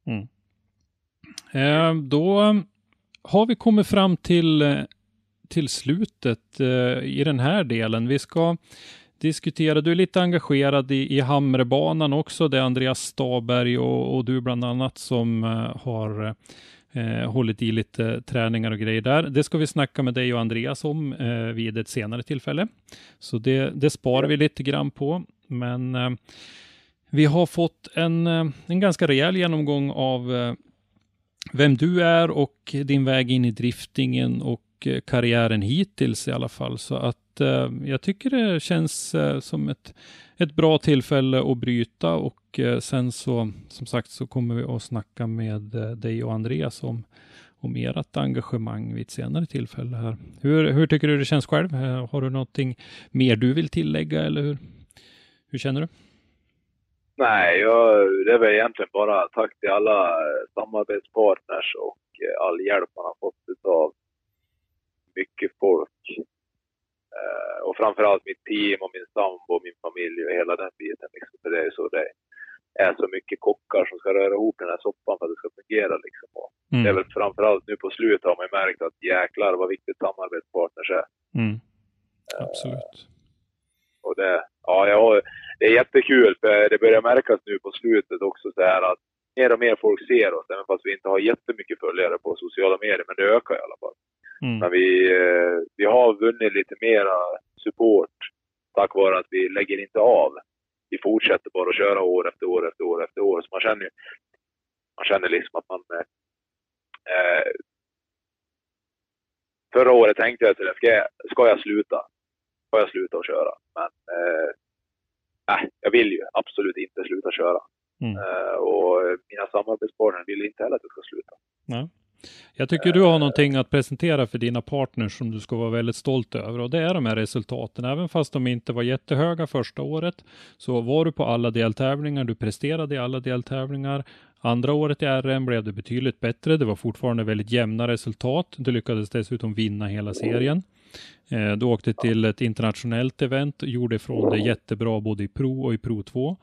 Då har vi kommit fram till slutet i den här delen. Vi ska diskutera, du är lite engagerad i Hamrebanan också. Det är Andreas Staberg och du bland annat som har hållit i lite träningar och grejer där. Det ska vi snacka med dig och Andreas om vid ett senare tillfälle. Så det sparar vi lite grann på. Men vi har fått en ganska rejäl genomgång av vem du är och din väg in i driftingen och karriären hittills i alla fall. Så att jag tycker det känns som ett bra tillfälle att bryta och sen så som sagt så kommer vi att snacka med dig och Andreas om ert engagemang vid ett senare tillfälle här. Hur tycker du det känns själv? Har du någonting mer du vill tillägga eller hur känner du? Nej, det är väl egentligen bara tack till alla samarbetspartners och all hjälp man har fått av mycket folk. Och framförallt mitt team och min sambo och min familj och hela den biten. Liksom. För det är så det är så mycket kockar som ska röra ihop den här soppan för att det ska fungera. Liksom. Det är väl framförallt nu på slutet har man märkt att jäklar vad viktigt samarbetspartners är. Absolut. Och det är jättekul för det börjar märkas nu på slutet också så här att mer och mer folk ser oss. Även fast vi inte har jättemycket följare på sociala medier, men det ökar i alla fall. Men vi har vunnit lite mera support tack vare att vi lägger inte av. Vi fortsätter bara att köra år efter år efter år efter år. Så man känner liksom att man förra året tänkte jag till det, ska jag sluta att köra. Men jag vill ju absolut inte sluta köra. Och mina samarbetspartner vill inte heller att jag ska sluta. Nej. Jag tycker du har någonting att presentera för dina partners som du ska vara väldigt stolt över och det är de här resultaten. Även fast de inte var jättehöga första året så var du på alla deltävlingar, du presterade i alla deltävlingar. Andra året i RM blev det betydligt bättre, det var fortfarande väldigt jämna resultat. Du lyckades dessutom vinna hela serien. Du åkte till ett internationellt event och gjorde ifrån det jättebra både i Pro och i Pro 2.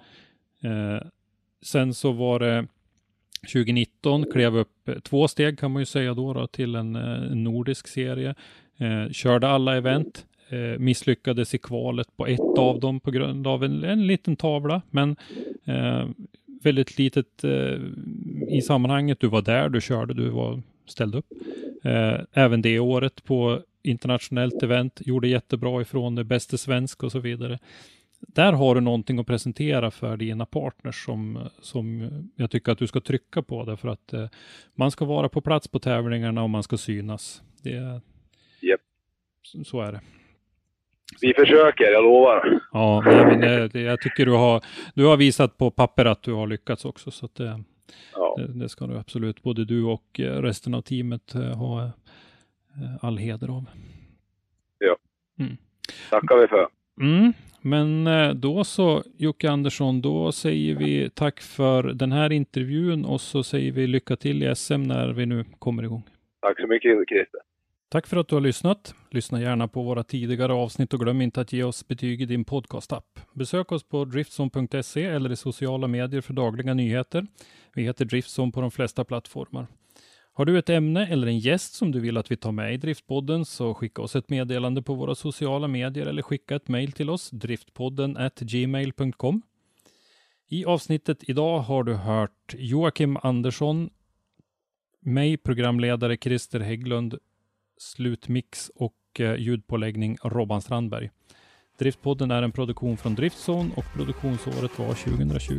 Sen så var det 2019 klev upp 2 steg kan man ju säga då till en nordisk serie. Körde alla event. Misslyckades i kvalet på ett av dem på grund av en liten tavla. Men väldigt litet i sammanhanget. Du var där, du körde, du var ställd upp. Även det året på internationellt event. Gjorde jättebra ifrån det bästa svensk och så vidare. Där har du någonting att presentera för dina partners som jag tycker att du ska trycka på. Därför att man ska vara på plats på tävlingarna och man ska synas. Yep. Så är det. Vi försöker, jag lovar. Ja, men jag tycker du har visat på papper att du har lyckats också. Så att det ska du absolut, både du och resten av teamet ha all heder av. Ja, tackar vi för. Men då så, Jocke Andersson, då säger vi tack för den här intervjun och så säger vi lycka till i SM när vi nu kommer igång. Tack så mycket, Christer. Tack för att du har lyssnat. Lyssna gärna på våra tidigare avsnitt och glöm inte att ge oss betyg i din podcastapp. Besök oss på driftzone.se eller i sociala medier för dagliga nyheter. Vi heter Driftzone på de flesta plattformar. Har du ett ämne eller en gäst som du vill att vi tar med i Driftpodden, så skicka oss ett meddelande på våra sociala medier eller skicka ett mejl till oss, driftpodden@gmail.com. I avsnittet idag har du hört Joakim Andersson, mig programledare Christer Hägglund, slutmix och ljudpåläggning Robban Strandberg. Driftpodden är en produktion från Driftzone och produktionsåret var 2020.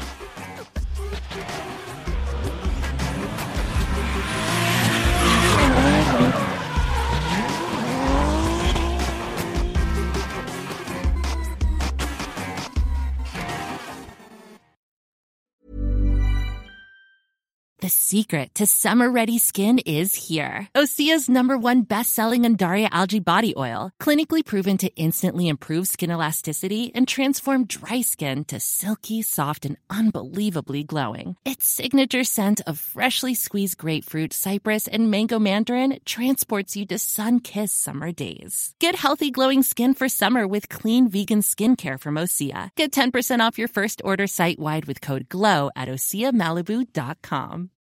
The secret to summer-ready skin is here. Osea's #1 best-selling Undaria Algae Body Oil, clinically proven to instantly improve skin elasticity and transform dry skin to silky, soft, and unbelievably glowing. Its signature scent of freshly squeezed grapefruit, cypress, and mango mandarin transports you to sun-kissed summer days. Get healthy, glowing skin for summer with clean, vegan skincare from Osea. Get 10% off your first order site-wide with code GLOW at OseaMalibu.com.